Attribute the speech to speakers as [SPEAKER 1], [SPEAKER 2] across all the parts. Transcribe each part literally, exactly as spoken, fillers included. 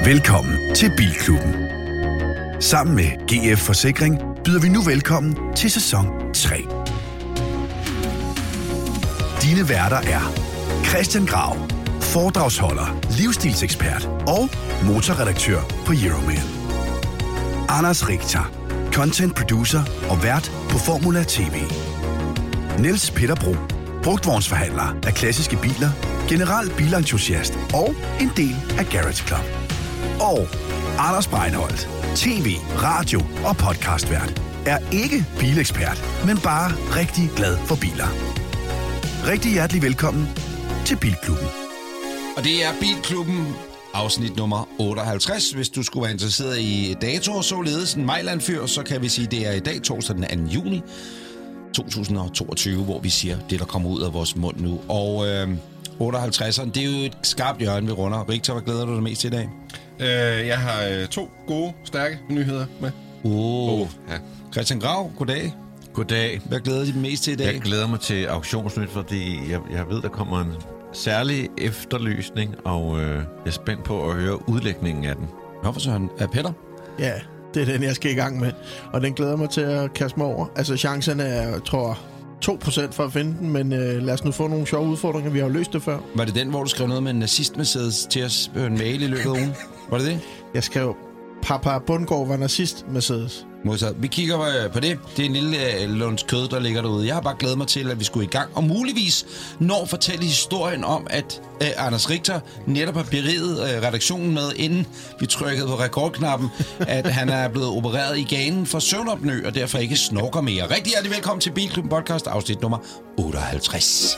[SPEAKER 1] Velkommen til Bilklubben. Sammen med G F Forsikring byder vi nu velkommen til sæson tre. Dine værter er Christian Grav, foredragsholder, livsstilsekspert og motorredaktør på Euroman. Anders Richter, content producer og vært på Formula T V. Niels Peter Bro, brugtvognsforhandler af klassiske biler, general bilentusiast og en del af Garage Club. Og Anders Breinholt, tv, radio og podcastvært, er ikke bilekspert, men bare rigtig glad for biler. Rigtig hjertelig velkommen til Bilklubben.
[SPEAKER 2] Og det er Bilklubben, afsnit nummer otteoghalvtreds. Hvis du skulle være interesseret i datoer, således en Mejland-fyr, så kan vi sige, at det er i dag, torsdag den anden juni to tusind og toogtyve, hvor vi siger det, der kommer ud af vores mund nu. Og øh, otteoghalvtredseren, det er jo et skarpt hjørne, vi runder. Richter, hvad glæder du dig mest til i dag?
[SPEAKER 3] Øh, jeg har øh, to gode, stærke nyheder med.
[SPEAKER 2] Oh. oh ja. Christian Grav, goddag.
[SPEAKER 4] Goddag.
[SPEAKER 2] Hvad glæder du dig mest til i dag?
[SPEAKER 4] Jeg glæder mig til auktionsnyt, fordi jeg, jeg ved, der kommer en særlig efterlysning, og øh, jeg er spændt på at høre udlægningen af den.
[SPEAKER 2] Hvorfor så han? Er Peter?
[SPEAKER 5] Ja, det er den, jeg skal i gang med. Og den glæder mig til at kaste mig over. Altså, chancerne er, jeg tror, to procent for at finde den, men øh, lad os nu få nogle sjove udfordringer. Vi har jo løst det før.
[SPEAKER 2] Var det den, hvor du skrev noget med en nazist-Mercedes til os på en mail i løbet af ugen? Var det det?
[SPEAKER 5] Jeg skrev, Papa Bundgaard var nazist-Mercedes.
[SPEAKER 2] Modsat. Vi kigger på det. Det er en lille uh, lunds kød, der ligger derude. Jeg har bare glædet mig til, at vi skulle i gang. Og muligvis når at fortælle historien om, at uh, Anders Richter netop har beriget uh, redaktionen med, inden vi trykkede på rekordknappen, at han er blevet opereret i ganen for søvnopnø, og derfor ikke snorker mere. Rigtig hjertelig velkommen til Bilklubben podcast, afsnit nummer otteoghalvtreds.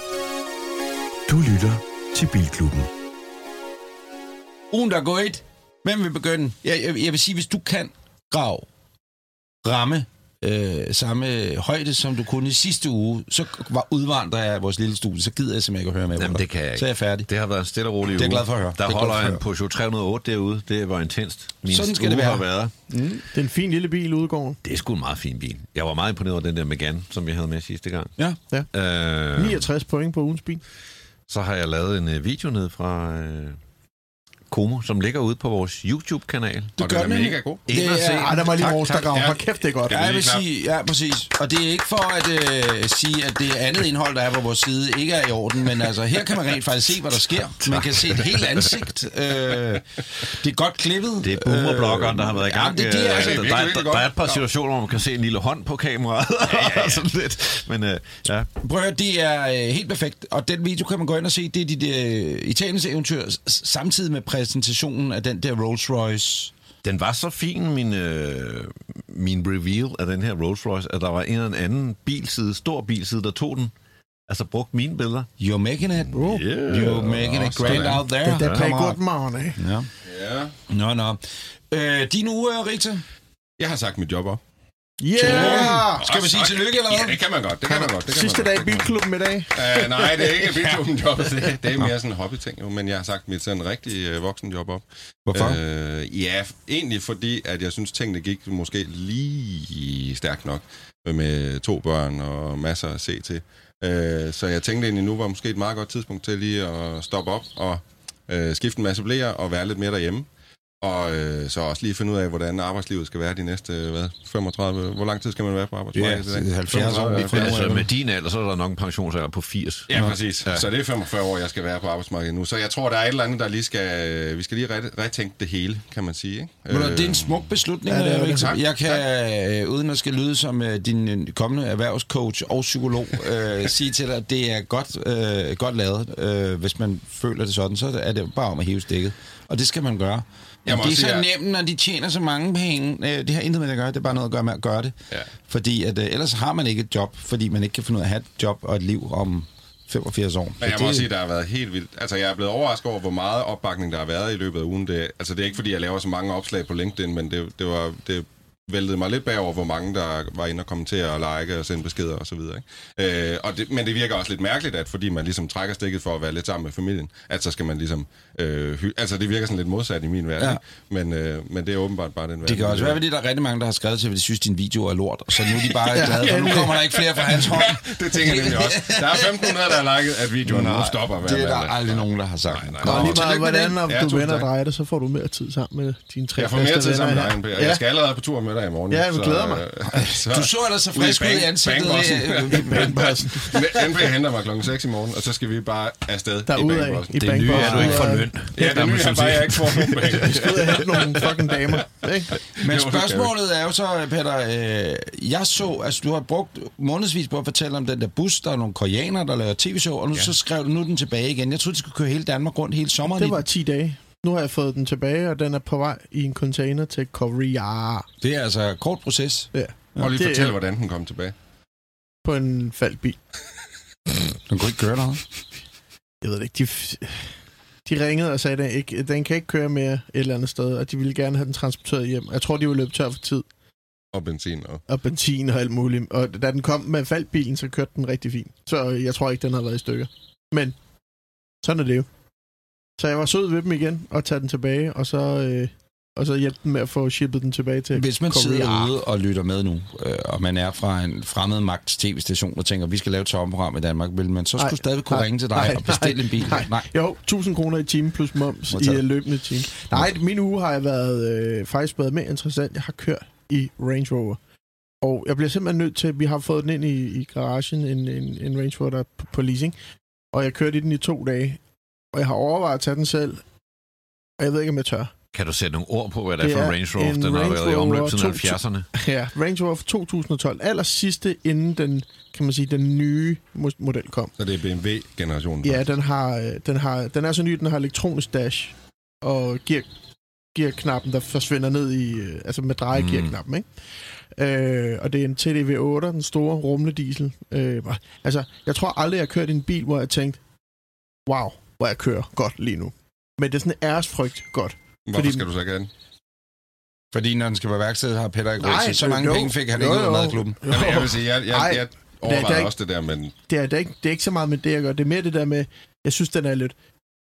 [SPEAKER 1] Du lytter til Bilklubben.
[SPEAKER 2] Ugen, der er gået. Hvem vil begynde? Jeg, jeg, jeg vil sige, hvis du kan, Grav, ramme øh, samme højde, som du kunne i sidste uge, så var udvandrer af vores lille studie, så gider jeg simpelthen ikke at høre med.
[SPEAKER 4] Jamen, det kan jeg ikke.
[SPEAKER 2] Så er jeg færdig.
[SPEAKER 4] Det har været en stille og rolig uge.
[SPEAKER 2] Det er jeg glad for at høre.
[SPEAKER 4] Der holder jeg en Peugeot tre hundrede og otte derude. Det var intenst. Min
[SPEAKER 2] Sådan skal det være.
[SPEAKER 4] Været.
[SPEAKER 5] Mm. Det er en fin lille bil udgården.
[SPEAKER 4] Det er sgu en meget fin bil. Jeg var meget imponeret over den der Megane, som jeg havde med sidste gang.
[SPEAKER 2] Ja.
[SPEAKER 5] ja.
[SPEAKER 4] Øh,
[SPEAKER 5] niogtres point på ugens bil.
[SPEAKER 4] Så har jeg lavet en video ned fra Øh, Como, som ligger ude på vores YouTube-kanal.
[SPEAKER 3] Du og gør den er mega god.
[SPEAKER 5] Det er, ej, der var lige vores, der gav. Hold kæft, det er godt.
[SPEAKER 2] Ja, jeg vil sige, ja, præcis. Og det er ikke for at øh, sige, at det andet indhold, der er på vores side, ikke er i orden, men altså, her kan man rent faktisk se, hvad der sker. Man kan se et helt ansigt. Øh, det er godt klippet.
[SPEAKER 4] Det er boomerbloggeren, der har været i gang.
[SPEAKER 2] Ja, det, det er, altså,
[SPEAKER 4] der, der, der, der er et par situationer, hvor man kan se en lille hånd på kameraet. Ja, ja, ja. Sådan lidt. Men, øh, ja.
[SPEAKER 2] Prøv at høre, det er øh, helt perfekt. Og den video kan man gå ind og se. Det er dit øh, Italiens eventyr, samtidig med præsentationen af den der Rolls Royce.
[SPEAKER 4] Den var så fin, min, øh, min reveal af den her Rolls Royce, at der var en eller anden bilside, stor bilside, der tog den. Altså brugt mine billeder.
[SPEAKER 2] You're making it.
[SPEAKER 5] Oh.
[SPEAKER 2] Yeah. You're making it grand out there.
[SPEAKER 5] Det er pay good money.
[SPEAKER 2] Ja.
[SPEAKER 3] Ja.
[SPEAKER 2] Nå, nå. Øh, din uge, Rita?
[SPEAKER 3] Jeg har sagt mit job op.
[SPEAKER 5] Yeah!
[SPEAKER 2] Skal vi sige tillykke, eller hvad?
[SPEAKER 3] Ja, det kan man godt. Det kan man godt. Det kan
[SPEAKER 5] Sidste
[SPEAKER 3] man
[SPEAKER 5] dag i
[SPEAKER 3] godt.
[SPEAKER 5] Bilklubben i dag.
[SPEAKER 3] Uh, nej, det er ikke Bilklubben job. Det, det er mere sådan en hobbyting, jo. Men jeg har sagt mit sådan rigtig uh, voksen job op.
[SPEAKER 2] Hvorfor?
[SPEAKER 3] Uh, ja, egentlig fordi, at jeg synes, tingene gik måske lige stærkt nok med to børn og masser at se til. Uh, så jeg tænkte egentlig, nu var måske et meget godt tidspunkt til lige at stoppe op og uh, skifte en masse blæer og være lidt mere derhjemme. Og øh, så også lige finde ud af, hvordan arbejdslivet skal være de næste, hvad, femogtredive... Hvor lang tid skal man være på arbejdsmarkedet?
[SPEAKER 2] Ja, halvfjerds år.
[SPEAKER 4] Altså med din alder, så er der nok en pensionsalder på firs.
[SPEAKER 3] Ja, præcis. Ja. Så det er femogfyrre år, jeg skal være på arbejdsmarkedet nu. Så jeg tror, der er et eller andet, der lige skal... Vi skal lige ret, retænke det hele, kan man sige. Ikke?
[SPEAKER 2] Men det er en smuk beslutning,
[SPEAKER 5] ja, det er det.
[SPEAKER 2] tak, jeg kan, tak. Uden at skal lyde som uh, din kommende erhvervscoach og psykolog, uh, sige til dig, at det er godt, uh, godt lavet. Uh, hvis man føler det sådan, så er det bare om at hæve stikket. Og det skal man gøre. Det er så sige, nemt, når de tjener så mange penge. Det har intet med det at gøre. Det er bare noget at gøre med at gøre det. Ja. Fordi at, ellers har man ikke et job, fordi man ikke kan finde ud af at have et job og et liv om femogfirs år.
[SPEAKER 3] Men jeg må det... sige, at der har været helt vildt. Altså, jeg er blevet overrasket over, hvor meget opbakning der har været i løbet af ugen. Det, altså, det er ikke, fordi jeg laver så mange opslag på LinkedIn, men det, det var... Det, væltede mig lidt bagover, hvor mange der var inde og kommentere og like og sende beskeder og så videre. Ikke? Øh, og det, men det virker også lidt mærkeligt, at fordi man ligesom trækker stikket for at være lidt sammen med familien, at så skal man ligesom... Øh, hy- altså, det virker sådan lidt modsat i min verden, ja. Men, øh, men det er åbenbart bare den verden.
[SPEAKER 2] Det kan også være, fordi der er rigtig mange, der har skrevet til, at de synes, din video er lort, og så nu er de bare glade, for nu kommer der ikke flere fra hans hånd.
[SPEAKER 3] Det tænker jeg nemlig også. Der er femten hundrede, der har liket, at videoen nu stopper hver.
[SPEAKER 2] Det er der aldrig nogen, der har sagt.
[SPEAKER 3] Nej, nej,
[SPEAKER 5] Nå,
[SPEAKER 3] nej.
[SPEAKER 5] lige meget, hvordan når
[SPEAKER 3] Ja,
[SPEAKER 5] du vender og
[SPEAKER 3] tak.
[SPEAKER 5] drejer det, så får du mere tid sammen med dine tre
[SPEAKER 3] Jeg får mere
[SPEAKER 5] bedste
[SPEAKER 3] tid sammen med
[SPEAKER 5] venner
[SPEAKER 3] dig,
[SPEAKER 5] her.
[SPEAKER 3] og jeg skal allerede på tur med dig i morgen.
[SPEAKER 5] Ja, jeg glæder mig.
[SPEAKER 3] Øh, så,
[SPEAKER 2] Du så ellers så frisk ud i ansigtet.
[SPEAKER 3] Bankbossen. N P henter mig klokken seks i morgen, og så skal vi bare afsted i
[SPEAKER 5] Derudad
[SPEAKER 3] Bankbossen.
[SPEAKER 5] i
[SPEAKER 4] Det nye er, at du ikke får løn.
[SPEAKER 3] Ja, det nye er bare, at jeg ikke får nogen penge.
[SPEAKER 5] Vi skal ud og hente nogle fucking damer, ikke?
[SPEAKER 2] Men spørgsmålet er jo så, Peter, øh, jeg så, altså du har brugt månedsvis på at fortælle om den der bus, der er nogle koreanere, der laver tv-show, og nu ja. så skrev du nu den tilbage igen. Jeg troede, de skulle køre hele Danmark rundt hele sommeren.
[SPEAKER 5] Det var ti dage. Nu har jeg fået den tilbage, og den er på vej i en container til Korea.
[SPEAKER 2] Det er altså en kort proces.
[SPEAKER 5] Ja.
[SPEAKER 3] Prøv lige
[SPEAKER 5] Det
[SPEAKER 3] fortælle,
[SPEAKER 5] er
[SPEAKER 3] hvordan den kom tilbage.
[SPEAKER 5] på en faldbil.
[SPEAKER 2] Den kunne ikke køre noget.
[SPEAKER 5] Jeg ved det ikke, de, de ringede og sagde, at den, ikke, den kan ikke køre mere et eller andet sted, og de ville gerne have den transporteret hjem. Jeg tror, de ville løbe tør for tid.
[SPEAKER 3] Og benzin og...
[SPEAKER 5] Og benzin og alt muligt. Og da den kom med faldbilen, så kørte den rigtig fint. Så jeg tror ikke, den har været i stykker. Men sådan er det jo. Så jeg var sød ved dem igen og tage den tilbage, og så, øh, og så hjælpe dem med at få shippet den tilbage til
[SPEAKER 2] Hvis man
[SPEAKER 5] Korea.
[SPEAKER 2] sidder ude og lytter med nu, øh, og man er fra en fremmed magts tv-station, og tænker, vi skal lave et sommerprogram i Danmark, vil man så skulle
[SPEAKER 5] Nej,
[SPEAKER 2] stadig kunne
[SPEAKER 5] nej,
[SPEAKER 2] ringe til dig
[SPEAKER 5] nej,
[SPEAKER 2] og bestille en bil?
[SPEAKER 5] Nej, nej. Jo, tusind kroner i timen plus moms i uh, løbende time. Nej, min uge har jeg været øh, faktisk været mere interessant. Jeg har kørt i Range Rover. Og jeg bliver simpelthen nødt til, vi har fået den ind i, i garagen, en, en, en Range Rover, der er på, på leasing. Og jeg kørte i den i to dage. Og jeg har overvejet at tage den selv. Og jeg ved ikke, om jeg tør.
[SPEAKER 4] Kan du sætte nogle ord på, hvad det,
[SPEAKER 5] Det
[SPEAKER 4] er for
[SPEAKER 5] er
[SPEAKER 4] en Range Rover?
[SPEAKER 5] en
[SPEAKER 4] Den har
[SPEAKER 5] Range
[SPEAKER 4] været i omløb
[SPEAKER 5] Rover
[SPEAKER 4] siden
[SPEAKER 5] to-
[SPEAKER 4] halvfjerdserne.
[SPEAKER 5] Ja, Range Rover fra to tusind og tolv. Aller sidste, inden den, kan man sige, den nye model kom.
[SPEAKER 3] Så det er B M W-generationen.
[SPEAKER 5] Ja, den har, øh, den har, den er så ny, den har elektronisk dash og gear, gearknappen, der forsvinder ned i, øh, altså med drejegearknappen, ikke? Øh, og det er en T D V otte, den store rumlediesel. Øh, altså, jeg tror aldrig, jeg har kørt i en bil, hvor jeg tænkte, wow, hvor jeg kører godt lige nu. Men det er sådan en æresfrygt godt.
[SPEAKER 3] Hvorfor
[SPEAKER 5] fordi,
[SPEAKER 3] skal du så gerne?
[SPEAKER 2] Fordi når den skal være værksted, har Peter ikke råd
[SPEAKER 5] Nej,
[SPEAKER 2] til. Så mange
[SPEAKER 5] jo,
[SPEAKER 2] penge fik han
[SPEAKER 5] jo,
[SPEAKER 2] ikke ud af
[SPEAKER 5] jo.
[SPEAKER 2] madklubben.
[SPEAKER 5] Jo.
[SPEAKER 3] Jamen, jeg vil sige, jeg, jeg,
[SPEAKER 5] Ej,
[SPEAKER 3] jeg overvejer
[SPEAKER 5] det er
[SPEAKER 3] også det der, men...
[SPEAKER 5] Det er, det, er ikke, det er ikke så meget med det, jeg gør. Det er mere det der med, jeg synes, den er lidt...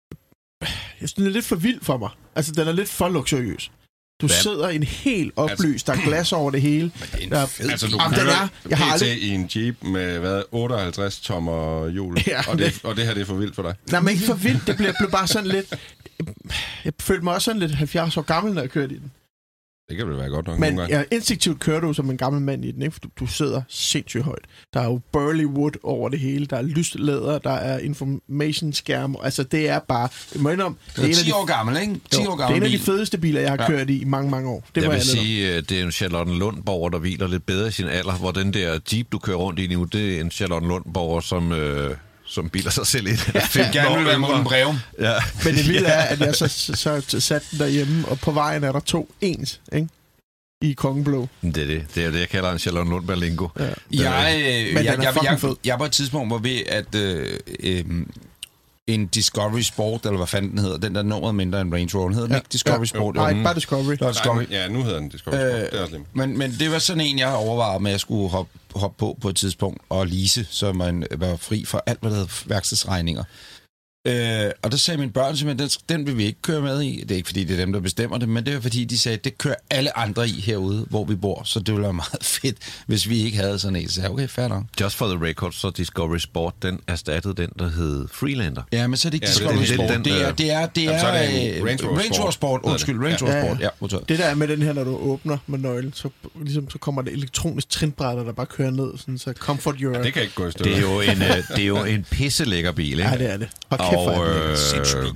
[SPEAKER 5] Jeg synes, den er lidt for vild for mig. Altså, den er lidt for luksuriøs. Du
[SPEAKER 4] Hvad?
[SPEAKER 5] sidder i en helt oplyst, der er glas over det hele. Der er-
[SPEAKER 3] Altså, du
[SPEAKER 5] Jamen, den
[SPEAKER 3] kører
[SPEAKER 5] er- jeg har
[SPEAKER 3] P T
[SPEAKER 5] aldrig-
[SPEAKER 3] i en Jeep med, hvad, otteoghalvtreds tommer hjul,
[SPEAKER 5] Ja,
[SPEAKER 3] og, det,
[SPEAKER 5] det-
[SPEAKER 3] og det her, det er for vildt for dig.
[SPEAKER 5] Nej, men ikke for vildt. Det blev, blev bare sådan lidt... Jeg følte mig også sådan lidt halvfjerds år gammel, når jeg kørte i den.
[SPEAKER 3] Det kan vel være godt nok
[SPEAKER 5] Men
[SPEAKER 3] nogle gange.
[SPEAKER 5] ja, instinktivt kører du som en gammel mand i den, ikke? For du, du sidder sindssygt højt. Der er jo burly wood over det hele. Der er lyst læder, der er information-skærm. Altså, det er bare... Jeg må indrømme, det er en af
[SPEAKER 2] ti
[SPEAKER 5] de,
[SPEAKER 2] år gammel, ikke? ti
[SPEAKER 5] jo,
[SPEAKER 2] år
[SPEAKER 5] det er
[SPEAKER 2] gammel
[SPEAKER 5] en af de
[SPEAKER 2] bil.
[SPEAKER 5] fedeste biler, jeg har
[SPEAKER 2] Ja.
[SPEAKER 5] kørt i i mange, mange år. Det
[SPEAKER 4] Jeg
[SPEAKER 5] må
[SPEAKER 4] vil
[SPEAKER 5] jeg sige.
[SPEAKER 4] sige, at det er en Charlotte Lundborger, der hviler lidt bedre i sin alder, hvor den der Jeep, du kører rundt i nu, det er en Charlotte Lundborger, som, øh, som biler sig selv lidt. Ja,
[SPEAKER 2] Gerne vil være Morten Breum.
[SPEAKER 4] Ja.
[SPEAKER 5] Men det vilde er, at jeg så, så, så satte den derhjemme, og på vejen er der to ens, ikke? I kongeblå.
[SPEAKER 4] Det er det. Det er det, jeg kalder en Charlotte Lundberg lingo.
[SPEAKER 5] Ja.
[SPEAKER 2] Jeg, øh, jeg,
[SPEAKER 5] den er
[SPEAKER 2] jeg, jeg,
[SPEAKER 5] fucking
[SPEAKER 2] jeg,
[SPEAKER 5] fed.
[SPEAKER 2] jeg på et tidspunkt var ved, at øh, øh, en Discovery Sport, eller hvad fanden den hedder, den der nummeret mindre end Range Rover, den hedder den ikke Discovery
[SPEAKER 5] ja.
[SPEAKER 2] Sport?
[SPEAKER 5] Nej,
[SPEAKER 2] Jo.
[SPEAKER 5] bare Discovery.
[SPEAKER 2] Det var Discovery.
[SPEAKER 3] Nej, ja, nu hedder den Discovery Sport.
[SPEAKER 2] Øh,
[SPEAKER 3] Det er også lige.
[SPEAKER 2] men, men det var sådan en, jeg overvejede med, at jeg skulle hoppe, hoppe på på et tidspunkt og lease, så man var fri for alt, hvad der hedder værkstedsregninger. Øh, og der sagde mine børn simpelthen, den, den vil vi ikke køre med i. Det er ikke, fordi det er dem, der bestemmer det, men det er, fordi de sagde, det kører alle andre i herude, hvor vi bor. Så det ville være meget fedt, hvis vi ikke havde sådan en. Så jeg sagde, okay, fair nok.
[SPEAKER 4] Just for the record, så Discovery Sport, den erstattede den, der hed Freelander.
[SPEAKER 2] Ja, men så er det ikke
[SPEAKER 3] Ja,
[SPEAKER 2] Discovery
[SPEAKER 3] det er
[SPEAKER 2] Sport.
[SPEAKER 4] den,
[SPEAKER 2] Det er,
[SPEAKER 4] øh,
[SPEAKER 2] det er, det
[SPEAKER 3] Jamen,
[SPEAKER 2] er,
[SPEAKER 3] så er det en
[SPEAKER 2] øh,
[SPEAKER 3] Range Rover
[SPEAKER 2] Range Rover
[SPEAKER 3] Sport.
[SPEAKER 2] Sport. Undskyld, Range Rover
[SPEAKER 5] Ja, ja.
[SPEAKER 2] Sport. Ja, modtaget.
[SPEAKER 5] Det der er med den her, når du åbner med nøglen, så, ligesom, så kommer det elektronisk trinbrætter, der bare kører ned, sådan, så comfort your...
[SPEAKER 3] Ja, det kan ikke gå i stykker.
[SPEAKER 4] Det er jo en, øh, det er jo en pisselækker bil, ikke?
[SPEAKER 5] Ja, det er det. Og kæft, hvor
[SPEAKER 4] og
[SPEAKER 5] er det lækkert.
[SPEAKER 4] øh,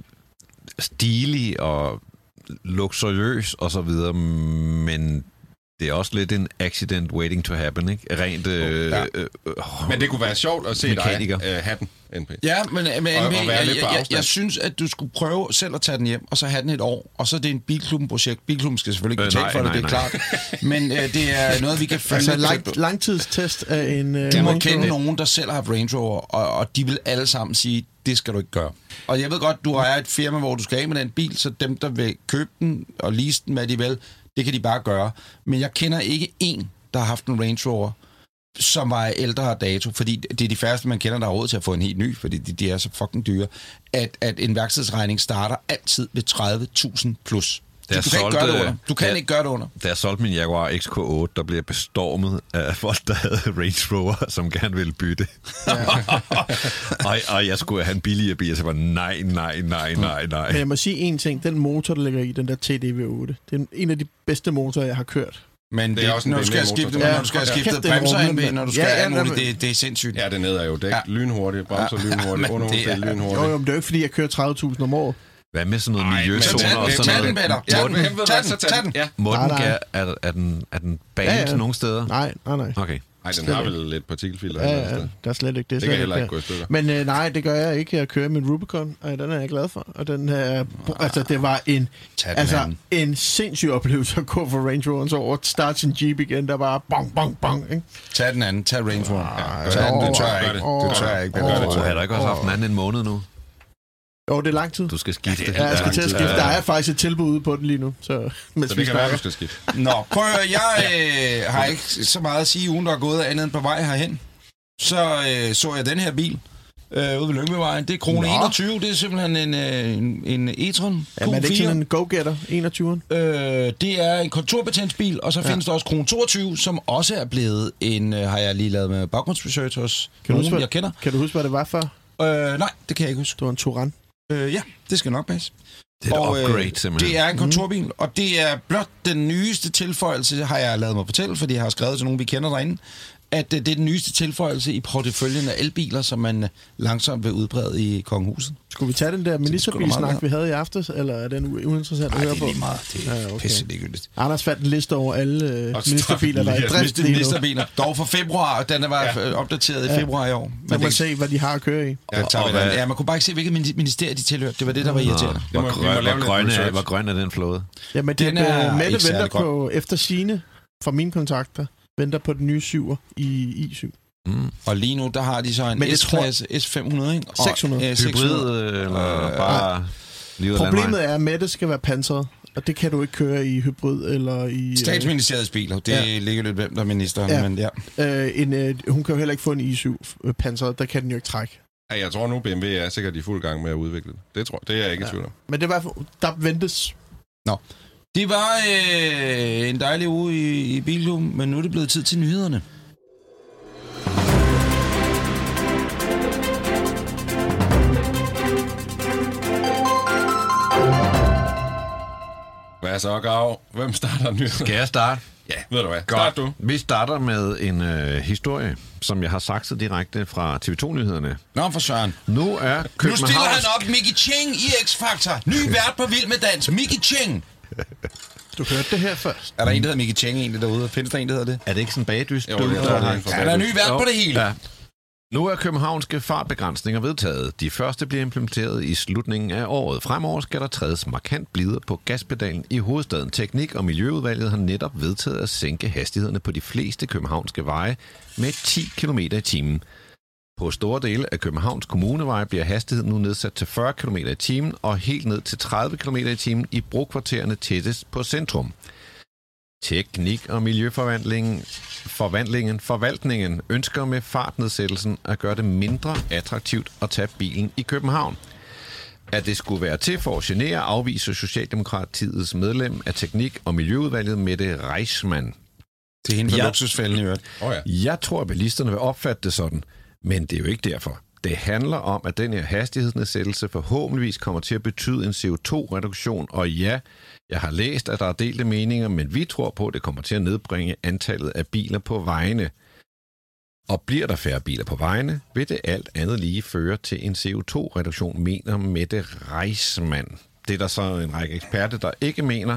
[SPEAKER 4] stilig og luksuriøs og så videre, men det er også lidt en accident waiting to happen, ikke? Rent... Øh,
[SPEAKER 2] Ja.
[SPEAKER 4] øh, øh,
[SPEAKER 3] Men det kunne være sjovt at se
[SPEAKER 4] Mekaniker.
[SPEAKER 3] dig uh, have den, N P.
[SPEAKER 2] Ja, men, men
[SPEAKER 3] Og- og
[SPEAKER 2] jeg,
[SPEAKER 3] være
[SPEAKER 2] jeg,
[SPEAKER 3] lidt på
[SPEAKER 2] jeg, jeg,
[SPEAKER 3] afstand.
[SPEAKER 2] jeg synes, at du skulle prøve selv at tage den hjem, og så have den et år, og så er det en bilklubben-projekt. Bilklubben skal selvfølgelig ikke
[SPEAKER 4] Øh,
[SPEAKER 2] betale
[SPEAKER 4] nej,
[SPEAKER 2] for det,
[SPEAKER 4] nej,
[SPEAKER 2] det er klart. Men øh, det er noget, vi kan følge.
[SPEAKER 5] Altså, lang, langtidstest af en... Uh,
[SPEAKER 2] Du må
[SPEAKER 5] Range
[SPEAKER 2] kende
[SPEAKER 5] Rover.
[SPEAKER 2] nogen, der selv har haft Range Rover, og, og de vil alle sammen sige, det skal du ikke gøre. Og jeg ved godt, du har et firma, hvor du skal af med den bil, så dem, der vil købe den og lease den, hvad de vil, Det kan de bare gøre. Men jeg kender ikke en, der har haft en Range Rover, som var ældre dato, fordi det er de færreste, man kender, der har råd til at få en helt ny, fordi de, de er så fucking dyre, at, at en værkstedsregning starter altid ved tredive tusind plus. Du, du kan,
[SPEAKER 4] solgte,
[SPEAKER 2] ikke gøre det under. Du kan
[SPEAKER 4] da,
[SPEAKER 2] ikke gøre det under.
[SPEAKER 4] Da jeg solgte min Jaguar X K otte, der blev jeg bestormet af folk, der havde Range Rover, som gerne ville bytte. Ja. og, og jeg skulle have en billigere bil, og så var nej, nej, nej, nej, nej.
[SPEAKER 5] Men jeg må sige en ting. Den motor, der ligger i, den der T D V otte, det er en af de bedste motorer, jeg har kørt.
[SPEAKER 2] Men det,
[SPEAKER 3] det er også
[SPEAKER 2] når du skal skifte,
[SPEAKER 5] ja,
[SPEAKER 2] når du skal skifte bremser ind, når du skal
[SPEAKER 5] ja, ja,
[SPEAKER 2] ja, ja, det, det er sindssygt.
[SPEAKER 3] Ja, det ned er jo dæk. Ja. Lynhurtigt, bremser ja. lynhurtigt,
[SPEAKER 2] ja,
[SPEAKER 3] underhåndsstil lynhurtigt.
[SPEAKER 5] Jo, jo, men det er jo ikke, fordi jeg kører tredive tusind om året.
[SPEAKER 4] Hvad med sådan noget miljøzoner og sådan noget?
[SPEAKER 2] Tag den, Peter. Tag den, tag den.
[SPEAKER 3] Ja.
[SPEAKER 4] Måden er, er, er den, er den banet ja, ja. nogle steder?
[SPEAKER 5] Nej, nej, nej.
[SPEAKER 4] Okay.
[SPEAKER 3] Nej, den har vel lidt partikelfilter.
[SPEAKER 5] Ja, ja, der er slet ikke det.
[SPEAKER 3] Det kan heller ikke gå i stykker.
[SPEAKER 5] Men øh, nej, det gør jeg ikke. Jeg kører min Rubicon, og den er jeg glad for. Og den her, altså, det var en, altså, en sindssyg oplevelse at gå for Range Rover, så over starte sin Jeep igen, der bare bong, bong, bong. Ikke?
[SPEAKER 2] Tag den anden. Tag Range Rover.
[SPEAKER 5] Ja,
[SPEAKER 2] tag den. Det tør jeg
[SPEAKER 3] ikke.
[SPEAKER 2] Det tør jeg ikke.
[SPEAKER 4] Har du ikke også haft den anden en måned nu?
[SPEAKER 5] Jo, det er lang tid.
[SPEAKER 4] Du skal skifte.
[SPEAKER 5] Ja, jeg skal til at skifte. Der er faktisk et tilbud ude på den lige nu. Så,
[SPEAKER 3] så det kan være, du skal skifte.
[SPEAKER 2] Nå, prøv at høre. Jeg øh, har ikke så meget at sige, ugen der er gået andet end på vej herhen. Så øh, så jeg den her bil øh, ude ved Lyngbyvejen. Det er krone Nå. enogtyve. Det er simpelthen en, øh, en, en e-tron.
[SPEAKER 5] Ja, men er det ikke sådan en go-getter, enogtyveren?
[SPEAKER 2] Øh, det er en kontorbetjentbil, og så ja. findes der også krone toogtyve, som også er blevet en, øh, har jeg lige lavet med baggrundsresearch hos
[SPEAKER 5] kan nogen,
[SPEAKER 2] du huske, jeg kender.
[SPEAKER 5] Kan du huske, hvad det var for?
[SPEAKER 2] Øh, nej, det kan jeg ikke huske.
[SPEAKER 5] Det var en Touran.
[SPEAKER 2] Øh, ja, det skal nok passe.
[SPEAKER 4] Det er et
[SPEAKER 2] og,
[SPEAKER 4] upgrade,
[SPEAKER 2] øh,
[SPEAKER 4] simpelthen.
[SPEAKER 2] Det er en kontorbil, mm. og det er blot den nyeste tilføjelse, har jeg lavet mig fortælle, fordi jeg har skrevet til nogen, vi kender derinde, at det er den nyeste tilføjelse i porteføljen af elbiler, som man langsomt vil udbrede i Kongehuset.
[SPEAKER 5] Skulle vi tage den der ministerbilsnak, vi havde i aftes, eller er den uinteressant at høre på?
[SPEAKER 2] Nej, det er lige meget. Det er ja, okay. pisse ligegyldigt.
[SPEAKER 5] Anders fandt en liste over alle uh, ministerbiler, der er i drift lige nu.
[SPEAKER 2] Ministerbiler. Dog for februar, den var ja. opdateret i februar i år.
[SPEAKER 5] Så kan man se, hvad de har at køre i.
[SPEAKER 2] Ja, og, og hvad... ja, man kunne bare ikke se, hvilket ministerium de tilhørte. Det var det, der var irriterende.
[SPEAKER 4] Hvor, hvor, grøn, hvor, grøn er, hvor grøn er den flåde?
[SPEAKER 5] Jamen, det er Mette venter på, efter sine, fra mine kontakter, venter på den nye syver i i syv.
[SPEAKER 2] Mm. Og lige nu, der har de så en S-klasse, S fem hundrede, ikke?
[SPEAKER 5] Og, seks hundrede.
[SPEAKER 4] Øh, Hybrid, eller øh, bare...
[SPEAKER 5] Øh, problemet er, at Mette skal være pansret, og det kan du ikke køre i hybrid eller i...
[SPEAKER 2] Statsministeriets biler, det ja. ligger lidt hvem der er ministeren,
[SPEAKER 5] ja.
[SPEAKER 2] men ja.
[SPEAKER 5] Øh, en, øh, hun kan jo heller ikke få en i syv pansret, der kan den jo ikke trække.
[SPEAKER 3] Ja, jeg tror nu, B M W er sikkert i fuld gang med at udvikle det. Det, tror, det er jeg ikke i tvivl om.
[SPEAKER 5] Men det var, der ventes...
[SPEAKER 2] Nå. Det var øh, en dejlig uge i, i Bilklubben, men nu er det blevet tid til nyhederne.
[SPEAKER 3] Hvad så, Grav? Hvem starter nyhederne?
[SPEAKER 4] Skal jeg starte?
[SPEAKER 3] Ja, ved du hvad? Start du.
[SPEAKER 4] Vi starter med en øh, historie, som jeg har sagt så direkte fra T V to-nyhederne.
[SPEAKER 2] Nå, for søren.
[SPEAKER 4] Nu er Københavns...
[SPEAKER 2] Nu stiller han op Mickey Ching i X-Factor. Ny vært på Vild med Dans. Mickey Ching.
[SPEAKER 5] Du hørte det her først.
[SPEAKER 2] Er der en, der hedder Mickey Ching egentlig derude? Findes der en, der hedder det?
[SPEAKER 4] Er det ikke sådan bagdyst?
[SPEAKER 3] Jo, det er der.
[SPEAKER 2] Er der ny vært på det hele?
[SPEAKER 4] Ja. Nu er københavnske fartbegrænsninger vedtaget. De første bliver implementeret i slutningen af året. Fremover skal der trædes markant blidere på gaspedalen i hovedstaden. Teknik- og Miljøudvalget har netop vedtaget at sænke hastighederne på de fleste københavnske veje med ti kilometer i timen. På store dele af Københavns kommuneveje bliver hastigheden nu nedsat til fyrre kilometer i timen og helt ned til tredive kilometer i timen i brokvartererne tættest på centrum. Teknik- og Miljøforvandlingen forvandlingen, forvaltningen ønsker med fartnedsættelsen at gøre det mindre attraktivt at tage bilen i København. At det skulle være til for at genere, afviser Socialdemokratiets medlem af Teknik- og Miljøudvalget, Mette Reichmann.
[SPEAKER 2] Det er hende for luksusfælden i øvrigt.
[SPEAKER 4] Oh, ja. Jeg tror, at bilisterne vil opfatte det sådan, men det er jo ikke derfor. Det handler om, at den her hastighedsnedsættelse forhåbentligvis kommer til at betyde en C O to reduktion, og ja, jeg har læst, at der er delte meninger, men vi tror på, at det kommer til at nedbringe antallet af biler på vejene. Og bliver der færre biler på vejene, vil det alt andet lige føre til en C O to reduktion, mener Mette Reichmann. Det er der så en række eksperter, der ikke mener.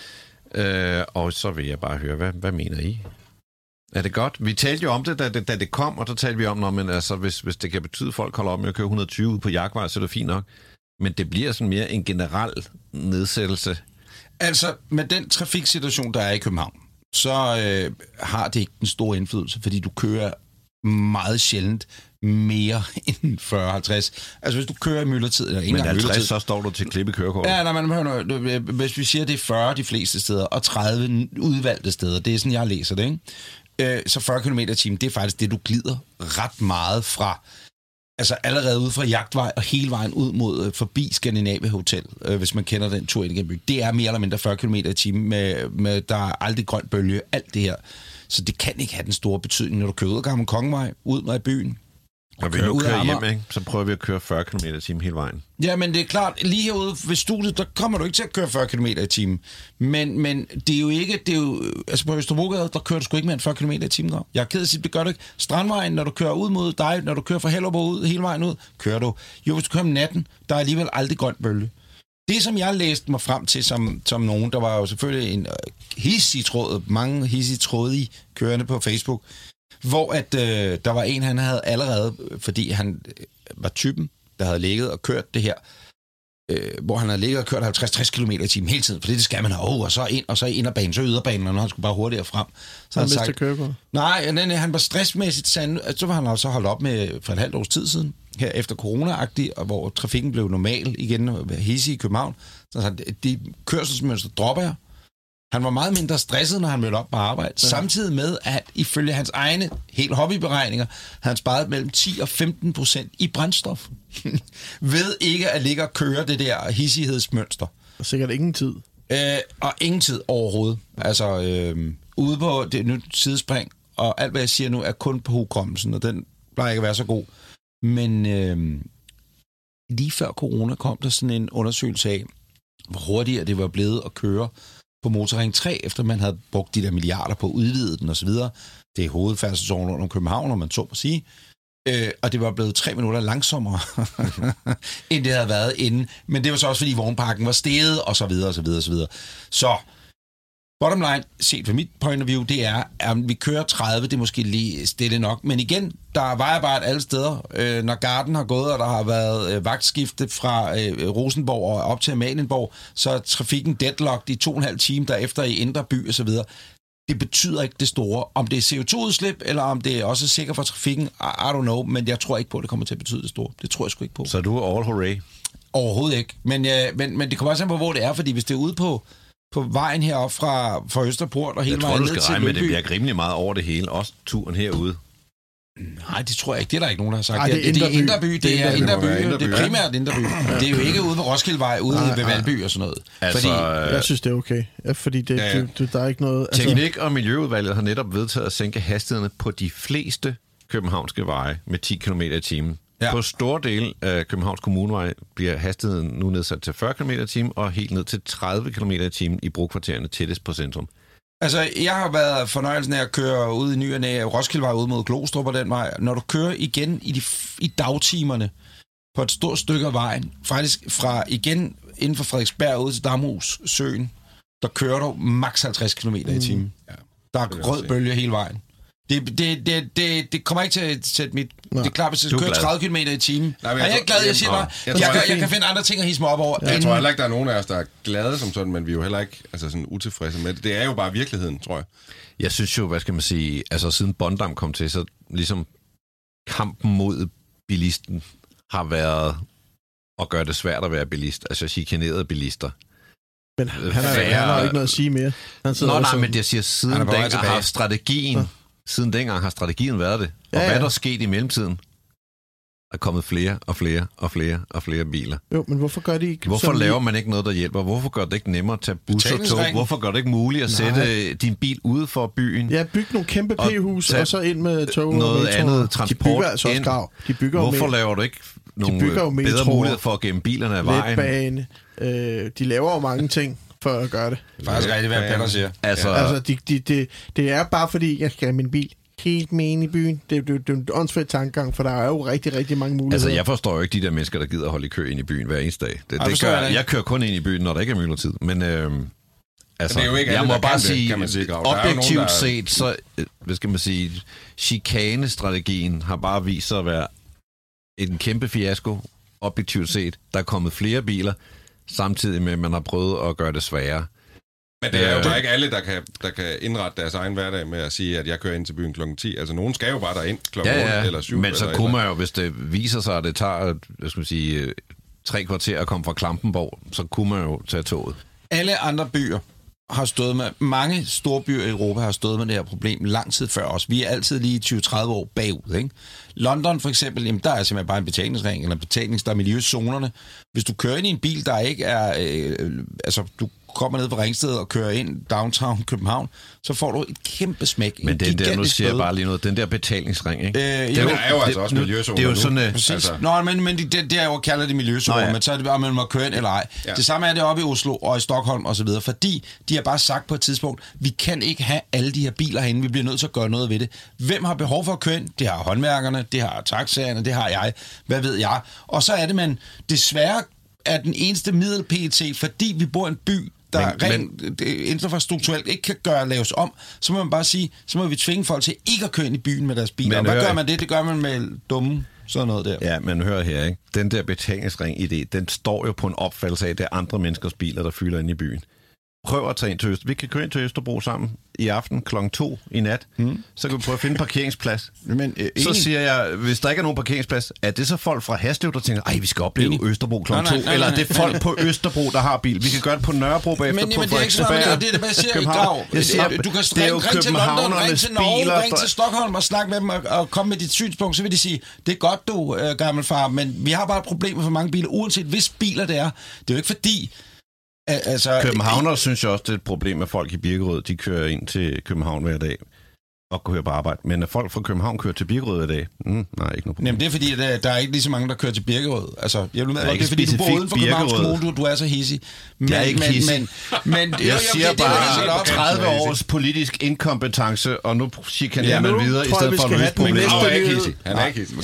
[SPEAKER 4] Øh, og så vil jeg bare høre, hvad, hvad mener I? Er det godt? Vi talte jo om det, da det, da det kom, og så talte vi om, når man, altså, hvis, hvis det kan betyde, at folk holder op med at køre et hundrede og tyve ud på jagtvej, så er det fint nok. Men det bliver sådan mere en generel nedsættelse.
[SPEAKER 2] Altså, med den trafiksituation, der er i København, så øh, har det ikke den store indflydelse, fordi du kører meget sjældent mere end fyrre halvtreds. Altså hvis du kører i myldretid, eller ikke
[SPEAKER 4] men
[SPEAKER 2] engang
[SPEAKER 4] halvtreds,
[SPEAKER 2] myldretid,
[SPEAKER 4] så står du til klippekørekort.
[SPEAKER 2] Ja, nej, men hvis vi siger, det er fyrre de fleste steder, og tredive udvalgte steder, det er sådan, jeg læser det, ikke? Øh, så fyrre kilometer i timen, det er faktisk det, du glider ret meget fra. Altså allerede ud fra Jagtvej og hele vejen ud mod øh, forbi Skandinavia Hotel, øh, hvis man kender den tur ind i by. Det er mere eller mindre fyrre kilometer i timen, med, med, der er aldrig grøn bølge, alt det her. Så det kan ikke have den store betydning, når du kører ud af Gamle Kongevej, ud med byen.
[SPEAKER 4] Og vi nu kører hjem, ikke? Så prøver vi at køre fyrre kilometer i timen hele vejen.
[SPEAKER 2] Ja, men det er klart, lige herude ved studiet, der kommer du ikke til at køre fyrre kilometer i timen. Men, men det er jo ikke, det er jo, altså på Østerbrogade, der kører du sgu ikke mere end fyrre kilometer i timen. Jeg er ked af at sige, det gør du ikke. Strandvejen, når du kører ud mod dig, når du kører fra Hellerup ud, hele vejen ud, kører du. Jo, hvis du kører om natten, der er alligevel aldrig grøn bølge. Det, som jeg læste mig frem til som, som nogen, der var jo selvfølgelig en hissig tråd, mange hissig trådige kørende på Facebook, hvor at øh, der var en, han havde allerede, fordi han øh, var typen, der havde ligget og kørt det her, øh, hvor han havde ligget og kørt halvtreds til tres kilometer i timen hele tiden, for det skal man have, oh, og så ind, og så inderbanen, så yderbanen, og han skulle bare hurtigere frem. Så
[SPEAKER 5] han
[SPEAKER 2] han
[SPEAKER 5] mistet kørekort? Nej,
[SPEAKER 2] nej, han var stressmæssigt, så, han, så var han altså holdt op med for et halvt års tid siden, her efter corona-agtigt, og hvor trafikken blev normal igen, hissig i København. Så han, de kørselsmønster dropper jeg. Han var meget mindre stresset, når han mødte op på arbejde, ja. Samtidig med, at ifølge hans egne helt hobbyberegninger, han sparede mellem ti og femten procent i brændstof. Ved ikke at ligge og køre det der hissighedsmønster.
[SPEAKER 5] Og sikkert ingen tid.
[SPEAKER 2] Øh, og ingen tid overhovedet. Altså, øh, ude på det nyt sidespring, og alt, hvad jeg siger nu, er kun på hukommelsen, og den plejer ikke at være så god. Men øh, lige før corona kom der sådan en undersøgelse af, hvor hurtigere det var blevet at køre på Motorring tre, efter man havde brugt de der milliarder på at udvide den osv. Det er hovedfærdselsåren rundt om København, når man så på sige. Øh, og det var blevet tre minutter langsommere, end det havde været inden. Men det var så også, fordi vognparken var steget, og så videre, og så videre, og så videre. Så bottom line, set fra mit point of view, det er, at vi kører tredive, det er måske lige stille nok. Men igen, der er vejarbejde alle steder. Øh, når Garden har gået, og der har været øh, vagtskifte fra øh, Rosenborg og op til Amalienborg, så er trafikken deadlocked i to og en halv time derefter i Indre By og så videre. Det betyder ikke det store. Om det er C O to udslip, eller om det er også sikkert for trafikken, I, I don't know, men jeg tror ikke på, at det kommer til at betyde det store. Det tror jeg sgu ikke på.
[SPEAKER 4] Så du er all hooray?
[SPEAKER 2] Overhovedet ikke. Men, øh, men, men det kommer også an på, hvor det er, fordi hvis det er ude på på vejen heroppe fra, fra Østerport og hele
[SPEAKER 4] jeg tror,
[SPEAKER 2] vejen ned til
[SPEAKER 4] Jeg tror, du skal regne med, det bliver rimelig meget over det hele. Også turen herude.
[SPEAKER 2] Nej, det tror jeg ikke. Det er der ikke nogen, der har sagt.
[SPEAKER 5] Ej, det er
[SPEAKER 2] det, det er Indre By.
[SPEAKER 5] Det,
[SPEAKER 2] det er Indre By.
[SPEAKER 3] Indre By.
[SPEAKER 2] Det er primært Indre By. Det er jo ikke ude ved Roskildevej, ude nej, ved Valby og sådan noget.
[SPEAKER 4] Altså,
[SPEAKER 2] fordi,
[SPEAKER 5] jeg synes, det er okay. Ja, fordi det, ja, ja. Det, det, der er ikke noget...
[SPEAKER 4] Altså... Teknik- og Miljøudvalget har netop vedtaget at sænke hastighederne på de fleste københavnske veje med ti kilometer i timen. Ja. På store dele af Københavns Kommunevej bliver hastigheden nu nedsat til fyrre kilometer i timen og helt ned til tredive kilometer i timen i brokvartererne tættest på centrum.
[SPEAKER 2] Altså, jeg har været fornøjelsen af at køre ud i ny og næ, Roskildevej ud mod Glostrup og den vej. Når du kører igen i, de, i dagtimerne på et stort stykke af vejen, faktisk fra igen inden for Frederiksberg ud til Damhus Søen, der kører du maks halvtreds kilometer i timen. Ja. Der er rød bølge hele vejen. Det, det, det, det, det kommer ikke til at sætte mit... Nej. Det er klart, hvis jeg kører tredive kilometer i timen. Nej, jeg, jeg er ikke glad, jeg siger bare, jeg, jeg, jeg, jeg kan finde andre ting at hisse mig op over.
[SPEAKER 3] Ja, jeg tror heller ikke, der er nogen af os, der er glade som sådan, men vi er jo heller ikke altså sådan utilfredse med det. Det er jo bare virkeligheden, tror jeg.
[SPEAKER 4] Jeg synes jo, hvad skal man sige, altså siden Bondam kom til, så ligesom kampen mod bilisten har været at gøre det svært at være bilist, altså chikaneret bilister.
[SPEAKER 5] Men han, han, er, han har ikke noget at sige mere. Han
[SPEAKER 4] Nå, nej, men jeg siger, siden dengang har strategien... Ja. Siden dengang har strategien været det. Og ja, ja. Hvad er der sket i mellemtiden? Der er kommet flere og flere og flere og flere biler.
[SPEAKER 5] Jo, men hvorfor gør de ikke...
[SPEAKER 4] Hvorfor laver man ikke noget, der hjælper? Hvorfor gør det ikke nemmere at tage bus og tog? Hvorfor gør det ikke muligt at Nej. sætte din bil ude for byen?
[SPEAKER 5] Ja, bygge nogle kæmpe p-hus, og, og så ind med tog
[SPEAKER 4] noget
[SPEAKER 5] og
[SPEAKER 4] andet transport.
[SPEAKER 5] De bygger altså også grav. De bygger
[SPEAKER 4] Hvorfor
[SPEAKER 5] med,
[SPEAKER 4] laver du ikke nogle bedre muligheder for at gemme bilerne af vejen?
[SPEAKER 5] Letbane. Øh, de laver jo mange ting for at gøre det.
[SPEAKER 2] Det er faktisk rigtigt, hvad Peter siger.
[SPEAKER 5] Altså, ja. altså de, de, de, det er bare fordi, jeg skal have min bil helt med ind i byen. Det, det, det er en åndssvagt tankegang, for der er jo rigtig, rigtig mange muligheder.
[SPEAKER 4] Altså, jeg forstår jo ikke de der mennesker, der gider at holde i kø ind i byen hver eneste dag. Det, det gør, jeg, jeg kører kun ind i byen, når der ikke er myldretid. Men øh, altså, jeg alle, må bare sige, det, sige objektivt nogen, der... set, så, hvad skal man sige, chikanestrategien har bare vist sig at være en kæmpe fiasko, objektivt set. Der er kommet flere biler, samtidig med, at man har prøvet at gøre det sværere.
[SPEAKER 3] Men det er jo bare ikke alle, der kan, der kan indrette deres egen hverdag med at sige, at jeg kører ind til byen klokken ti. Altså, nogen skal jo bare derind klokken
[SPEAKER 4] ja, ja.
[SPEAKER 3] otte eller syv.
[SPEAKER 4] Men så
[SPEAKER 3] eller
[SPEAKER 4] kunne
[SPEAKER 3] eller.
[SPEAKER 4] man jo, hvis det viser sig, at det tager, jeg skal sige, tre kvarter at komme fra Klampenborg, så kunne man jo tage toget.
[SPEAKER 2] Alle andre byer har stået med, mange store byer i Europa har stået med det her problem lang tid før os. Vi er altid lige tyve til tredive år bagud, ikke? London for eksempel, jamen der er simpelthen bare en betalingsring, eller betalings, der er miljøzonerne. Hvis du kører ind i en bil, der ikke er, øh, altså du kommer ned på Ringsted og kører ind downtown København, så får du et kæmpe smæk.
[SPEAKER 4] Men den der, nu siger jeg bare lige noget, den der betalingsring, ikke?
[SPEAKER 2] Øh,
[SPEAKER 3] det er jo, er jo altså også miljøzoner.
[SPEAKER 4] Det er jo sådan,
[SPEAKER 3] nu.
[SPEAKER 2] Præcis.
[SPEAKER 3] Altså.
[SPEAKER 2] Nå, men, men det, det er jo kalder det miljøzoner, ja. Men så er det bare, om man må køre ind eller ej. Ja. Det samme er det oppe i Oslo og i Stockholm og så videre, fordi de har bare sagt på et tidspunkt, vi kan ikke have alle de her biler herinde, vi bliver nødt til at gøre noget ved det. Hvem har behov for at køre ind? Det har håndværkerne, det har taxaerne, det har jeg, hvad ved jeg. Og så er det, man desværre er den eneste middel P E T, fordi vi bor i en by, der men, rent men, infrastrukturelt ikke kan gøre laves om, så må man bare sige, så må vi tvinge folk til ikke at køre ind i byen med deres biler. Hvad gør man det? Det gør man med dumme sådan noget der.
[SPEAKER 4] Ja, men hør her, ikke? Den der betalingsring-idé, den står jo på en opfattelse af, at det er andre menneskers biler, der fylder ind i byen. Prøv at tage ind til Østerbro. Vi kan køre ind til Østerbro sammen i aften klokken to i nat. Mm. Så kan vi prøve at finde en parkeringsplads. Men, øh, så siger jeg, hvis der ikke er nogen parkeringsplads, er det så folk fra Haslev, der tænker, ej, vi skal opleve enig. Østerbro klokken to? Eller er det folk på Østerbro, der har bil? Vi kan gøre det på Nørrebro bagefter.
[SPEAKER 2] Men,
[SPEAKER 4] på
[SPEAKER 2] men det er ikke sådan, det er det, jeg siger i Grav. Jeg siger, du kan ringe, ringe til London, ringe til Norge, ringe til Stockholm og snakke med dem og, og komme med dit synspunkt. Så vil de sige, det er godt du, øh, gammelfar, men vi har bare et problem med for mange biler, uanset hvis biler det er. Det er jo ikke fordi... Altså,
[SPEAKER 4] Københavner synes jeg også, det er et problem med folk i Birkerød. De kører ind til København hver dag og kører på arbejde. Men at folk fra København kører til Birkerød i dag, mm, nej, ikke noget problem.
[SPEAKER 2] Jamen, det er fordi, der, der er ikke lige så mange, der kører til Birkerød. Altså, jeg vil med, det er fordi, du bor uden for Københavns Kommune, du, du er så hissig.
[SPEAKER 4] Men, jeg er ikke hissig.
[SPEAKER 2] Men, men,
[SPEAKER 4] jeg jo, siger det, bare det, tredive års politisk inkompetence, og nu chikanerer ja, man videre, i stedet for at løse problemet.
[SPEAKER 3] Han er ikke hissig. Han er ikke hissig.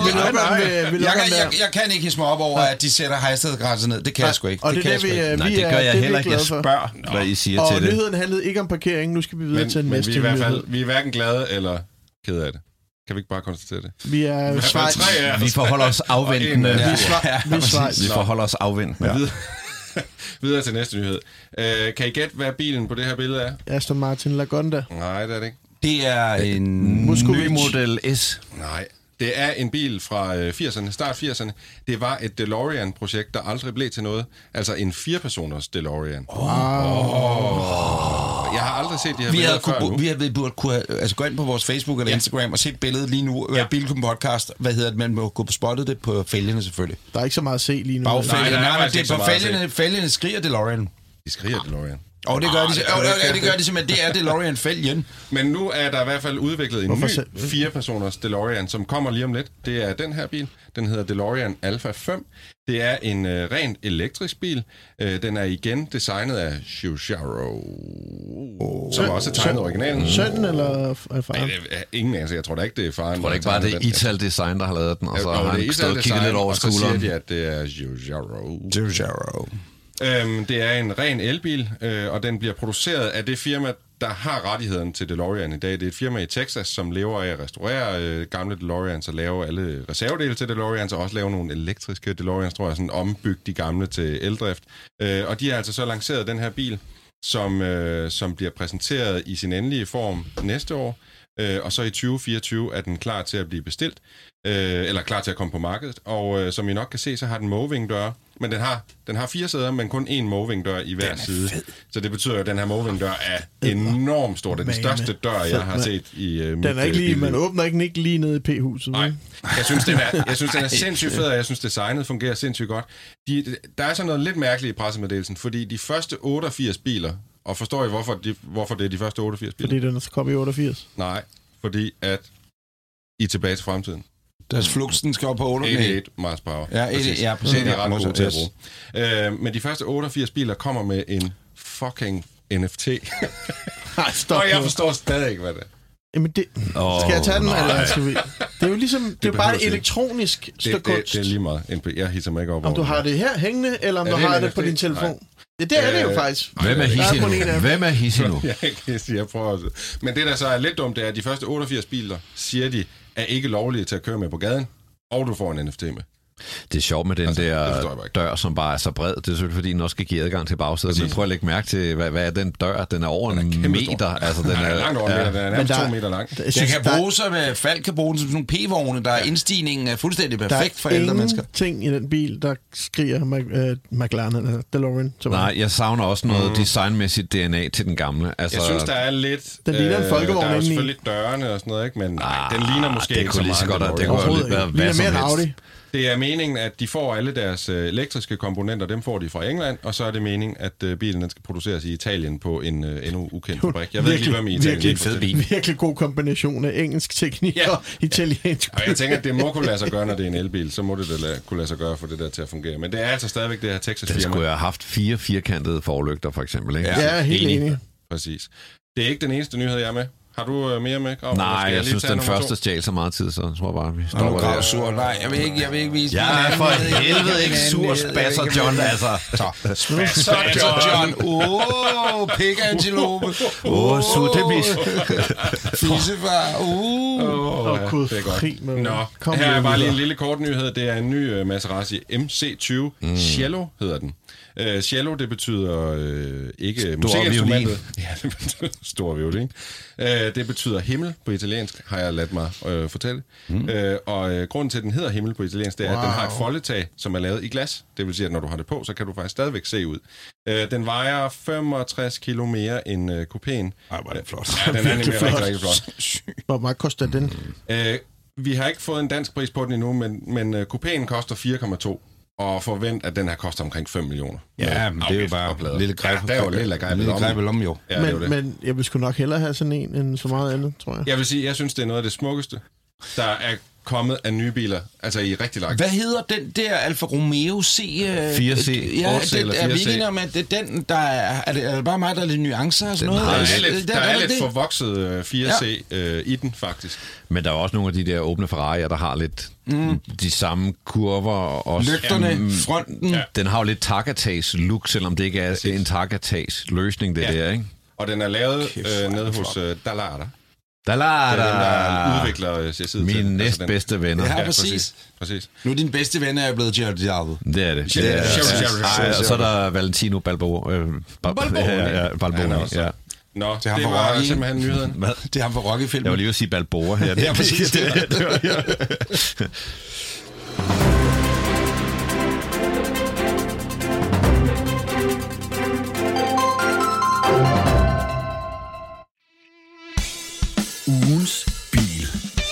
[SPEAKER 2] Jeg kan ikke hisse mig op over, at de sætter hejstedgrænser ned. Det kan jeg sgu ikke.
[SPEAKER 5] Og det er det, vi
[SPEAKER 4] Nej, det gør jeg heller ikke. Jeg spørger, hvad I siger til det.
[SPEAKER 5] Og nyheden handlede ikke om parkering. Nu skal vi videre til den næste nyhed.
[SPEAKER 3] Vi er hverken glade eller ked af det. Kan vi ikke bare konstatere det?
[SPEAKER 5] Vi er Schweiz.
[SPEAKER 4] Vi forholder os afventende.
[SPEAKER 5] Vi er Schweiz.
[SPEAKER 4] Vi forholder os afventende.
[SPEAKER 3] Videre. Videre til næste nyhed. Uh, kan I gætte, hvad bilen på det her billede er?
[SPEAKER 5] Aston Martin Lagonda.
[SPEAKER 3] Nej, det er det ikke.
[SPEAKER 2] Det er en
[SPEAKER 4] ny model S.
[SPEAKER 3] Nej. Det er en bil fra firserne, start firserne. Det var et DeLorean-projekt, der aldrig blev til noget. Altså en firepersoners DeLorean. Wow. Oh. Jeg har aldrig set de her
[SPEAKER 2] vi
[SPEAKER 3] billeder
[SPEAKER 2] før
[SPEAKER 3] nu.
[SPEAKER 2] Vi havde burde kunne altså gå ind på vores Facebook eller ja. Instagram og se billedet lige nu. Ja. Bilklubben podcast. Hvad hedder det? Man må gå på spottet det på fælgene selvfølgelig.
[SPEAKER 5] Der er ikke så meget at se lige nu.
[SPEAKER 2] Bagfælgene. Nej, nej, nej, det er på fælgene. Fælgene skriger DeLorean.
[SPEAKER 3] De skriger DeLorean.
[SPEAKER 2] Og oh, det gør de, oh, det, det gør de simpelthen. Det er DeLorean-fælgen.
[SPEAKER 3] Men nu er der i hvert fald udviklet en Hvorfor ny fire-personers DeLorean, som kommer lige om lidt. Det er den her bil. Den hedder DeLorean Alpha fem. Det er en uh, rent elektrisk bil. Uh, den er igen designet af Giugiaro, oh. som også er tegnet originalen.
[SPEAKER 5] Sønnen eller faren?
[SPEAKER 3] Nej, det er ingen altså. Jeg tror da ikke, det er faren.
[SPEAKER 4] Jeg tror da ikke bare, det er Ital Design, der har lavet den, og så ja, har han stået og kigget lidt over skulderen.
[SPEAKER 3] Og så siger de, at det er Giugiaro.
[SPEAKER 2] Giugiaro.
[SPEAKER 3] Øhm, det er en ren elbil, øh, og den bliver produceret af det firma, der har rettigheden til DeLorean i dag. Det er et firma i Texas, som lever af at restaurere øh, gamle DeLoreans og lave alle reservedele til DeLoreans, og også lave nogle elektriske DeLoreans, tror jeg, sådan ombygge de gamle til eldrift. Øh, og de har altså så lanceret den her bil, som, øh, som bliver præsenteret i sin endelige form næste år. Øh, og så i tyve fireogtyve er den klar til at blive bestilt, øh, eller klar til at komme på markedet. Og øh, som I nok kan se, så har den moving-døre, men den har, den har fire sæder, men kun én moving-dør i hver side. Fed. Så det betyder, at den her moving-dør er enormt stor. Det er den største dør, jeg har set i øh, mit
[SPEAKER 5] den er ikke lige, man åbner ikke, ikke lige nede i P-huset.
[SPEAKER 3] Nej, jeg synes, den er, jeg synes, den er sindssygt fed, og jeg synes, designet fungerer sindssygt godt. De, der er sådan noget lidt mærkeligt i pressemeddelelsen, fordi de første otteogfirs biler, og forstår I, hvorfor, de, hvorfor det er de første otteogfirs biler?
[SPEAKER 5] Fordi den er kommet i otteogfirs?
[SPEAKER 3] Nej, fordi at I er tilbage til fremtiden.
[SPEAKER 2] Deres Fluxen skal op på otteogfirs.
[SPEAKER 3] otteogfirs Mars Power.
[SPEAKER 2] Ja, præcis. Ja, præcis.
[SPEAKER 3] Det er ret gode til at bruge. Øh, men de første otteogfirs biler kommer med en fucking N F T.
[SPEAKER 5] Nej, stop.
[SPEAKER 3] Og jeg forstår stadig ikke, hvad det er.
[SPEAKER 5] Jamen det... Oh, skal jeg tage den, nej. Eller skal vi... Det er jo ligesom... Det, det er jo bare et elektronisk det, stykke kunst.
[SPEAKER 3] Det, det er lige meget. Jeg hisser mig ikke op
[SPEAKER 5] om du har det her hængende, eller om ja, du har det på din telefon. Nej. Ja, det er det jo faktisk.
[SPEAKER 4] Hvem er hissig nu? Hvem er hissig nu?
[SPEAKER 3] Jeg er ikke hissig, jeg prøver også. Men det, der så er lidt dumt, det er, at de første otteogfirs biler, siger de, er ikke lovlige til at køre med på gaden, og du får en N F T med.
[SPEAKER 4] Det er sjovt med den
[SPEAKER 3] Altså, det
[SPEAKER 4] der
[SPEAKER 3] forstår jeg bare ikke.
[SPEAKER 4] dør, som bare er så bred. Det er selvfølgelig, fordi den også skal give adgang til bagsædet. Men
[SPEAKER 3] Præcis.
[SPEAKER 4] prøv at lægge mærke til, hvad, hvad er den dør? Den er over
[SPEAKER 3] Den er
[SPEAKER 4] en
[SPEAKER 3] kæmpestor.
[SPEAKER 4] meter. Altså, den
[SPEAKER 3] Den er langt over en
[SPEAKER 4] ja.
[SPEAKER 3] meter, den er
[SPEAKER 5] Men
[SPEAKER 3] nærmest
[SPEAKER 5] der-
[SPEAKER 3] to meter lang.
[SPEAKER 5] Jeg
[SPEAKER 2] Den
[SPEAKER 5] synes,
[SPEAKER 2] kan
[SPEAKER 5] der,
[SPEAKER 2] bruges som, øh, Falk kan bruge den som sådan nogle p-vogne, der er indstigningen er fuldstændig
[SPEAKER 5] der
[SPEAKER 2] perfekt for
[SPEAKER 5] er
[SPEAKER 2] ældre mennesker.
[SPEAKER 5] ingenting i den bil, der skriger Mac- øh, McLaren eller DeLorean. Som
[SPEAKER 4] Nej, jeg savner også noget
[SPEAKER 3] Mm.
[SPEAKER 4] designmæssigt D N A til den gamle. Altså,
[SPEAKER 3] Jeg synes, der er lidt...
[SPEAKER 5] Den ligner en folkevogn
[SPEAKER 3] Der er jo
[SPEAKER 5] indeni.
[SPEAKER 3] selvfølgelig dørene og sådan noget, ikke? Men nej, den ligner måske
[SPEAKER 4] det
[SPEAKER 3] ikke
[SPEAKER 4] kunne
[SPEAKER 3] så
[SPEAKER 4] lige så
[SPEAKER 3] meget.
[SPEAKER 4] godt,
[SPEAKER 3] en
[SPEAKER 4] det
[SPEAKER 3] DeLorean.
[SPEAKER 4] kunne
[SPEAKER 5] Overhovedet
[SPEAKER 4] være
[SPEAKER 5] ikke.
[SPEAKER 4] hvad
[SPEAKER 5] Ligner
[SPEAKER 4] som
[SPEAKER 5] mere en
[SPEAKER 4] helst.
[SPEAKER 5] Audi.
[SPEAKER 3] Det er meningen, at de får alle deres øh, elektriske komponenter, dem får de fra England, og så er det meningen, at øh, bilen den skal produceres i Italien på en øh, endnu ukendt fabrik. Jeg ved ikke lige, hvad med Italien.
[SPEAKER 5] virkelig,
[SPEAKER 3] er.
[SPEAKER 5] virkelig, virkelig god kombination af engelsk teknik
[SPEAKER 3] Ja.
[SPEAKER 5] og italiensk.
[SPEAKER 3] Og jeg tænker, at det må kunne lade sig gøre, når det er en elbil, så må det da la- kunne lade sig gøre for det der til at fungere. Men det er altså stadigvæk det her
[SPEAKER 4] Den
[SPEAKER 3] Texas-firma.
[SPEAKER 4] skulle jeg have haft fire firkantede forlygter, for eksempel. Ikke?
[SPEAKER 5] Ja, jeg er helt
[SPEAKER 3] enig.
[SPEAKER 5] enig.
[SPEAKER 3] Præcis. Det er ikke den eneste nyhed, jeg er med. Har du øh, mere med, Grav?
[SPEAKER 4] Nej,
[SPEAKER 3] Eller skal
[SPEAKER 4] jeg
[SPEAKER 3] lige
[SPEAKER 4] synes,
[SPEAKER 3] tage
[SPEAKER 4] den
[SPEAKER 3] nummer
[SPEAKER 4] første
[SPEAKER 3] to?
[SPEAKER 4] stjal så meget tid, så jeg tror bare, vi
[SPEAKER 2] Nå,
[SPEAKER 4] stopper
[SPEAKER 2] Grav
[SPEAKER 4] der.
[SPEAKER 2] sur. Nej, jeg vil ikke, jeg vil ikke vise
[SPEAKER 4] Jeg
[SPEAKER 2] min
[SPEAKER 4] er
[SPEAKER 2] anden
[SPEAKER 4] for
[SPEAKER 2] nyhed. Jeg vil
[SPEAKER 4] helvede
[SPEAKER 2] min
[SPEAKER 4] ikke
[SPEAKER 2] anden
[SPEAKER 4] sur,
[SPEAKER 2] nyhed. Jeg vil
[SPEAKER 4] spasser
[SPEAKER 2] ikke
[SPEAKER 4] John,
[SPEAKER 2] min-
[SPEAKER 4] altså.
[SPEAKER 2] Så, spasser John. Åh, pikantilope.
[SPEAKER 4] Åh, oh, sutemis.
[SPEAKER 2] Fissefar. Uh.
[SPEAKER 3] Åh,
[SPEAKER 5] Åh,
[SPEAKER 3] ja,
[SPEAKER 5] Gud,
[SPEAKER 3] det er godt.
[SPEAKER 5] fri med-
[SPEAKER 3] Nå,
[SPEAKER 5] Kom
[SPEAKER 3] her er
[SPEAKER 5] med
[SPEAKER 3] bare lige en
[SPEAKER 5] videre.
[SPEAKER 3] lille kort nyhed. Det er en ny uh, Maserati M C tyve. Mm. Cello hedder den. Uh, cello, det betyder uh, ikke musikinstrumentet. Ja, det betyder stor violin. Uh, det betyder himmel på italiensk, har jeg ladt mig uh, fortælle. Mm. Uh, og uh, grunden til, at den hedder himmel på italiensk, det er, wow. at den har et foldetag, som er lavet i glas. Det vil sige, at når du har det på, så kan du faktisk stadigvæk se ud. Uh, den vejer femogtres kilo mere end uh, kupéen.
[SPEAKER 2] Ej, hvor er det flot.
[SPEAKER 3] Ja, den er nemlig
[SPEAKER 5] Virkelig
[SPEAKER 3] rigtig,
[SPEAKER 5] flot.
[SPEAKER 3] rigtig flot.
[SPEAKER 5] Hvor meget koster den?
[SPEAKER 3] Øh, vi har ikke fået en dansk pris på den endnu, men, men uh, kupéen koster fire komma to, og forvent, at den her koster omkring fem millioner.
[SPEAKER 2] Ja, men det er jo bare lille grej.
[SPEAKER 3] Ja, det er jo lille grej
[SPEAKER 2] lille grej på lommen, jo.
[SPEAKER 3] Ja, det er jo
[SPEAKER 5] Men,
[SPEAKER 3] det.
[SPEAKER 5] men jeg vil sgu nok hellere have sådan en, end så meget andet, tror jeg.
[SPEAKER 3] Jeg vil sige, jeg synes, det er noget af det smukkeste, der er kommet af nye biler, altså i rigtig lang.
[SPEAKER 2] Hvad hedder den der Alfa Romeo C? øh,
[SPEAKER 4] fire C,
[SPEAKER 2] Ja,
[SPEAKER 3] otte C
[SPEAKER 2] den,
[SPEAKER 3] eller
[SPEAKER 2] er vi
[SPEAKER 3] fire C?
[SPEAKER 2] ikke enige om, at det er den, der er... Er det, er det bare mig, der er lidt nuancer og sådan
[SPEAKER 4] Den
[SPEAKER 2] noget?
[SPEAKER 4] har
[SPEAKER 3] Der
[SPEAKER 2] Eller-
[SPEAKER 3] er lidt,
[SPEAKER 2] det-
[SPEAKER 3] der er lidt
[SPEAKER 2] det?
[SPEAKER 3] forvokset øh, fire C øh, i den, faktisk.
[SPEAKER 4] Men der er også nogle af de der åbne Ferrari'er, der har lidt mm. de samme kurver. Og også,
[SPEAKER 2] Lygterne,
[SPEAKER 4] Jamen,
[SPEAKER 2] fronten.
[SPEAKER 3] Ja.
[SPEAKER 4] Den har jo lidt Tagatags look, selvom det ikke er
[SPEAKER 3] Præcis.
[SPEAKER 4] en Tagatags løsning, det
[SPEAKER 3] Ja.
[SPEAKER 4] der, ikke?
[SPEAKER 3] Og den er lavet
[SPEAKER 2] Kæft, hvor er
[SPEAKER 3] øh,
[SPEAKER 2] den
[SPEAKER 3] nede
[SPEAKER 2] flot.
[SPEAKER 3] hos øh, Dallara.
[SPEAKER 4] Der lader
[SPEAKER 3] Det er den, der
[SPEAKER 4] der
[SPEAKER 3] udvikler øh, chassiset
[SPEAKER 4] mine
[SPEAKER 3] til. den.
[SPEAKER 4] næstbedste venner.
[SPEAKER 2] Ja,
[SPEAKER 3] Ja,
[SPEAKER 2] præcis.
[SPEAKER 3] præcis. præcis.
[SPEAKER 2] Nu er din bedste ven er blevet Gerard Diallo.
[SPEAKER 4] Det er det.
[SPEAKER 3] Sherry,
[SPEAKER 4] det er,
[SPEAKER 3] Sherry,
[SPEAKER 4] ja.
[SPEAKER 3] Sherry,
[SPEAKER 4] Ej,
[SPEAKER 3] Sherry,
[SPEAKER 4] og så er der Valentino Balbo. Øh, Bal-
[SPEAKER 2] Balboni.
[SPEAKER 4] Ja, ja, Balboni,
[SPEAKER 3] Han er også-
[SPEAKER 4] ja.
[SPEAKER 3] Nå,
[SPEAKER 2] Det
[SPEAKER 3] det,
[SPEAKER 2] er ham
[SPEAKER 3] det
[SPEAKER 2] fra
[SPEAKER 3] var
[SPEAKER 2] Rocky.
[SPEAKER 3] simpelthen nyheden.
[SPEAKER 4] Hvad?
[SPEAKER 2] Det er ham fra Rocky-filmen.
[SPEAKER 4] Jeg var lige ved at sige Balboa her.
[SPEAKER 2] Ja, præcis.
[SPEAKER 4] Det, det, det, var, ja.
[SPEAKER 1] Ugens bil.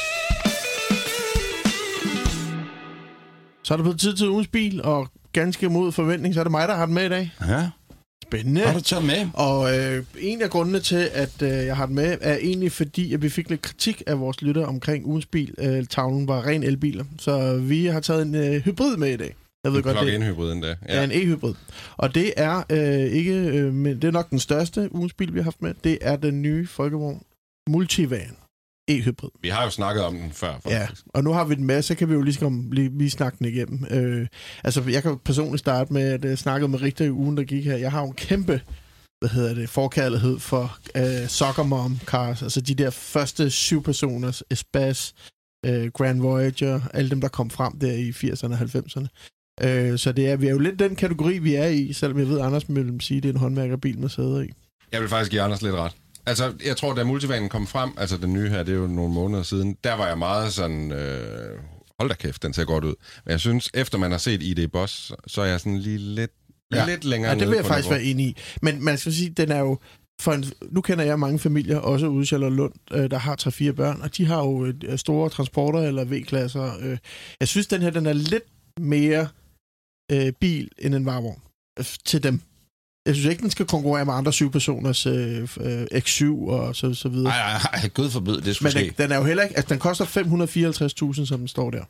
[SPEAKER 5] Så er det blevet tid til ugens bil, og ganske mod forventning, så er det mig, der har den med i dag.
[SPEAKER 2] Ja,
[SPEAKER 5] Spændende.
[SPEAKER 2] har du taget med?
[SPEAKER 5] Og øh, en af grundene til, at øh, jeg har den med, er egentlig fordi, at vi fik lidt kritik af vores lytter omkring ugens bil. Øh, tavlen var ren elbiler. Så vi har taget en øh, hybrid med i dag. Jeg ved godt, det
[SPEAKER 3] Plug-in hybriden der.
[SPEAKER 5] er en e-hybrid. Og det er øh, ikke, øh, men det er nok den største ugens bil, vi har haft med. Det er den nye Folkevogn Multivan e-hybrid.
[SPEAKER 3] Vi har jo snakket om den før,
[SPEAKER 5] Ja,
[SPEAKER 3] faktisk.
[SPEAKER 5] og nu har vi den med, så kan vi jo lige, skal, lige, lige snakke den igennem. Øh, altså, jeg kan personligt starte med, at jeg snakkede med Richter i ugen, der gik her. Jeg har jo en kæmpe, hvad hedder det, forkærlighed for øh, Soccer Mom cars. Altså de der første syv personers, Espace, øh, Grand Voyager, alle dem, der kom frem der i firserne og halvfemserne. Øh, så det er, vi er jo lidt den kategori, vi er i, selvom jeg ved, Anders vil sige, det er en håndværkerbil med sæder i.
[SPEAKER 3] Jeg vil faktisk give Anders lidt ret. Altså, jeg tror, da Multivanen kom frem, altså den nye her, det er jo nogle måneder siden, der var jeg meget sådan, øh, hold da kæft, den ser godt ud. Men jeg synes, efter man har set I D Boss, så er jeg sådan lige lidt, ja. lidt længere
[SPEAKER 5] Ja, det
[SPEAKER 3] nede
[SPEAKER 5] vil jeg
[SPEAKER 3] på
[SPEAKER 5] faktisk
[SPEAKER 3] niveau.
[SPEAKER 5] være enig i. Men man skal sige, den er jo... For en, nu kender jeg mange familier, også ude i Charlottenlund, øh, der har tre fire børn, og de har jo øh, store transporter eller V-klasser. Øh. Jeg synes, den her den er lidt mere øh, bil end en varevogn øh, til dem. Jeg synes ikke, den skal konkurrere med andre syvpersoners øh, øh, X syv og så, så videre.
[SPEAKER 2] Nej, nej, nej, gud forbyde, det skulle
[SPEAKER 5] Men
[SPEAKER 2] ske.
[SPEAKER 5] den, den er jo heller ikke... Altså, den koster fem hundrede og fireoghalvtreds tusind, som den står der.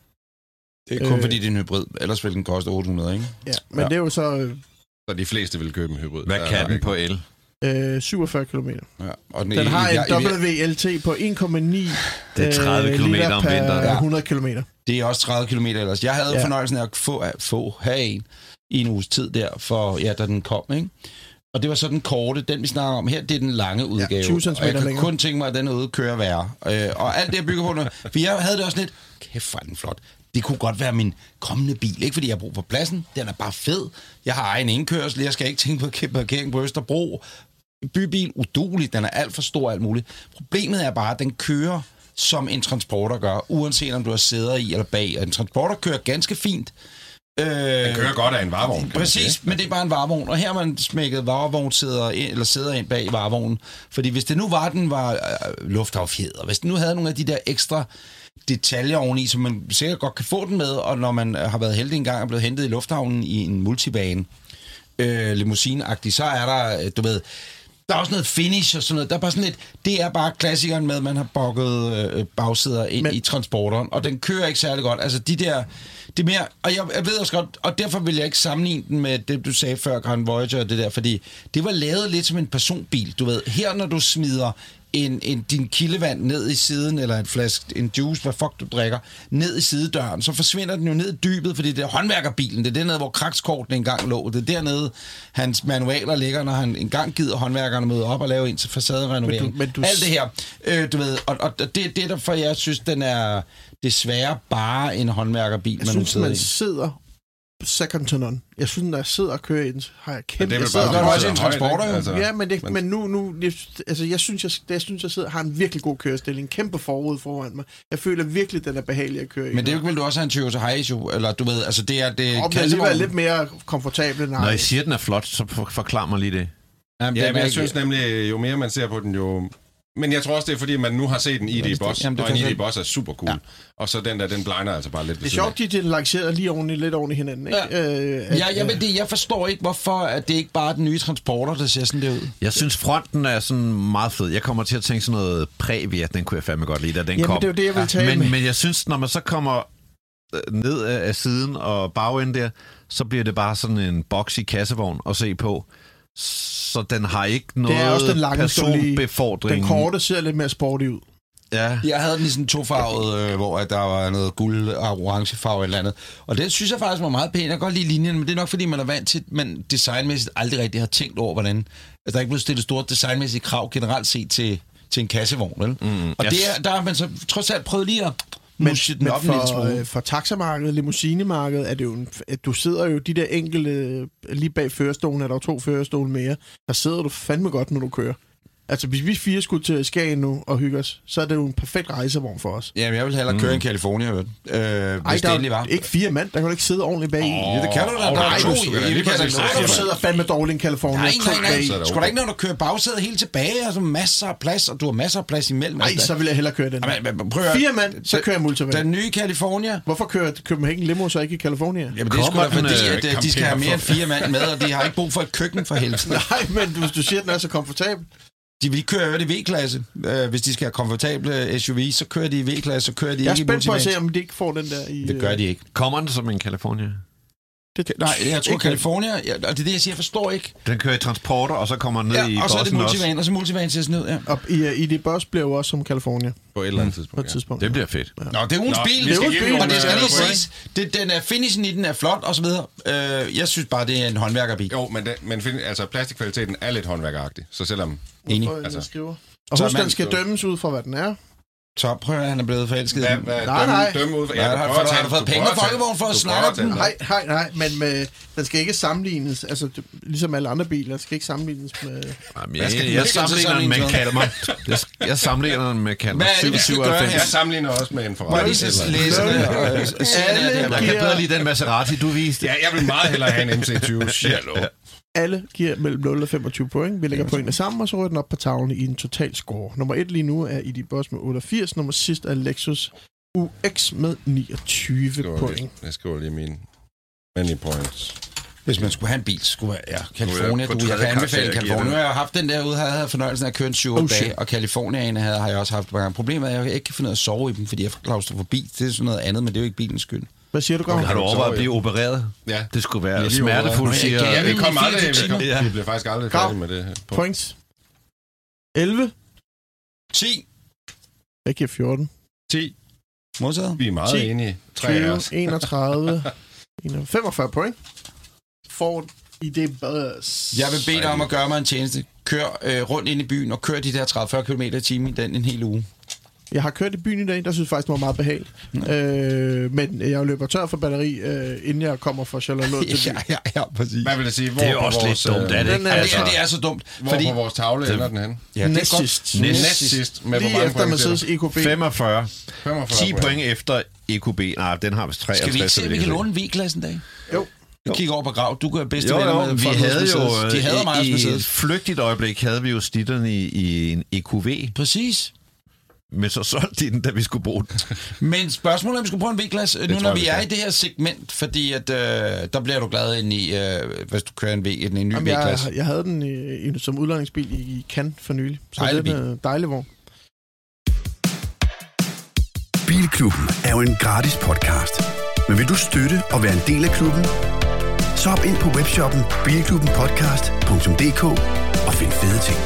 [SPEAKER 2] Det er kun
[SPEAKER 5] øh,
[SPEAKER 2] fordi, det er en hybrid. Ellers vil den koste otte hundrede, ikke?
[SPEAKER 5] Ja, men
[SPEAKER 2] Ja.
[SPEAKER 5] det er jo så øh,
[SPEAKER 3] Så de fleste vil købe en hybrid.
[SPEAKER 4] Hvad
[SPEAKER 3] Der er
[SPEAKER 4] kan
[SPEAKER 3] nok
[SPEAKER 4] den
[SPEAKER 3] ikke-
[SPEAKER 4] på el?
[SPEAKER 5] øh, syvogfyrre kilometer.
[SPEAKER 2] Ja. Og
[SPEAKER 5] Den har en
[SPEAKER 2] jeg- jeg-
[SPEAKER 5] W L T på en komma ni
[SPEAKER 4] Det er tredive
[SPEAKER 5] øh,
[SPEAKER 4] kilometer
[SPEAKER 5] liter
[SPEAKER 4] om
[SPEAKER 5] per
[SPEAKER 4] vinteren.
[SPEAKER 2] Ja.
[SPEAKER 5] hundrede kilometer.
[SPEAKER 2] Det er også tredive kilometer ellers. Jeg havde
[SPEAKER 5] Ja.
[SPEAKER 2] ja. fornøjelsen af at få, at få have en i en uges tid der, for ja, da den kom, ikke? Og det var så den korte, den vi snakker om her, det er den lange udgave.
[SPEAKER 5] tyve
[SPEAKER 2] og
[SPEAKER 5] centimeter
[SPEAKER 2] jeg kan
[SPEAKER 5] længere.
[SPEAKER 2] kun tænke mig, at den er ude kører værre. Øh, og alt det, jeg bygger på nu, for jeg havde det også lidt, kæft, hvor er den flot. det kunne godt være min kommende bil. Ikke fordi jeg har brug for pladsen, den er bare fed. Jeg har egen indkørsel, jeg skal ikke tænke på parkering på Østerbro. Bybil, uduelig, den er alt for stor, alt muligt. Problemet er bare, at den kører, som en transporter gør, uanset om du har sæder i eller bag. Og en transporter kører ganske fint.
[SPEAKER 3] Den kører godt af en varevogn.
[SPEAKER 2] Præcis, men det er bare en varevogn. Og her har man smækket varevognssæder ind, eller sæder ind bag varevognen. Fordi hvis det nu var, den var øh, luftaffjeder, hvis den nu havde nogle af de der ekstra detaljer oveni, som man sikkert godt kan få den med, og når man har været heldig en gang og blevet hentet i lufthavnen i en multibane, øh, limousine-agtig, så er der, du ved, der er også noget finish og sådan noget. Der er bare sådan lidt, det er bare klassikeren med, at man har bokket øh, bagsæder ind Men... i transporteren, og den kører ikke særlig godt. Altså de der, det er mere, og jeg, jeg ved også godt, og derfor vil jeg ikke sammenligne den med det, du sagde før, Grand Voyager og det der, fordi det var lavet lidt som en personbil, du ved. Her, når du smider En, en, din kildevand ned i siden, eller en flaske, en juice, hvad fuck du drikker, ned i sidedøren, så forsvinder den jo ned i dybet, fordi det er håndværkerbilen, det er dernede, hvor krakskorten engang lå, det er dernede, hans manualer ligger, når han engang gider håndværkerne møde op og lave en til facaderenovering. Men du, men du... Alt det her, øh, du ved, og, og det, det er derfor, jeg synes, den er desværre bare en håndværkerbil,
[SPEAKER 5] jeg
[SPEAKER 2] man
[SPEAKER 5] synes,
[SPEAKER 2] sidder
[SPEAKER 5] man
[SPEAKER 2] i.
[SPEAKER 5] sidder second to none. Jeg synes, når jeg sidder og kører ind, har jeg kæmpe...
[SPEAKER 3] Ja, det
[SPEAKER 5] er
[SPEAKER 3] vel bare
[SPEAKER 2] også en transporter, jo.
[SPEAKER 3] Altså,
[SPEAKER 5] ja, men, det,
[SPEAKER 3] men...
[SPEAKER 5] men nu... nu jeg, altså, jeg synes, jeg, jeg synes, jeg sidder, har en virkelig god kørestilling. Kæmpe forud foran mig. Jeg føler virkelig, den er behagelig at køre i.
[SPEAKER 2] Men det er jo ikke, vil du også have en Toyota Hiace, eller du ved, altså det er... Det er
[SPEAKER 5] alligevel lidt mere komfortabel end
[SPEAKER 4] Når I siger, den er flot, så forklar mig lige det.
[SPEAKER 3] Jamen, ja, men jeg, jeg synes nemlig, jo mere man ser på den, jo... Men jeg tror også, det er fordi, man nu har set en I D Boss, og en I D Boss er super cool. Ja. Og så den der, den blinder altså bare lidt.
[SPEAKER 5] Det er sjovt, de er lanceret lige oven i, lidt oven i hinanden, ikke?
[SPEAKER 2] Ja, øh, at, ja jeg, ved det, jeg forstår ikke, hvorfor at det ikke bare er den nye transporter, der ser sådan der ud.
[SPEAKER 4] Jeg synes, fronten er sådan meget fed. Jeg kommer til at tænke sådan noget præ-Viet, den kunne jeg fandme godt lide, da den
[SPEAKER 5] Jamen,
[SPEAKER 4] kom.
[SPEAKER 5] det er jo det, jeg vil tale
[SPEAKER 4] men,
[SPEAKER 5] med.
[SPEAKER 4] men jeg synes, når man så kommer ned af siden og bagenden der, så bliver det bare sådan en boks i kassevogn at se på. Så den har ikke noget
[SPEAKER 5] det er også den lange,
[SPEAKER 4] personbefordring.
[SPEAKER 5] Den korte ser lidt mere sporty ud.
[SPEAKER 2] Ja. Jeg havde den i sådan tofarvet, øh, hvor der var noget guld og orange farve eller andet. Og det synes jeg faktisk var meget pænt. Jeg kan godt lide linjen, men det er nok fordi, man er vant til, at man designmæssigt aldrig rigtig har tænkt over, hvordan... Altså, der er ikke blevet stillet store designmæssige krav generelt set til, til en kassevogn, vel? Mm, og yes. det er, der har man så trods alt prøvet lige at...
[SPEAKER 5] Men, men for, øh, for taxamarkedet, limousinemarkedet, er det jo en, at du sidder jo de der enkelte, lige bag førerstolen, er der jo to førerstole mere, der sidder du fandme godt, når du kører. Altså, hvis vi fire skulle til Skagen nu og hygge os, så er det jo en perfekt rejsevogn for os.
[SPEAKER 2] Jamen, jeg vil hellere mm. køre i California, øh,
[SPEAKER 5] Ej,
[SPEAKER 2] hvis det endelig var.
[SPEAKER 5] Ikke fire mand, der kan du ikke sidde ordentligt bag.
[SPEAKER 2] Oh, ja, det kan du da. Der er to.
[SPEAKER 5] Du sidder fandme dårligt i California. Nej,
[SPEAKER 2] nej, nej. Skulle der ikke, når du kører bagsædet helt tilbage, og så masser af plads, og du har masser af plads imellem?
[SPEAKER 5] Nej, så vil jeg hellere køre den.
[SPEAKER 2] Men, prøv at,
[SPEAKER 5] fire mand, så kører jeg multivan.
[SPEAKER 2] Den nye California.
[SPEAKER 5] Hvorfor kører Copenhagen Limo så ikke i California?
[SPEAKER 2] Jamen, det er sgu da fordi, at de skal have mere end fire mand med, og de har ikke brug for et køkken for helvede.
[SPEAKER 5] Nej, men hvis du siger, at den er så komfortabel.
[SPEAKER 2] De vil køre i V-klasse. Øh, hvis de skal have komfortable S U V, så kører de i V-klasse, så kører de
[SPEAKER 5] jeg
[SPEAKER 2] ikke i
[SPEAKER 5] multivan. Jeg er spændt på at se, om de ikke får den der i...
[SPEAKER 2] Det gør de ikke.
[SPEAKER 4] Kommer den som en California?
[SPEAKER 5] Det,
[SPEAKER 2] Nej, jeg tror California, ja, og det er det, jeg siger, jeg forstår ikke.
[SPEAKER 4] Den kører i transporter, og så kommer den ned
[SPEAKER 2] ja,
[SPEAKER 4] i
[SPEAKER 2] og så er det multivan,
[SPEAKER 4] også.
[SPEAKER 2] og så multivan til sådan ud, ja.
[SPEAKER 5] Og i, i det bus bliver jo også som California.
[SPEAKER 3] På et eller andet tidspunkt,
[SPEAKER 5] På et tidspunkt.
[SPEAKER 4] Ja. Det bliver fedt.
[SPEAKER 2] Ja. Nå, det er ugens bil,
[SPEAKER 5] det er ugens bil,
[SPEAKER 2] og det skal lige siges. Det, den er finishen i den er flot, og så videre. Øh, jeg synes bare, det er en håndværkerbil.
[SPEAKER 3] Jo, men, det, men altså, plastikkvaliteten er lidt håndværkeragtig, så selvom...
[SPEAKER 2] Enig.
[SPEAKER 5] Altså. Skriver. Og husk, den skal dømmes ud fra, hvad den er.
[SPEAKER 2] Så prøv at han er blevet forelsket.
[SPEAKER 3] Hvad, hvad,
[SPEAKER 5] nej, nej.
[SPEAKER 3] Dømme, dømme ud fra...
[SPEAKER 2] Ja, har, har, har du fået penge af Folkevogn for at snakke den?
[SPEAKER 5] Nej, nej, nej, men med, den skal ikke sammenlignes, altså ligesom alle andre biler, den skal ikke sammenlignes med...
[SPEAKER 4] Jamen, jeg, jeg, jeg sammenligner den med Kalmar. Jeg, jeg sammenligner den med Kalmar.
[SPEAKER 2] Hvad er det, vi skal gøre her?
[SPEAKER 3] Jeg sammenligner også med en Ferrari.
[SPEAKER 2] Må jeg lige læse det?
[SPEAKER 4] Jeg kan bedre lide den Maserati, du viste.
[SPEAKER 3] Ja, jeg vil meget hellere have en M C tyve. Shallow.
[SPEAKER 5] Alle giver mellem nul og femogtyve point. Vi lægger pointene sammen, og så rører den op på tavlen i en total score. Nummer et lige nu er I D Boss med otteogfirs. Nummer sidst er Lexus U X med niogtyve
[SPEAKER 3] skriver
[SPEAKER 5] point.
[SPEAKER 3] Lige, jeg skriver lige mine many points.
[SPEAKER 2] Hvis man skulle have en bil, skulle være, ja, California. Du, jeg kan anbefale California. Jeg har haft den der ude, havde jeg fornøjelsen af at køre en syv oh, dage, og Californiaene havde, har jeg også haft mange problemer. Jeg ikke kan finde ud af at sove i dem, fordi jeg får klaustrofobi. Det er sådan noget andet, men det er jo ikke bilens skyld.
[SPEAKER 5] Hvad siger du, Gav?
[SPEAKER 4] Har du overvejet at blive opereret?
[SPEAKER 3] Ja.
[SPEAKER 4] Det skulle være smertefuldt, siger
[SPEAKER 3] jeg. Vi kommer aldrig, vi,
[SPEAKER 4] ja.
[SPEAKER 3] vi bliver faktisk aldrig færdige med det her.
[SPEAKER 5] Points. elleve.
[SPEAKER 2] ti.
[SPEAKER 5] Jeg giver fjorten.
[SPEAKER 3] ti.
[SPEAKER 2] Modtaget.
[SPEAKER 3] Vi er meget
[SPEAKER 5] ti,
[SPEAKER 3] enige. tre af os.
[SPEAKER 5] enogtredive. femogfyrre point. For I D Boss.
[SPEAKER 2] Jeg vil bede dig om at gøre mig en tjeneste. Kør øh, rundt ind i byen og kør de der tredive til fyrre kilometer i timen den en hel uge.
[SPEAKER 5] Jeg har kørt i byen i dag, der synes jeg faktisk, det var meget behageligt. Mm. Øh, men jeg løber tør for batteri, øh, inden jeg kommer fra Charlottenlund til byen.
[SPEAKER 2] ja, ja, ja, præcis.
[SPEAKER 3] Hvad vil det sige? Hvor
[SPEAKER 4] Det er jo
[SPEAKER 3] på
[SPEAKER 4] også
[SPEAKER 3] vores,
[SPEAKER 4] lidt dumt, er det
[SPEAKER 5] den
[SPEAKER 4] ikke?
[SPEAKER 5] er-
[SPEAKER 4] Altså,
[SPEAKER 2] Ja, det er så dumt.
[SPEAKER 3] Hvor
[SPEAKER 2] Fordi,
[SPEAKER 3] på vores tavle ender den henne?
[SPEAKER 2] ja, det er
[SPEAKER 5] Næst
[SPEAKER 2] godt.
[SPEAKER 5] sidst.
[SPEAKER 4] Næst
[SPEAKER 3] Næst sidst. Med hvor
[SPEAKER 5] Lige
[SPEAKER 3] mange
[SPEAKER 5] efter
[SPEAKER 3] point
[SPEAKER 5] Mercedes
[SPEAKER 3] siger
[SPEAKER 5] E Q B.
[SPEAKER 4] femogfyrre.
[SPEAKER 3] du? femogfyrre
[SPEAKER 4] ti point efter E Q B. Nej, den har vist treogtres.
[SPEAKER 2] Skal vi ikke se,
[SPEAKER 4] så
[SPEAKER 2] om vi
[SPEAKER 4] vidt
[SPEAKER 2] kan
[SPEAKER 4] jeg
[SPEAKER 2] låne en V-klasse en dag?
[SPEAKER 5] Jo.
[SPEAKER 2] Du kigger over på Grav. Du kan bedste
[SPEAKER 4] Jo,
[SPEAKER 2] venner
[SPEAKER 4] jo,
[SPEAKER 2] med
[SPEAKER 4] vi
[SPEAKER 2] folk
[SPEAKER 4] havde
[SPEAKER 2] hos
[SPEAKER 4] jo
[SPEAKER 2] Mercedes. De hader mig hos
[SPEAKER 4] i, i et
[SPEAKER 2] Mercedes.
[SPEAKER 4] flygtigt øjeblik havde vi jo stitterne i, i en E Q V,
[SPEAKER 2] Præcis.
[SPEAKER 4] men så solgte de den, da vi skulle bruge den.
[SPEAKER 2] Men spørgsmålet er, om vi skulle prøve en V-klasse, nu
[SPEAKER 3] tror
[SPEAKER 2] når
[SPEAKER 3] jeg,
[SPEAKER 2] vi
[SPEAKER 3] vi
[SPEAKER 2] er
[SPEAKER 3] skal.
[SPEAKER 2] i det her segment, fordi at, øh, der bliver du glad ind i, øh, hvis du kører en, v, en, en ny
[SPEAKER 5] Jamen, jeg,
[SPEAKER 2] V-klasse.
[SPEAKER 5] jeg havde den i, i, som udlejningsbil i, i Cannes for nylig. Så
[SPEAKER 2] Dejlig
[SPEAKER 5] det er en øh, dejlig vogn.
[SPEAKER 1] Bilklubben er jo en gratis podcast. Men vil du støtte og være en del af klubben? Så hop ind på webshoppen bilklubben podcast punktum d k og find fede ting.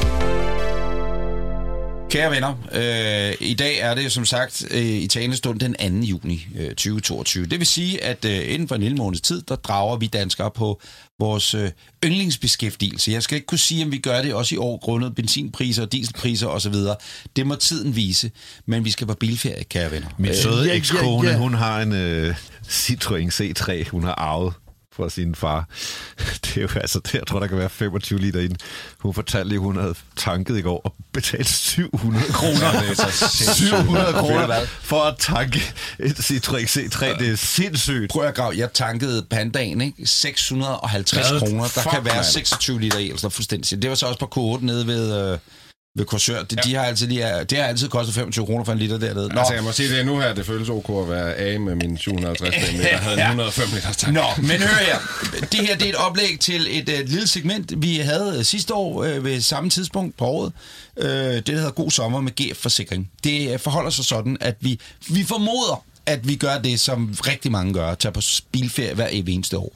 [SPEAKER 2] Kære venner, øh, i dag er det som sagt øh, i talende stund den anden juni øh, tyve toogtyve. Det vil sige, at øh, inden for en lille måneds tid, der drager vi danskere på vores øh, yndlingsbeskæftigelse. Jeg skal ikke kunne sige, om vi gør det også i år, grundet benzinpriser, dieselpriser osv. Det må tiden vise, men vi skal på bilferie, kære venner.
[SPEAKER 4] Min søde
[SPEAKER 5] ja,
[SPEAKER 4] ekskone,
[SPEAKER 5] ja, ja.
[SPEAKER 4] hun har en uh, Citroën C tre, hun har arvet fra sin far. Det er jo altså, det, jeg tror, der kan være femogtyve liter i den. Hun fortalte lige, hun havde tanket i går og betalt syv hundrede kroner. syv hundrede kroner for at tanke en Citroën C tre. Det er sindssygt.
[SPEAKER 2] Prøv at grave, jeg tankede Pandaen, ikke? seks hundrede og halvtreds kroner. Der
[SPEAKER 3] Fuck,
[SPEAKER 2] kan være
[SPEAKER 3] man.
[SPEAKER 2] seksogtyve liter i, altså fuldstændig. Det var så også på K otte nede ved... Øh, ved Korsør. Det, ja. de har altid lige, det har altid kostet femogtyve kroner for en liter dernede. Nå.
[SPEAKER 3] Altså, jeg må sige, det er nu her, det føles ok at være af med min syv hundrede og halvtreds B M W, der havde en hundrede og fem liter tank.
[SPEAKER 2] Nå, men hør her. Det her det er et oplæg til et, et lille segment, vi havde sidste år øh, ved samme tidspunkt på året. Øh, det, der hedder God Sommer med G F-forsikring. Det forholder sig sådan, at vi, vi formoder, at vi gør det, som rigtig mange gør, tager på bilferie hver evig eneste år.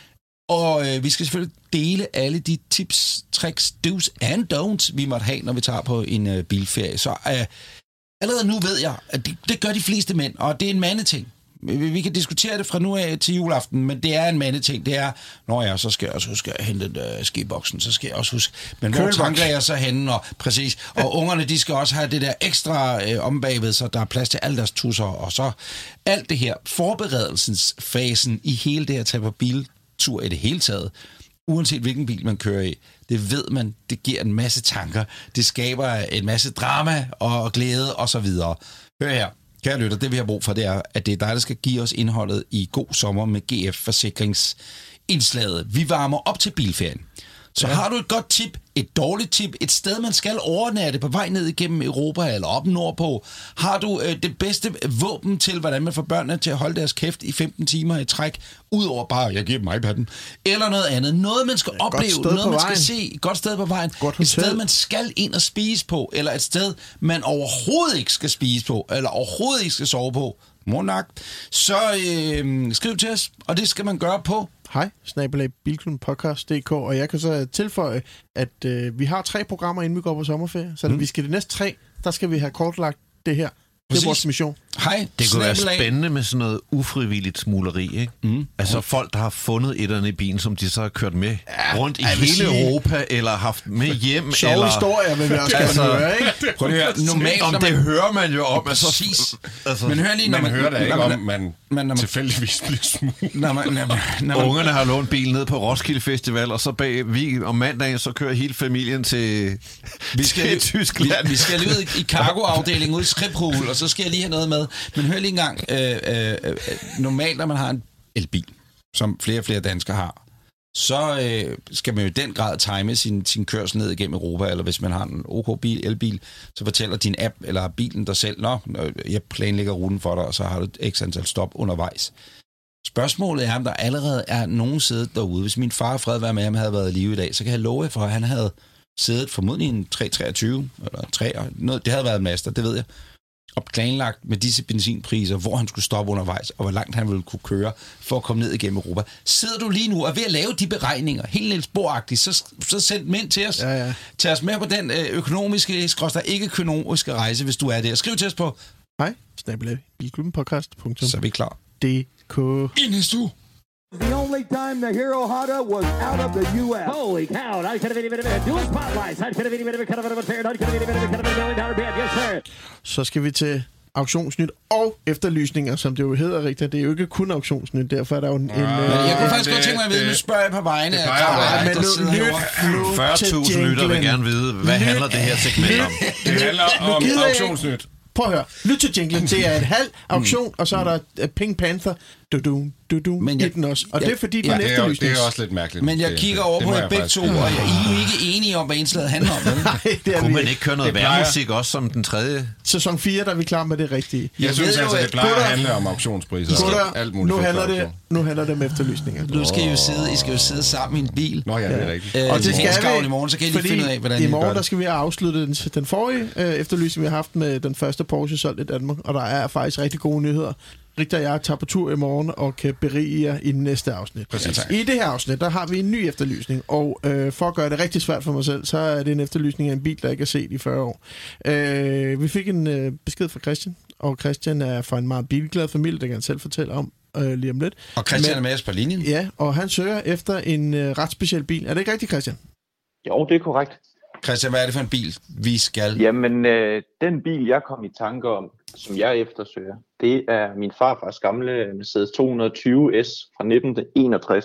[SPEAKER 2] Og øh, vi skal selvfølgelig dele alle de tips, tricks, do's and don'ts, vi måtte have, når vi tager på en øh, bilferie. Så øh, allerede nu ved jeg, at det, det gør de fleste mænd, og det er en mandeting. Vi, vi kan diskutere det fra nu af til juleaften, men det er en mandeting. Det er, når jeg så skal jeg også huske at hente øh, skiboksen, så skal jeg også huske, men hvor tanker jeg så henne, og præcis. Og ungerne, de skal også have det der ekstra øh, ombagved, så der er plads til alle deres tusser, og så alt det her, forberedelsesfasen i hele det her tage på bil, tur i det hele taget, uanset hvilken bil man kører i, det ved man, det giver en masse tanker, det skaber en masse drama og glæde og så videre. Hør her, kære lytter, det vi har brug for, det er, at det er dig, der skal give os indholdet i God Sommer med G F-forsikringsindslaget. Vi varmer op til bilferien. Så ja. Har du et godt tip, et dårligt tip, et sted, man skal overnatte på vej ned igennem Europa eller op nordpå, har du øh, det bedste våben til, hvordan man får børnene til at holde deres kæft i femten timer i træk, udover bare, jeg giver dem iPad'en, eller noget andet. Noget, man skal ja, opleve, noget, man
[SPEAKER 5] vejen.
[SPEAKER 2] skal se, et godt sted på vejen,
[SPEAKER 5] Godt
[SPEAKER 2] et sted,
[SPEAKER 5] hotel.
[SPEAKER 2] man skal ind og spise på, eller et sted, man overhovedet ikke skal spise på, eller overhovedet ikke skal sove på. Mornak. Så øh, skriv til os, og det skal man gøre på
[SPEAKER 5] Hej, snabelag bilklubben podcast punktum d k, og jeg kan så tilføje, at øh, vi har tre programmer, inden vi går på sommerferie, så mm. vi skal de næste tre, der skal vi have kortlagt det her. Det
[SPEAKER 2] Præcis.
[SPEAKER 5] er vores mission.
[SPEAKER 2] Hej,
[SPEAKER 4] Det kunne være
[SPEAKER 2] snabelag.
[SPEAKER 4] spændende med sådan noget ufrivilligt smugleri, ikke? Mm. Altså folk, der har fundet et eller andet i bilen, som de så har kørt med ja, rundt i hele
[SPEAKER 5] sige...
[SPEAKER 4] Europa, eller haft med hjem.
[SPEAKER 5] Sjove
[SPEAKER 4] eller...
[SPEAKER 5] historier, vil vi også
[SPEAKER 4] Altså,
[SPEAKER 5] gerne høre, ikke?
[SPEAKER 2] Prøv at høre, normalt,
[SPEAKER 4] Om
[SPEAKER 2] når
[SPEAKER 4] det
[SPEAKER 2] man...
[SPEAKER 4] hører man jo om. Altså,
[SPEAKER 2] Præcis.
[SPEAKER 4] altså,
[SPEAKER 2] Men hør lige, når
[SPEAKER 3] Man
[SPEAKER 2] man...
[SPEAKER 3] hører da ikke
[SPEAKER 2] når
[SPEAKER 3] om,
[SPEAKER 2] man-
[SPEAKER 3] man,
[SPEAKER 2] man- når man-
[SPEAKER 3] tilfældigvis bliver smuglet.
[SPEAKER 2] Når man, når man, når man,
[SPEAKER 4] Ungerne har lånt bilen ned på Roskilde Festival, og så bag vi om mandagen, så kører hele familien til,
[SPEAKER 2] vi skal,
[SPEAKER 4] til Tyskland.
[SPEAKER 2] Vi, vi skal lige ud i cargoafdelingen ud i Skriphul, og så skal jeg lige have noget med. Men hør lige engang, øh, øh, øh, normalt når man har en elbil, som flere og flere danskere har, så øh, skal man jo i den grad time sin, sin kørsel ned igennem Europa, eller hvis man har en OK-bil, elbil, så fortæller din app eller bilen dig selv, nå, jeg planlægger ruten for dig, og så har du et x antal stop undervejs. Spørgsmålet er, om der allerede er nogen siddet derude. Hvis min far fred være med, ham havde været i live i dag, så kan jeg love jer for, at han havde siddet formodentlig en tre treogtyve, eller tre, noget, det havde været en master, det ved jeg, og planlagt med disse benzinpriser, hvor han skulle stoppe undervejs, og hvor langt han ville kunne køre for at komme ned igennem Europa. Sidder du lige nu og er ved at lave de beregninger, helt Niels Bohr-agtigt, så, så send dem ind til os.
[SPEAKER 5] Ja, ja.
[SPEAKER 2] Tag os med på den øh, økonomiske, skråstreg ikke økonomiske rejse, hvis du er der. Skriv til os på,
[SPEAKER 5] Hej, snabelag bilklubben podcast punktum
[SPEAKER 2] så er vi klar.
[SPEAKER 5] d k.
[SPEAKER 2] I næste uge.
[SPEAKER 6] The only time the Hero Honda was out of the U S Holy cow, I could have been even a dual spotlights. I could have been even a kind of a fair, I could have been even a kind of a million dollar bid. Yes, sir.
[SPEAKER 5] Så skal vi til auktionsnyt og efterlysninger, som det jo hedder rigtigt. Det er jo ikke kun auktionsnyt, derfor er der jo en... en
[SPEAKER 2] Men jeg kunne faktisk godt tænke mig at vide, nu spørger jeg på vegne af Krav,
[SPEAKER 5] men nu
[SPEAKER 4] fyrre tusind lytter vil gerne vide, hvad handler det her segment om?
[SPEAKER 3] Det handler om auktionsnyt.
[SPEAKER 5] Prøv at høre. Lyt til jinglen. Det er en halv auktion, og så er der Pink Panther du-du, du-du, men jeg, i den også. Og ja, det er fordi, den
[SPEAKER 3] ja,
[SPEAKER 5] efterlysning.
[SPEAKER 3] Det er, det er også lidt mærkeligt.
[SPEAKER 2] Men jeg det, kigger over det, på jer begge to, og I er jo ikke enige om, hvad indslaget handler om.
[SPEAKER 5] Nej, det er
[SPEAKER 4] Kunne man
[SPEAKER 5] ikke.
[SPEAKER 4] ikke køre noget værmusik også som den tredje?
[SPEAKER 5] Sæson fire, der er vi klar med det rigtige.
[SPEAKER 3] Jeg, jeg synes altså, det plejer at handle om auktionspriser.
[SPEAKER 5] Gutter,
[SPEAKER 3] alt muligt.
[SPEAKER 5] Nu handler, det, nu handler det om efterlysninger.
[SPEAKER 2] Nu skal I jo sidde, I skal jo sidde sammen i en bil.
[SPEAKER 3] Nå ja, det er rigtigt.
[SPEAKER 2] Øh, og det skal vi i morgen, så kan I lige finde ud af, hvordan I
[SPEAKER 5] i morgen,
[SPEAKER 2] gør det.
[SPEAKER 5] Der skal vi have afsluttet den, den forrige øh, efterlysning, vi har haft med den første Porsche solgt i Danmark, og der er faktisk rigtig gode nyheder. Rigtig og jeg tager på tur i morgen og kan berige jer i den næste afsnit.
[SPEAKER 3] Præcis.
[SPEAKER 5] I det her afsnit, der har vi en ny efterlysning, og øh, for at gøre det rigtig svært for mig selv, så er det en efterlysning af en bil, der ikke er set i fyrre år. Øh, vi fik en øh, besked fra Christian, og Christian er fra en meget bilglad familie, der kan han selv fortælle om øh, lige om lidt.
[SPEAKER 2] Og Christian
[SPEAKER 5] Men,
[SPEAKER 2] er med os på linjen.
[SPEAKER 5] Ja, og han søger efter en øh, ret speciel bil. Er det ikke rigtigt, Christian?
[SPEAKER 7] Jo, det er korrekt.
[SPEAKER 2] Christian, hvad er det for en bil, vi skal?
[SPEAKER 7] Jamen, øh, den bil, jeg kom i tanke om, som jeg eftersøger, det er min farfars gamle Mercedes to hundrede og tyve S fra nitten enogtres.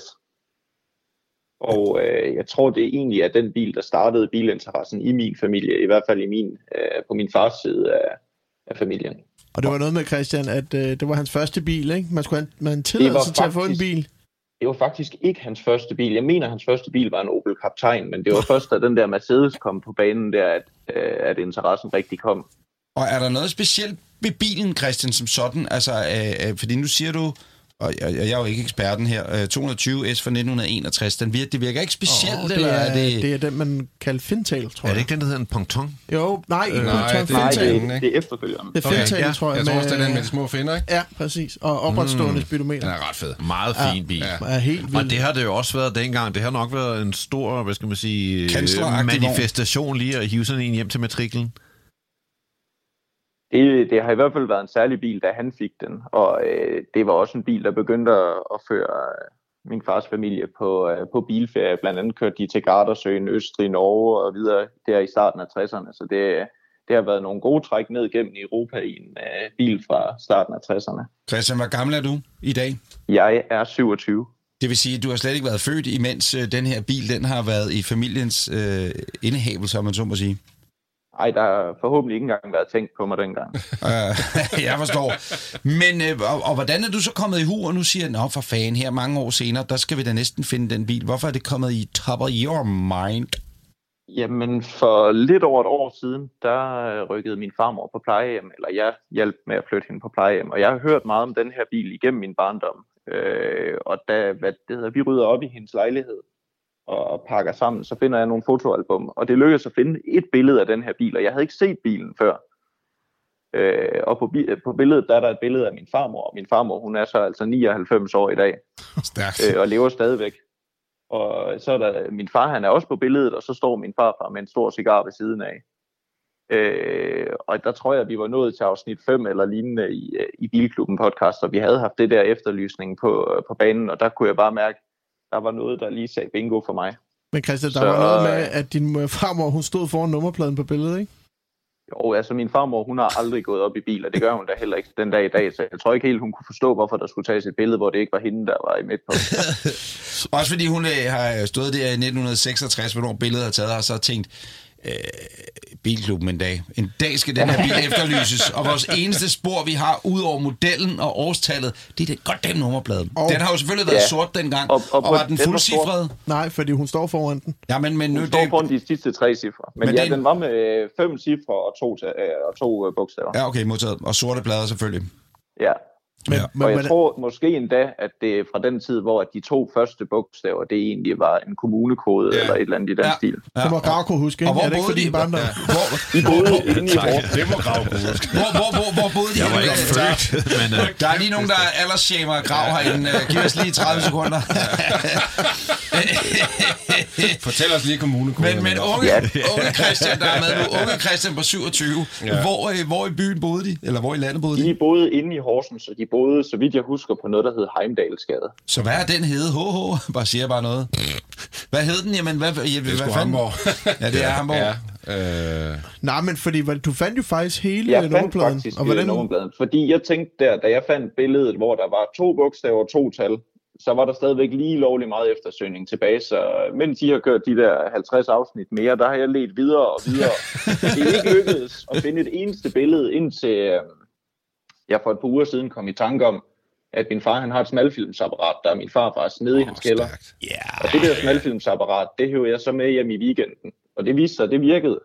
[SPEAKER 7] Og øh, jeg tror, det egentlig er den bil, der startede bilinteressen i min familie, i hvert fald i min, øh, på min fars side af, af familien.
[SPEAKER 5] Og det var noget med, Christian, at øh, det var hans første bil, ikke? Man skulle have man tilladelse til at få en bil.
[SPEAKER 7] Det var faktisk ikke hans første bil. Jeg mener, hans første bil var en Opel Kaptajn, men det var først, da den der Mercedes kom på banen, der, at, øh, at interessen rigtig kom.
[SPEAKER 2] Og er der noget specielt ved bilen, Christian, som sådan? Altså, øh, øh, fordi nu siger du, og jeg, jeg er jo ikke eksperten her, øh, to hundrede og tyve S fra nitten enogtres, den virker, det virker ikke specielt, oh, det eller
[SPEAKER 5] er,
[SPEAKER 2] er det...
[SPEAKER 5] det er den, man kalder Fintail, tror jeg.
[SPEAKER 4] Er det ikke den, der hedder en ponton?
[SPEAKER 5] Jo, nej, ikke
[SPEAKER 3] øh, nej,
[SPEAKER 5] ponton,
[SPEAKER 3] det er
[SPEAKER 5] Fintail.
[SPEAKER 7] Nej, det, det er efterfølgende.
[SPEAKER 5] Det er Fintail,
[SPEAKER 3] okay, ja.
[SPEAKER 5] tror jeg.
[SPEAKER 3] Jeg tror også,
[SPEAKER 5] med,
[SPEAKER 3] det er den med de små finder, ikke?
[SPEAKER 5] Ja, præcis. Og opretstående mm, speedometer.
[SPEAKER 3] Den er ret fed.
[SPEAKER 4] Meget fin bil.
[SPEAKER 5] Ja, er helt vild.
[SPEAKER 4] Og det har det jo også været dengang. Det har nok været en stor, hvad skal man sige,
[SPEAKER 2] Kansleragtig
[SPEAKER 4] manifestation lige at hive sådan en hjem til matriklen.
[SPEAKER 7] Det, det har i hvert fald været en særlig bil, da han fik den, og øh, det var også en bil, der begyndte at, at føre øh, min fars familie på, øh, på bilferie. Blandt andet kørte de til Gardasøen, Østrig, Norge og videre der i starten af tresserne, så det, det har været nogle gode træk ned gennem Europa i en øh, bil fra starten af tresserne.
[SPEAKER 2] Christian, hvor gammel er du i dag?
[SPEAKER 7] Jeg er syvogtyve.
[SPEAKER 2] Det vil sige, at du har slet ikke været født, imens øh, den her bil den har været i familiens øh, indehavelse, om man så må sige.
[SPEAKER 7] Ej, der har forhåbentlig ikke engang været tænkt på mig dengang.
[SPEAKER 2] Jeg forstår. Men, øh, og, og hvordan er du så kommet i hu, og nu siger jeg, for fanden her mange år senere, der skal vi da næsten finde den bil. Hvorfor er det kommet i top of your mind?
[SPEAKER 7] Jamen, for lidt over et år siden, der rykkede min farmor på plejehjem, eller jeg hjalp med at flytte hende på plejehjem, og jeg har hørt meget om den her bil igennem min barndom. Øh, og da hvad det hedder, vi rydder op i hendes lejlighed og pakker sammen, så finder jeg nogle fotoalbum, og det lykkedes at finde et billede af den her bil, og jeg havde ikke set bilen før. Øh, og på, på billedet, der er der et billede af min farmor, og min farmor, hun er så altså nioghalvfems år i dag, øh, og lever stadigvæk. Og så er der, min far, han er også på billedet, og så står min farfar med en stor cigar ved siden af. Øh, og der tror jeg, at vi var nået til afsnit fem eller lignende i, i Bilklubben podcast, og vi havde haft det der efterlysning på, på banen, og der kunne jeg bare mærke, der var noget, der lige sagde bingo for mig.
[SPEAKER 5] Men Christian, der
[SPEAKER 7] så,
[SPEAKER 5] var noget med, at din farmor, hun stod foran nummerpladen på billedet, ikke?
[SPEAKER 7] Jo, altså min farmor, hun har aldrig gået op i bil, og det gør hun da heller ikke den dag i dag, så jeg tror ikke helt, hun kunne forstå, hvorfor der skulle tages et billede, hvor det ikke var hende, der var i midt på.
[SPEAKER 2] Også fordi hun øh, har stået der i nitten seksogtres, hvor nogle billeder har taget, og så har tænkt, øh, Bilklubben en dag. En dag skal den her bil efterlyses, og vores eneste spor, vi har, ud over modellen og årstallet, det er det godt den nummerplade. Og, den har jo selvfølgelig været ja. sort dengang, og, og, og var den fuldcifret?
[SPEAKER 5] Nej, fordi hun står foran den.
[SPEAKER 2] Ja, men, men
[SPEAKER 7] hun
[SPEAKER 2] nu,
[SPEAKER 7] står
[SPEAKER 2] det...
[SPEAKER 7] foran de sidste tre cifre. Men, men ja, den... den var med fem cifre og to, og to bogstaver.
[SPEAKER 2] Ja, okay, modtaget. Og sorte plader selvfølgelig.
[SPEAKER 7] Ja.
[SPEAKER 5] Men,
[SPEAKER 7] ja.
[SPEAKER 5] men,
[SPEAKER 7] og jeg
[SPEAKER 5] men,
[SPEAKER 7] tror måske endda, at det er fra den tid, hvor de to første bogstaver, det egentlig var en kommunekode ja. eller et eller andet i den
[SPEAKER 2] ja.
[SPEAKER 7] stil.
[SPEAKER 5] Ja. Det må Grav kunne huske, ikke?
[SPEAKER 2] Og hvor
[SPEAKER 5] er det ikke for din barndom?
[SPEAKER 2] Ja. Hvor,
[SPEAKER 7] de boede inde i Horten.
[SPEAKER 3] Det må Grav kunne huske.
[SPEAKER 2] Hvor, hvor, hvor, hvor boede de?
[SPEAKER 4] Jeg var ikke født.
[SPEAKER 2] Men, uh, der er lige nogen, der er aldersshamer Grav herinde. Uh, giv os lige tredive sekunder.
[SPEAKER 3] Fortæl os lige kommunekoden.
[SPEAKER 2] Men, men unge, ja. unge Christian, der er med nu, unge Christian på syvogtyve, ja. hvor, hvor i byen boede de? Eller hvor i landet boede de?
[SPEAKER 7] De boede inde i Horsens, og de boede, så vidt jeg husker, på noget, der hed Heimdalsgade.
[SPEAKER 2] Så hvad er den hed? H H? Bare siger bare noget. Hvad hed den? Jamen, hvad, ja,
[SPEAKER 3] det er
[SPEAKER 2] hvad
[SPEAKER 3] Hamborg.
[SPEAKER 2] Ja, det er Hamborg.
[SPEAKER 3] Ja. Øh...
[SPEAKER 5] Nej, men fordi du fandt jo faktisk hele
[SPEAKER 7] jeg
[SPEAKER 5] nummerpladen.
[SPEAKER 7] Jeg fandt faktisk hele nummerpladen, fordi jeg tænkte der, da jeg fandt billedet, hvor der var to bogstaver og to tal, så var der stadigvæk lige lovlig meget eftersøgning tilbage, så mens I har kørt de der halvtreds afsnit mere, der har jeg ledt videre og videre. Det er ikke lykkedes at finde et eneste billede, indtil øh, jeg for et par uger siden kom i tanke om, at min far han har et smalfilmsapparat, der er min farfars nede oh, i hans kælder.
[SPEAKER 2] Yeah.
[SPEAKER 7] Og det der smalfilmsapparat, det hører jeg så med hjem i weekenden. Og det viste sig, at det virkede.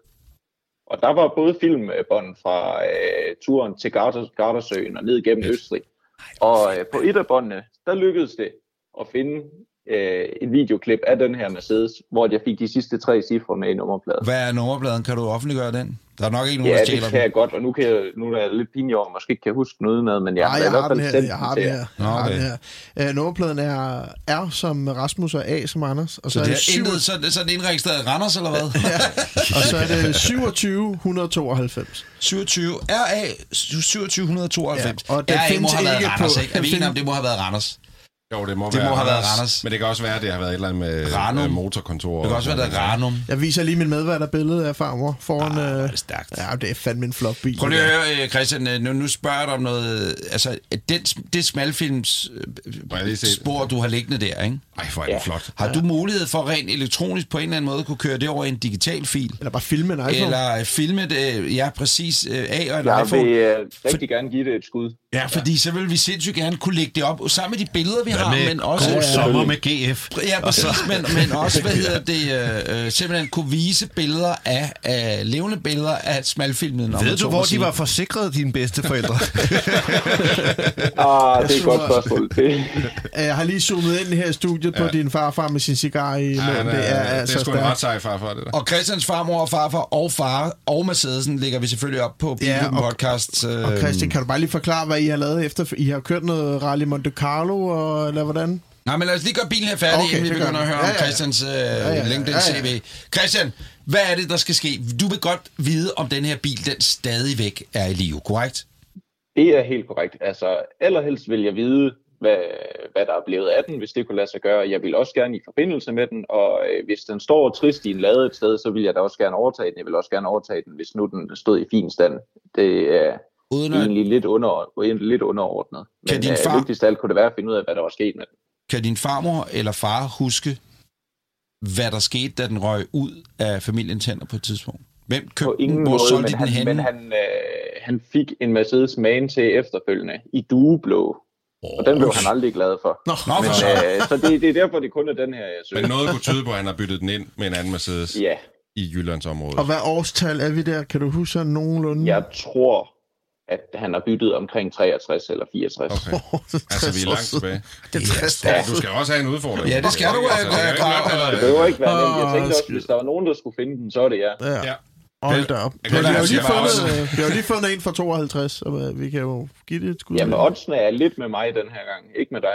[SPEAKER 7] Og der var både filmbånd fra øh, turen til Garter, Gartersøen og ned gennem Østrig. Og øh, på et af båndene, der lykkedes det at finde øh, et videoklip af den her Mercedes, hvor jeg fik de sidste tre cifre med i nummerpladen.
[SPEAKER 2] Hvad er nummerpladen? Kan du offentliggøre den? Der er nok ikke nogen,
[SPEAKER 7] ja,
[SPEAKER 2] der stjæler den.
[SPEAKER 7] Ja, det kan jeg godt, og nu, kan jeg, nu er jeg lidt pinlig over, måske ikke kan huske noget med, men jeg,
[SPEAKER 5] Ej,
[SPEAKER 7] jeg,
[SPEAKER 5] jeg
[SPEAKER 7] har
[SPEAKER 5] har
[SPEAKER 7] i hvert fald
[SPEAKER 5] den her,
[SPEAKER 7] sendt
[SPEAKER 5] jeg har
[SPEAKER 7] den
[SPEAKER 5] den
[SPEAKER 7] til
[SPEAKER 5] her.
[SPEAKER 2] Nå,
[SPEAKER 5] Jeg har
[SPEAKER 2] okay.
[SPEAKER 5] den her. Uh, nummerpladen er R som Rasmus og A som Anders. Og så,
[SPEAKER 2] så det er,
[SPEAKER 5] er det syv...
[SPEAKER 2] intet, så, så er det indregistreret Randers, eller hvad?
[SPEAKER 5] ja. Og så er det syvogtyve et hundrede og tooghalvfems.
[SPEAKER 2] syvogtyve R A syvogtyve et hundrede og tooghalvfems.
[SPEAKER 5] Ja, og den
[SPEAKER 2] R A må
[SPEAKER 5] findes
[SPEAKER 2] have været
[SPEAKER 5] ikke
[SPEAKER 2] Randers,
[SPEAKER 5] på-
[SPEAKER 2] ikke? Er vi enige om, det må have været Randers?
[SPEAKER 3] Jo, det må,
[SPEAKER 2] Det
[SPEAKER 3] være,
[SPEAKER 2] må have været
[SPEAKER 3] Randers,
[SPEAKER 2] Randers.
[SPEAKER 3] Men det kan også være, at det har været et eller andet med
[SPEAKER 2] Ranum.
[SPEAKER 3] øh, motorkontor.
[SPEAKER 2] Det kan også være, det er Ranum.
[SPEAKER 5] Jeg viser lige min medvært af billedet af farmor foran...
[SPEAKER 2] Ah,
[SPEAKER 5] øh,
[SPEAKER 2] det er stærkt.
[SPEAKER 5] Ja, det er fandme en flot bil.
[SPEAKER 2] Prøv lige at høre, Christian, nu, nu spørger jeg dig om noget... Altså, den, det smalfilms øh, spor, du har liggende der, ikke?
[SPEAKER 3] Ej, hvor er det
[SPEAKER 7] Ja.
[SPEAKER 3] flot.
[SPEAKER 2] Har du mulighed for rent elektronisk på en eller anden måde kunne køre det over i en digital fil?
[SPEAKER 5] Eller bare filme en iPhone.
[SPEAKER 2] Eller filme det, ja, præcis, øh, af og en
[SPEAKER 7] Jeg
[SPEAKER 2] iPhone?
[SPEAKER 7] vil øh, rigtig gerne give det et skud.
[SPEAKER 2] Ja, fordi så vil vi sindssygt gerne kunne lægge det op sammen med de billeder, vi
[SPEAKER 4] Hvad
[SPEAKER 2] har,
[SPEAKER 4] med
[SPEAKER 2] men også...
[SPEAKER 4] god sommer med G F?
[SPEAKER 2] Ja, præcis, men, men også, hvad hedder det, øh, øh, simpelthen kunne vise billeder af, af levende billeder af smalfilmen.
[SPEAKER 4] Ved du, hvor de var forsikret, dine bedsteforældre?
[SPEAKER 7] Ah, det er et godt spørgsmål. Det,
[SPEAKER 5] Jeg har lige zoomet ind her i studiet på
[SPEAKER 3] Ja.
[SPEAKER 5] din farfar med sin cigar i
[SPEAKER 3] Ja,
[SPEAKER 5] munden.
[SPEAKER 3] det
[SPEAKER 5] Det er
[SPEAKER 3] er, det er
[SPEAKER 5] altså
[SPEAKER 3] sgu en ret
[SPEAKER 5] stærkt.
[SPEAKER 3] sej far for det der.
[SPEAKER 2] Og Christians farmor og farfar og far og Mercedesen lægger vi selvfølgelig op på
[SPEAKER 5] Ja,
[SPEAKER 2] Bilklubben
[SPEAKER 5] og-
[SPEAKER 2] Podcast. Øh,
[SPEAKER 5] Og Christian, kan du bare lige forklare, hvad I har lavet efter? I har kørt noget Rally Monte Carlo, og, eller hvordan?
[SPEAKER 2] Nej, men lad os lige gøre bilen her færdig,
[SPEAKER 5] Okay,
[SPEAKER 2] okay, inden vi
[SPEAKER 5] det gør
[SPEAKER 2] begynder at
[SPEAKER 5] vi.
[SPEAKER 2] høre
[SPEAKER 5] Ja,
[SPEAKER 2] om
[SPEAKER 5] ja, ja.
[SPEAKER 2] Christians øh,
[SPEAKER 5] ja, ja.
[SPEAKER 2] LinkedIn-C V.
[SPEAKER 5] Ja, ja.
[SPEAKER 2] Christian, hvad er det, der skal ske? Du vil godt vide, om den her bil, den stadigvæk er i live, korrekt?
[SPEAKER 7] det er helt korrekt. Altså, allerhelst vil jeg vide, hvad, hvad der er blevet af den, hvis det kunne lade sig gøre. Jeg vil også gerne i forbindelse med den, og øh, hvis den står trist i en lade et sted, så vil jeg da også gerne overtage den. Jeg vil også gerne overtage den, hvis nu den stod i fin stand. Det er
[SPEAKER 2] Uden at,
[SPEAKER 7] egentlig lidt, under, egentlig lidt underordnet.
[SPEAKER 2] Kan
[SPEAKER 7] Men
[SPEAKER 2] din
[SPEAKER 7] øh,
[SPEAKER 2] far-
[SPEAKER 7] vigtigst af alt kunne det være at finde ud af, hvad der var sket med den.
[SPEAKER 2] kan din farmor eller far huske, hvad der skete, da den røg ud af familiens hænder på et tidspunkt? Hvem
[SPEAKER 7] På
[SPEAKER 2] købte
[SPEAKER 7] ingen
[SPEAKER 2] den? Hvor
[SPEAKER 7] måde,
[SPEAKER 2] solgte
[SPEAKER 7] men,
[SPEAKER 2] de den
[SPEAKER 7] han,
[SPEAKER 2] henne?
[SPEAKER 7] men han, øh, han fik en Mercedes Man til efterfølgende i dueblå. Og den blev han aldrig glad for.
[SPEAKER 5] Nå,
[SPEAKER 2] Nå,
[SPEAKER 7] Men,
[SPEAKER 2] for så.
[SPEAKER 7] øh, så det, det er derfor, det kun er den her, jeg synes.
[SPEAKER 3] Men noget kunne tyde på, at han har byttet den ind med en anden Mercedes
[SPEAKER 7] Ja,
[SPEAKER 3] i Jyllands område.
[SPEAKER 5] Og hvad årstal er vi der? Kan du huske sådan nogenlunde?
[SPEAKER 7] jeg tror, at han har byttet omkring treogtres eller fireogtres.
[SPEAKER 3] Okay. Altså, vi er langt tilbage.
[SPEAKER 5] Det er tres
[SPEAKER 3] Ja, du skal også have en udfordring.
[SPEAKER 2] Ja, det skal du,
[SPEAKER 3] Altså, det er jo ikke
[SPEAKER 2] Claus.
[SPEAKER 3] nok, eller-
[SPEAKER 7] Det behøver ikke være nemt. Jeg
[SPEAKER 5] Åh,
[SPEAKER 7] tænkte også,
[SPEAKER 5] skid.
[SPEAKER 7] hvis der var nogen, der skulle finde den, så er det jeg.
[SPEAKER 5] Ja.
[SPEAKER 3] Ja.
[SPEAKER 5] Hold da op.
[SPEAKER 3] Jeg
[SPEAKER 5] Vi
[SPEAKER 3] kan
[SPEAKER 5] har jo
[SPEAKER 3] godt
[SPEAKER 5] lige
[SPEAKER 3] sige, bare
[SPEAKER 5] fundet,
[SPEAKER 3] også-
[SPEAKER 5] øh, vi har jo lige fundet en for tooghalvtreds, og øh, vi kan jo give det et skud.
[SPEAKER 7] Jamen, oddsene er lidt med mig den her gang, ikke med dig.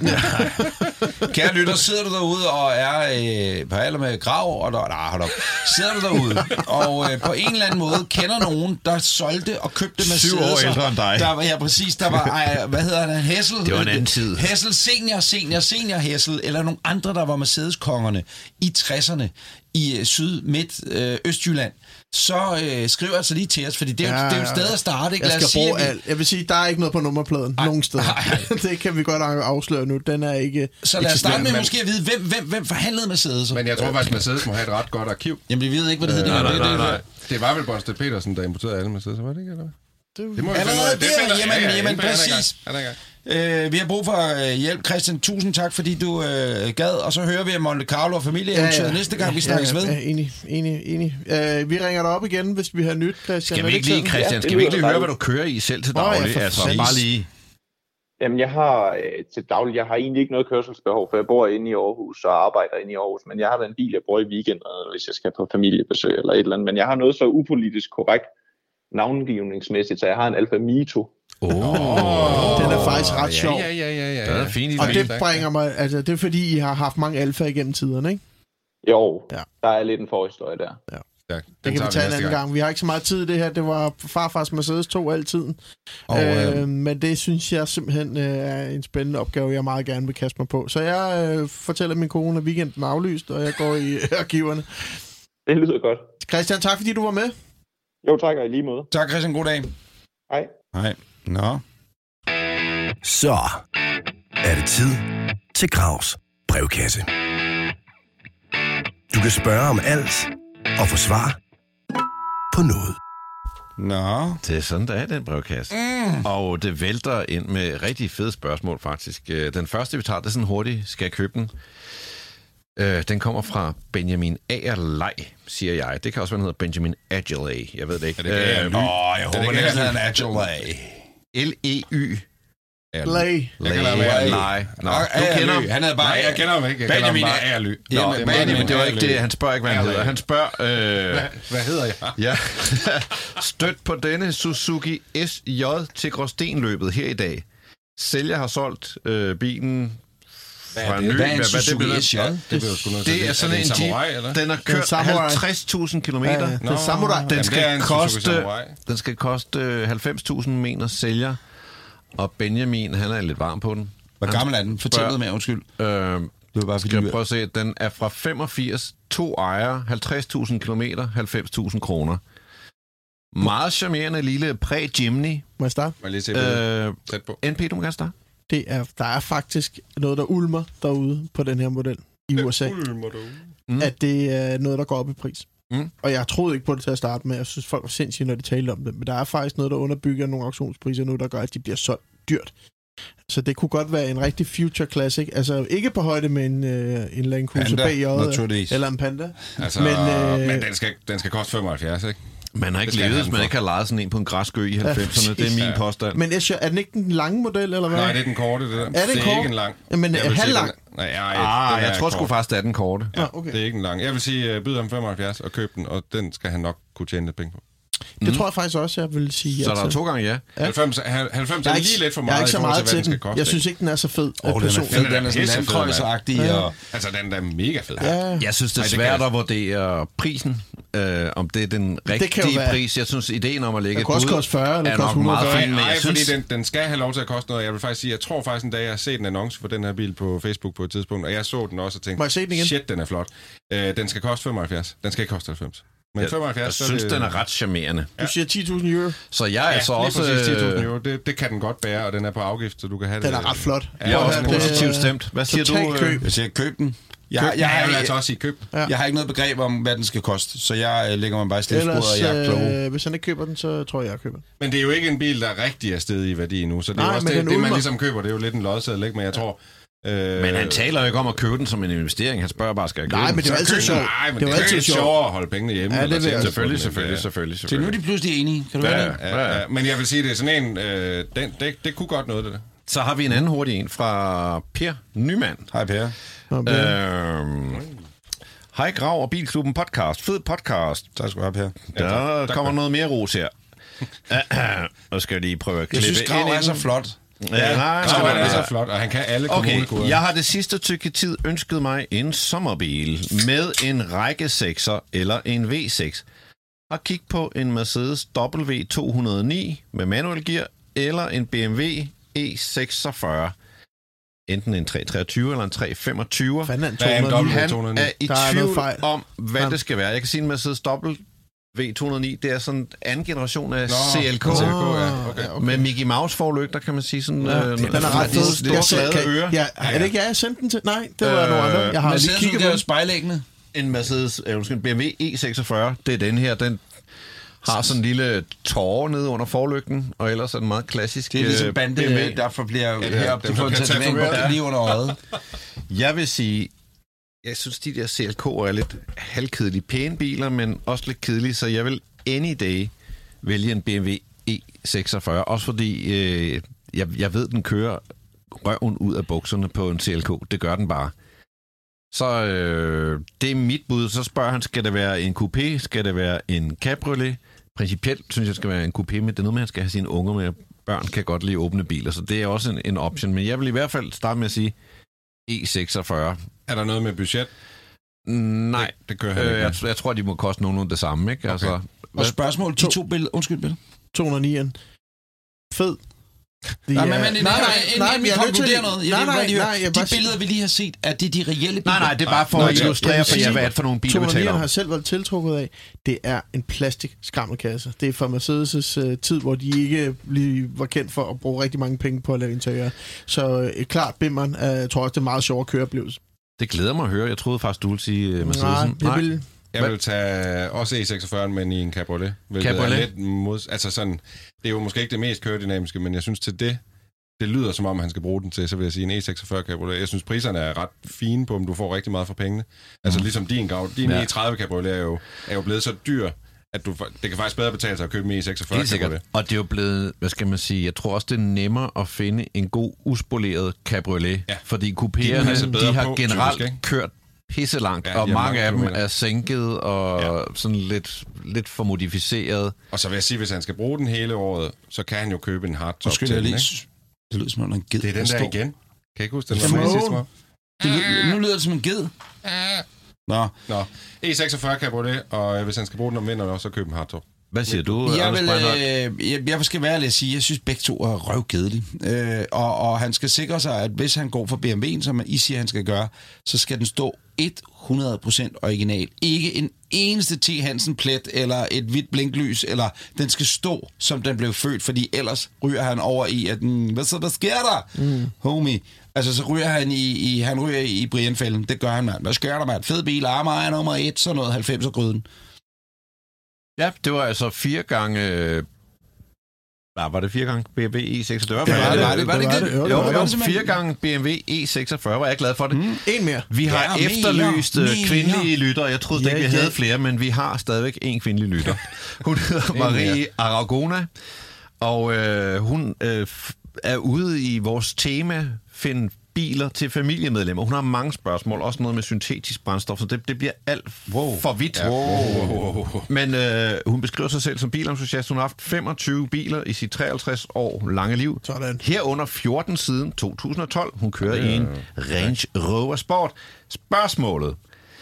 [SPEAKER 2] Kære lytter, sidder du derude og er øh, på alder med grav, og der, nej, hold op. Sidder du derude, og øh, på en eller anden måde kender nogen, der solgte og købte Mercedes.
[SPEAKER 4] Syv år ældre end dig.
[SPEAKER 2] Der var, ja, præcis. Der var, ej, hvad hedder han? Hessel.
[SPEAKER 4] Det var en anden tid.
[SPEAKER 2] Hessel senior, senior, senior Hessel, eller nogle andre, der var Mercedes-kongerne i tresserne i øh, Syd, Midt, øh, Østjylland. Så øh, skriv altså lige til os, fordi det er, ja, det er jo et sted at starte. Ikke?
[SPEAKER 5] Jeg
[SPEAKER 2] Lad
[SPEAKER 5] skal
[SPEAKER 2] os sige,
[SPEAKER 5] bruge
[SPEAKER 2] at vi-
[SPEAKER 5] alt. Jeg vil sige, der er ikke noget på nummerpladen
[SPEAKER 2] Ej,
[SPEAKER 5] nogen steder.
[SPEAKER 2] ej,
[SPEAKER 5] Det kan vi godt afsløre nu. Den er ikke...
[SPEAKER 2] Så lad os starte med
[SPEAKER 3] Men-
[SPEAKER 2] måske at vide, hvem, hvem, hvem forhandlede Mercedes?
[SPEAKER 3] Men jeg tror faktisk, Mercedes må have et ret godt arkiv.
[SPEAKER 2] Jamen, vi ved ikke, hvad det hedder.
[SPEAKER 3] Nej,
[SPEAKER 2] det,
[SPEAKER 3] nej,
[SPEAKER 2] det,
[SPEAKER 3] nej,
[SPEAKER 2] det,
[SPEAKER 3] nej. Det var vel Bonstedt Petersen, der importerede alle Mercedes, var det ikke? Eller?
[SPEAKER 5] Det,
[SPEAKER 3] Det må vi
[SPEAKER 2] Allerede
[SPEAKER 3] finde ud af. Det
[SPEAKER 2] der,
[SPEAKER 3] finder-
[SPEAKER 2] jamen, jamen,
[SPEAKER 3] inden for- han er i gang.
[SPEAKER 2] præcis.
[SPEAKER 3] Han er i gang.
[SPEAKER 2] Øh, vi har brug for øh, hjælp, Christian. Tusind tak, fordi du øh, gad. Og så hører vi om Monte Carlo og familieeventyret ja, ja. næste gang, vi snakkes
[SPEAKER 5] ja,
[SPEAKER 2] ved.
[SPEAKER 5] ja, enig, enig, enig. Uh, vi ringer dig op igen, hvis vi har nyt, Christian.
[SPEAKER 4] Skal
[SPEAKER 5] Er
[SPEAKER 4] vi
[SPEAKER 5] det
[SPEAKER 4] ikke lige,
[SPEAKER 5] sådan?
[SPEAKER 4] Christian,
[SPEAKER 7] Ja, det
[SPEAKER 4] skal vi ikke lige
[SPEAKER 7] lyder
[SPEAKER 4] høre, hvad
[SPEAKER 7] dejligt.
[SPEAKER 4] du kører i selv til
[SPEAKER 5] Åh, ja,
[SPEAKER 4] daglig?
[SPEAKER 5] for
[SPEAKER 4] Altså,
[SPEAKER 2] fanden.
[SPEAKER 4] bare lige...
[SPEAKER 7] Jamen, jeg har øh, til daglig, jeg har egentlig ikke noget kørselsbehov, for jeg bor inde i Aarhus og arbejder inde i Aarhus, men jeg har da en bil, jeg bruger i weekenden, hvis jeg skal på familiebesøg eller et eller andet, men jeg har noget så upolitisk korrekt navngivningsmæssigt, så jeg har en Alfa Mito.
[SPEAKER 4] Oh.
[SPEAKER 5] Den er faktisk ret sjov.
[SPEAKER 3] Ja, ja, ja, ja.
[SPEAKER 4] Den er fin i
[SPEAKER 5] Og
[SPEAKER 4] den.
[SPEAKER 5] det bringer mig... Altså, det er fordi, I har haft mange alfa igennem tiderne, ikke?
[SPEAKER 7] Jo,
[SPEAKER 5] Ja.
[SPEAKER 7] der er lidt en forhistorie der.
[SPEAKER 3] Stærkt.
[SPEAKER 5] Det
[SPEAKER 3] Den
[SPEAKER 5] kan vi
[SPEAKER 3] tager
[SPEAKER 5] tage en
[SPEAKER 3] næste
[SPEAKER 5] anden gang. Vi har ikke så meget tid i det her. Det var farfars Mercedes to altid.
[SPEAKER 2] Og,
[SPEAKER 5] øh,
[SPEAKER 2] øh,
[SPEAKER 5] men det synes jeg simpelthen øh, er en spændende opgave, jeg meget gerne vil kaste mig på. Så jeg øh, fortæller min kone, at weekenden er aflyst, og jeg går i arkiverne.
[SPEAKER 7] Det lyder godt.
[SPEAKER 5] Christian, tak fordi du var med.
[SPEAKER 7] Jo, tak, og i lige måde.
[SPEAKER 2] Tak, Christian. God dag.
[SPEAKER 7] Hej.
[SPEAKER 2] Hej. Nå.
[SPEAKER 1] Så er det tid til Gravs brevkasse. Du kan spørge om alt og få svar på noget.
[SPEAKER 2] Nå.
[SPEAKER 4] Det er sådan, der er den brevkasse. Mm. Og det vælter ind med rigtig fede spørgsmål, faktisk. Den første, vi tager, det er sådan hurtigt. Skal jeg købe den? Øh, den kommer fra Benjamin Agerlej, siger jeg. Det kan også være, den hedder Benjamin Agerlej. Jeg ved det ikke.
[SPEAKER 3] Er det ikke
[SPEAKER 2] Åh, oh, jeg håber, det er en Agile.
[SPEAKER 4] L-E-Y.
[SPEAKER 5] Lay.
[SPEAKER 3] Jeg kan lade være
[SPEAKER 4] Nej. Nå,
[SPEAKER 2] Nå,
[SPEAKER 4] du kender ham.
[SPEAKER 2] Han havde bare...
[SPEAKER 3] Nej, jeg kender ham ikke. Jeg
[SPEAKER 2] Benjamin
[SPEAKER 3] kender ham bare Agerly.
[SPEAKER 4] Nå,
[SPEAKER 2] Jamen,
[SPEAKER 4] Benjamin,
[SPEAKER 2] Benjamin
[SPEAKER 4] det var ikke
[SPEAKER 3] Agerlø.
[SPEAKER 4] det. Han spørger ikke, hvad han
[SPEAKER 3] Agerlø.
[SPEAKER 4] hedder. Han spørger... Øh,
[SPEAKER 3] Hvad, hvad hedder jeg?
[SPEAKER 4] ja. Støt på denne Suzuki S J til Gråstenløbet her i dag. Sælger har solgt øh, bilen fra
[SPEAKER 3] det?
[SPEAKER 4] ny.
[SPEAKER 2] Hvad er en
[SPEAKER 4] det
[SPEAKER 2] Suzuki
[SPEAKER 4] bliver?
[SPEAKER 2] S J?
[SPEAKER 3] Det bliver jo sgu noget til
[SPEAKER 4] Det er sådan
[SPEAKER 3] det
[SPEAKER 4] en
[SPEAKER 3] samurai,
[SPEAKER 4] Jeep.
[SPEAKER 3] eller?
[SPEAKER 4] Den har kørt
[SPEAKER 5] Samurai.
[SPEAKER 4] halvtreds tusind kilometer.
[SPEAKER 5] Ja, ja. Det er samurai.
[SPEAKER 4] Den
[SPEAKER 3] Jamen, det er
[SPEAKER 4] skal
[SPEAKER 3] en Suzuki
[SPEAKER 4] koste,
[SPEAKER 3] Samurai.
[SPEAKER 4] den skal koste halvfems tusind, mener sælger. Og Benjamin, han er lidt varm på den.
[SPEAKER 2] Hvor gammel er den? Fortæl
[SPEAKER 4] spørger-
[SPEAKER 2] noget mere, undskyld.
[SPEAKER 4] Øh,
[SPEAKER 2] Det var bare fordi...
[SPEAKER 4] skal jeg prøve at se, den er fra femogfirs, to ejere, halvtreds tusind kilometer, halvfems tusind kroner. Meget charmerende lille præ-Jimny.
[SPEAKER 5] Må jeg starte?
[SPEAKER 3] Må jeg lige se billedet
[SPEAKER 4] Øh,
[SPEAKER 3] tæt på?
[SPEAKER 4] N P, du må gerne starte.
[SPEAKER 5] Det er, der er faktisk noget, der ulmer derude på den her model i U S A.
[SPEAKER 4] Mm.
[SPEAKER 5] At det er noget, der går op i pris.
[SPEAKER 4] Mm.
[SPEAKER 5] Og jeg troede ikke på det til at starte med. Jeg synes, folk var sindssyge, når de talte om det. Men der er faktisk noget, der underbygger nogle auktionspriser nu, der gør, at de bliver solgt dyrt. Så det kunne godt være en rigtig future classic. Altså ikke på højde med en, øh, en Land Cruiser
[SPEAKER 2] Panda,
[SPEAKER 5] B J
[SPEAKER 2] naturligvis.
[SPEAKER 5] eller en Panda.
[SPEAKER 3] Altså,
[SPEAKER 5] Men,
[SPEAKER 3] men,
[SPEAKER 5] øh,
[SPEAKER 3] men den, skal, den skal koste femoghalvfjerds, ikke?
[SPEAKER 4] Man har ikke
[SPEAKER 3] Det skal
[SPEAKER 4] levet,
[SPEAKER 3] han
[SPEAKER 4] hvis man
[SPEAKER 3] for.
[SPEAKER 4] ikke har lejet sådan en på en græskø i halvfemserne. Det er min
[SPEAKER 3] Ja.
[SPEAKER 4] påstand.
[SPEAKER 5] Men Escher, er den ikke den lange model, eller hvad?
[SPEAKER 3] Nej, det er den korte, det der.
[SPEAKER 5] det
[SPEAKER 3] det er
[SPEAKER 5] kort?
[SPEAKER 3] ikke en lang.
[SPEAKER 5] Men
[SPEAKER 3] Jeg vil sige,
[SPEAKER 5] halvlang?
[SPEAKER 3] den er- Nej, ja,
[SPEAKER 4] Ah,
[SPEAKER 3] den
[SPEAKER 4] jeg
[SPEAKER 3] er
[SPEAKER 4] tror
[SPEAKER 3] kort.
[SPEAKER 4] sgu faktisk, det er den korte.
[SPEAKER 3] Ja,
[SPEAKER 5] Ah, okay.
[SPEAKER 3] det er ikke en lang. Jeg vil sige, uh, byd ham femoghalvfjerds og køb den, og den skal han nok kunne tjene lidt penge på.
[SPEAKER 5] Det tror jeg faktisk også, jeg vil sige.
[SPEAKER 4] Så
[SPEAKER 5] ja
[SPEAKER 4] der er
[SPEAKER 5] til.
[SPEAKER 4] to gange ja.
[SPEAKER 5] Ja.
[SPEAKER 3] halvfems, halvfems
[SPEAKER 5] Jeg
[SPEAKER 3] er
[SPEAKER 5] er
[SPEAKER 3] lige
[SPEAKER 5] ikke,
[SPEAKER 3] lidt for
[SPEAKER 5] jeg
[SPEAKER 3] meget
[SPEAKER 5] er ikke
[SPEAKER 3] i
[SPEAKER 5] så
[SPEAKER 3] forhold
[SPEAKER 5] meget
[SPEAKER 3] til, hvad
[SPEAKER 5] til
[SPEAKER 3] den
[SPEAKER 5] den.
[SPEAKER 3] skal koste.
[SPEAKER 5] Jeg synes ikke, den er så fed.
[SPEAKER 2] Åh, den er
[SPEAKER 5] personligt.
[SPEAKER 2] fed. Den er sådan
[SPEAKER 3] Pissefed,
[SPEAKER 2] landkrøjseragtig.
[SPEAKER 5] mand.
[SPEAKER 2] Og...
[SPEAKER 3] Altså, den der er mega fed.
[SPEAKER 5] Ja.
[SPEAKER 4] Jeg synes, det er
[SPEAKER 3] Ej, det
[SPEAKER 4] svært
[SPEAKER 3] kan-
[SPEAKER 4] at vurdere prisen, øh, om det er den rigtige
[SPEAKER 5] kan jo være-
[SPEAKER 4] pris. Jeg synes, ideen om at lægge
[SPEAKER 5] Den
[SPEAKER 4] et
[SPEAKER 5] kan også
[SPEAKER 4] bud
[SPEAKER 5] koste fyrre, eller
[SPEAKER 4] er
[SPEAKER 5] koste
[SPEAKER 4] nok
[SPEAKER 5] hundrede og
[SPEAKER 4] meget
[SPEAKER 5] fyrre.
[SPEAKER 4] fin, men
[SPEAKER 3] Nej,
[SPEAKER 4] jeg
[SPEAKER 3] fordi
[SPEAKER 4] synes...
[SPEAKER 3] den, den skal have lov til at koste noget. Jeg vil faktisk sige, jeg tror faktisk en dag, jeg har set en annonce for den her bil på Facebook på et tidspunkt, og jeg så den også og tænkte,
[SPEAKER 5] Må jeg se den igen?
[SPEAKER 3] shit, den er flot. Øh, den skal koste femoghalvfjerds. Den skal ikke koste halvfems. Men
[SPEAKER 4] Jeg,
[SPEAKER 3] femoghalvfjerds,
[SPEAKER 4] jeg
[SPEAKER 3] så er
[SPEAKER 4] synes,
[SPEAKER 3] det,
[SPEAKER 4] den er ret charmerende.
[SPEAKER 5] Du siger ti tusind euro.
[SPEAKER 4] Så jeg er
[SPEAKER 3] Ja,
[SPEAKER 4] altså
[SPEAKER 3] lige
[SPEAKER 4] også...
[SPEAKER 3] præcis ti tusind
[SPEAKER 4] øh,
[SPEAKER 3] euro. Det, det kan den godt bære, og den er på afgift, så du kan have
[SPEAKER 5] Den
[SPEAKER 3] det.
[SPEAKER 5] er ret flot.
[SPEAKER 3] Ja,
[SPEAKER 4] Jeg er
[SPEAKER 5] Prøv at
[SPEAKER 4] også
[SPEAKER 5] høre, det er
[SPEAKER 4] positivt stemt. Hvad siger du?
[SPEAKER 5] totalt køb.
[SPEAKER 4] øh?
[SPEAKER 2] Jeg siger, køb den. Jeg,
[SPEAKER 3] Jeg,
[SPEAKER 2] har- jeg,
[SPEAKER 3] jeg, jeg vil
[SPEAKER 2] har,
[SPEAKER 3] altså også sige køb.
[SPEAKER 5] Ja.
[SPEAKER 2] jeg har ikke noget begreb om, hvad den skal koste, så jeg øh, lægger mig bare i stilsbordet,
[SPEAKER 5] Ellers,
[SPEAKER 2] og jeg er klog.
[SPEAKER 5] øh, hvis han ikke køber den, så tror jeg, jeg køber den.
[SPEAKER 3] Men det er jo ikke en bil, der rigtig er steget i værdi nu, så det er
[SPEAKER 5] Nej,
[SPEAKER 3] jo også
[SPEAKER 5] men
[SPEAKER 3] det,
[SPEAKER 5] den
[SPEAKER 3] det, man
[SPEAKER 5] ulmer.
[SPEAKER 3] ligesom køber. Det er jo lidt en lodseddel, ikke? Men jeg tror... Øh,
[SPEAKER 4] Men han taler jo ikke om at købe den som en investering. Han spørger bare, skal jeg købe
[SPEAKER 5] Nej,
[SPEAKER 4] den?
[SPEAKER 5] men det er jo altid
[SPEAKER 3] køb-
[SPEAKER 5] sjovt.
[SPEAKER 3] Nej, men
[SPEAKER 5] Det
[SPEAKER 3] det
[SPEAKER 5] er
[SPEAKER 3] er
[SPEAKER 5] jo
[SPEAKER 3] jo
[SPEAKER 5] altid
[SPEAKER 3] lidt
[SPEAKER 5] sjovt.
[SPEAKER 3] sjovere at holde pengene hjemme.
[SPEAKER 5] Ja,
[SPEAKER 3] eller
[SPEAKER 5] det vil
[SPEAKER 3] til-
[SPEAKER 5] jeg.
[SPEAKER 4] Selvfølgelig,
[SPEAKER 3] til-
[SPEAKER 4] selvfølgelig,
[SPEAKER 3] Ja.
[SPEAKER 4] selvfølgelig,
[SPEAKER 2] Så nu er
[SPEAKER 4] selvfølgelig.
[SPEAKER 2] de pludselig enige. Kan du høre det?
[SPEAKER 3] Ja, ja, ja. Men jeg vil sige, det er sådan en... Øh, den, det, det kunne godt noget, det der.
[SPEAKER 4] Så har vi en anden hurtig en fra Per Nyman.
[SPEAKER 2] Hej, Per.
[SPEAKER 5] Nå, men-
[SPEAKER 4] Øhm, Hej Grav og Bilklubben podcast. Fed podcast.
[SPEAKER 2] Tak skal du have, Per.
[SPEAKER 4] Der kommer noget mere ros her. Nu skal jeg lige prøve at
[SPEAKER 2] Jeg
[SPEAKER 4] klippe
[SPEAKER 2] synes, Grav
[SPEAKER 4] ind i
[SPEAKER 2] er så
[SPEAKER 4] den.
[SPEAKER 2] flot.
[SPEAKER 4] Ja, nej,
[SPEAKER 3] Så
[SPEAKER 4] nej,
[SPEAKER 3] er det
[SPEAKER 4] nej.
[SPEAKER 3] så flot, og han kan alle
[SPEAKER 4] Okay,
[SPEAKER 3] kommunekoder.
[SPEAKER 4] jeg har det sidste stykke tid ønsket mig en sommerbil med en række sekser eller en V seks. Og kig på en Mercedes W to hundrede og ni med manuel gear eller en B M W E seksogfyrre. Enten en tre treogtyve eller en tre femogtyve.
[SPEAKER 5] Fanden er en
[SPEAKER 3] Hvad er en
[SPEAKER 5] to hundrede og ni?
[SPEAKER 3] W?
[SPEAKER 4] Han
[SPEAKER 3] to hundrede og ni.
[SPEAKER 4] er i
[SPEAKER 5] Der er noget
[SPEAKER 4] tvivl
[SPEAKER 5] fejl.
[SPEAKER 4] om, hvad
[SPEAKER 5] Ja.
[SPEAKER 4] det skal være. Jeg kan sige, en Mercedes W to hundrede og ni, det er sådan en anden generation af
[SPEAKER 3] Nå,
[SPEAKER 4] C L K.
[SPEAKER 3] C L K, ja. Okay.
[SPEAKER 5] Ja, okay.
[SPEAKER 4] Med Mickey Mouse forlygter, kan man sige sådan.
[SPEAKER 5] Ja,
[SPEAKER 4] øh,
[SPEAKER 5] den er ret fed.
[SPEAKER 4] Store
[SPEAKER 5] Jeg selv
[SPEAKER 4] glade
[SPEAKER 5] kan-
[SPEAKER 4] ører.
[SPEAKER 5] Ja, er det ikke jeg, jeg sendte den til? Nej, det var
[SPEAKER 4] Øh,
[SPEAKER 5] nogle andre. Jeg har
[SPEAKER 2] Men
[SPEAKER 5] lige
[SPEAKER 2] ser du,
[SPEAKER 5] kigget
[SPEAKER 2] det
[SPEAKER 5] på
[SPEAKER 2] er
[SPEAKER 5] den.
[SPEAKER 2] spejlæggende?
[SPEAKER 4] En Mercedes, øh, undskyld, B M W E seksogfyrre, det er den her, den har sådan en lille tåre nede under forlygten, og ellers er den meget klassisk.
[SPEAKER 2] Det er ligesom
[SPEAKER 4] øh,
[SPEAKER 2] bande,
[SPEAKER 4] B M W.
[SPEAKER 2] derfor bliver
[SPEAKER 3] Ja,
[SPEAKER 2] heroppe,
[SPEAKER 3] dem,
[SPEAKER 2] du får
[SPEAKER 3] der
[SPEAKER 2] en
[SPEAKER 3] bliver
[SPEAKER 2] tatovering på
[SPEAKER 3] tatoveret.
[SPEAKER 2] lige under øjet.
[SPEAKER 4] Jeg vil sige, jeg synes, de der C L K'er er lidt halvkedelige. Pæne biler, men også lidt kedelige, så jeg vil any day vælge en B M W E seksogfyrre, også fordi øh, jeg, jeg ved, den kører røven ud af bukserne på en C L K. Det gør den bare. Så øh, det er mit bud. Så spørger han, skal det være en coupé? Skal det være en cabriolet? Principielt synes jeg, det skal være en coupé, men det er noget med, at han skal have sine unger med børn kan godt lide åbne biler, så det er også en, en option. Men jeg vil i hvert fald starte med at sige E seksogfyrre.
[SPEAKER 3] Er der noget med budget?
[SPEAKER 4] Nej,
[SPEAKER 3] det, det kører
[SPEAKER 4] øh, jeg, jeg tror, de må koste nogenlunde det samme, ikke? Okay. Altså,
[SPEAKER 2] og spørgsmål, de to billeder, undskyld billeder.
[SPEAKER 5] to hundrede og ni. Fed.
[SPEAKER 2] De nej, men, men, nej, nej, nej, inden vi konkluderer noget. Jeg nej, nej, nej, nej, de billeder, vi lige har set, er det de reelle billeder?
[SPEAKER 4] Nej, nej, det er bare for at illustrere for jer, hvad er det for nogle biler, vi taler om. to hundrede og ni har
[SPEAKER 5] selv været tiltrukket af. Det er en plastik skrammelkasse. Det er fra Mercedes' uh, tid, hvor de ikke lige var kendt for at bruge rigtig mange penge på at lave interiør. Så uh, klart, bimmeren, uh, jeg tror også, det er meget sjovt at køre oplevelse.
[SPEAKER 4] Det glæder mig at høre. Jeg troede faktisk, du ville sige uh, Mercedes'en.
[SPEAKER 5] Nej, jeg vil...
[SPEAKER 3] Jeg vil tage også E seksogfyrre, men i en Cabriolet.
[SPEAKER 4] Cabriolet?
[SPEAKER 3] Lidt mod, altså sådan, det er jo måske ikke det mest køredynamiske, men jeg synes til det, det lyder som om, han skal bruge den til, så vil jeg sige en E seksogfyrre Cabriolet. Jeg synes, priserne er ret fine på, om du får rigtig meget for pengene. Altså mm. ligesom din gav. Din ja. E tredive Cabriolet er jo, er jo blevet så dyr, at du, det kan faktisk bedre betale sig at købe en E seksogfyrre Cabriolet.
[SPEAKER 4] Og det er jo blevet, hvad skal man sige, jeg tror også, det er nemmere at finde en god uspoleret Cabriolet, ja. Fordi kupéerne, de, de har på, generelt typisk, kørt pisse langt, ja, og mange, mange af dem er sænket og ja. sådan lidt, lidt for modificeret.
[SPEAKER 3] Og så vil jeg sige, hvis han skal bruge den hele året, så kan han jo købe en hardtop til den, ikke?
[SPEAKER 2] Det lyder som en ged.
[SPEAKER 3] Det er den der igen. Kan jeg ikke huske den?
[SPEAKER 2] Den var det lyder, nu lyder det som en ged. Nå.
[SPEAKER 3] Nå. E seksogfyrre Cabriolet, og hvis han skal bruge den om vinteren, så købe en hardtop.
[SPEAKER 4] Hvad siger du?
[SPEAKER 2] Jeg, vil, øh, jeg, jeg skal være ærlig at sige, jeg synes begge to er røvgedelige. Øh, og, og han skal sikre sig, at hvis han går for B M W'en, som I siger, han skal gøre, så skal den stå hundrede procent original. Ikke en eneste T. Hansen-plet eller et hvidt blinklys, eller den skal stå, som den blev født, fordi ellers ryger han over i, at hvad så der sker der, mm. homie? Altså, så ryger han i, i han ryger i Brienfælden. Det gør han, mand. Hvad sker der, mand? Fed bil, Amager nummer et, sådan noget halvfemser-gryden.
[SPEAKER 4] Ja, det var altså fire gange... Nej, var det fire gange B M W E seksogfyrre?
[SPEAKER 2] Det var det, var det, var det, var det, det,
[SPEAKER 4] jo, jo, jo, jo, fire gange B M W E seksogfyrre, var jeg glad for det. Mm.
[SPEAKER 5] En mere.
[SPEAKER 4] Vi har ja, efterlyst mere, kvindelige lytter. Jeg troede ikke, ja, vi havde ja. flere, men vi har stadigvæk en kvindelig lytter. Hun hedder Marie Aragona, og øh, hun øh, er ude i vores tema, find biler til familiemedlemmer. Hun har mange spørgsmål, også noget med syntetisk brændstof, så det, det bliver alt wow. for vidt. Ja. Wow. Wow. Men øh, hun beskriver sig selv som bilentusiast. Hun har haft femogtyve biler i sit treoghalvtreds år lange liv. Sådan. Herunder fjorten siden to tusind og tolv. Hun kører ja. i en Range Rover Sport. Spørgsmålet.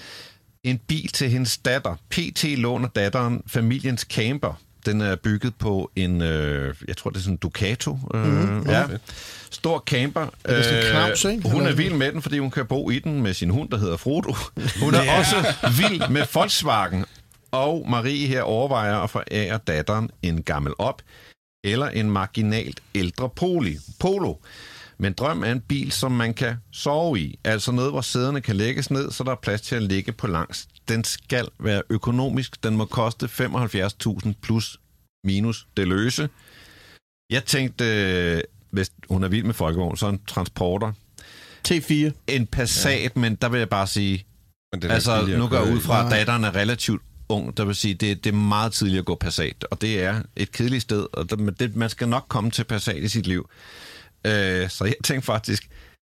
[SPEAKER 4] En bil til hendes datter. P T låner datteren familiens camper. Den er bygget på en, øh, jeg tror det er sådan en Ducato. Øh, mm, ja. Stor camper.
[SPEAKER 5] Er det sådan en Knaus, ikke?
[SPEAKER 4] Hun er vild med den, fordi hun kan bo i den med sin hund, der hedder Frodo. Hun er yeah. også vild med Volkswagen. Og Marie her overvejer at forære datteren en gammel op eller en marginalt ældre poli, Polo. Men drøm er en bil, som man kan sove i. Altså noget, hvor sæderne kan lægges ned, så der er plads til at ligge på langs. Den skal være økonomisk. Den må koste femoghalvfjerds tusind plus minus det løse. Jeg tænkte, hvis hun er vild med folkevogn, så en transporter.
[SPEAKER 5] T fire.
[SPEAKER 4] En Passat, ja. Men der vil jeg bare sige, altså nu går jeg ud fra, at datteren er relativt ung, der vil sige, det, det er meget tidligt at gå Passat, og det er et kedeligt sted, og det, det, man skal nok komme til Passat i sit liv. Øh, så jeg tænkte faktisk,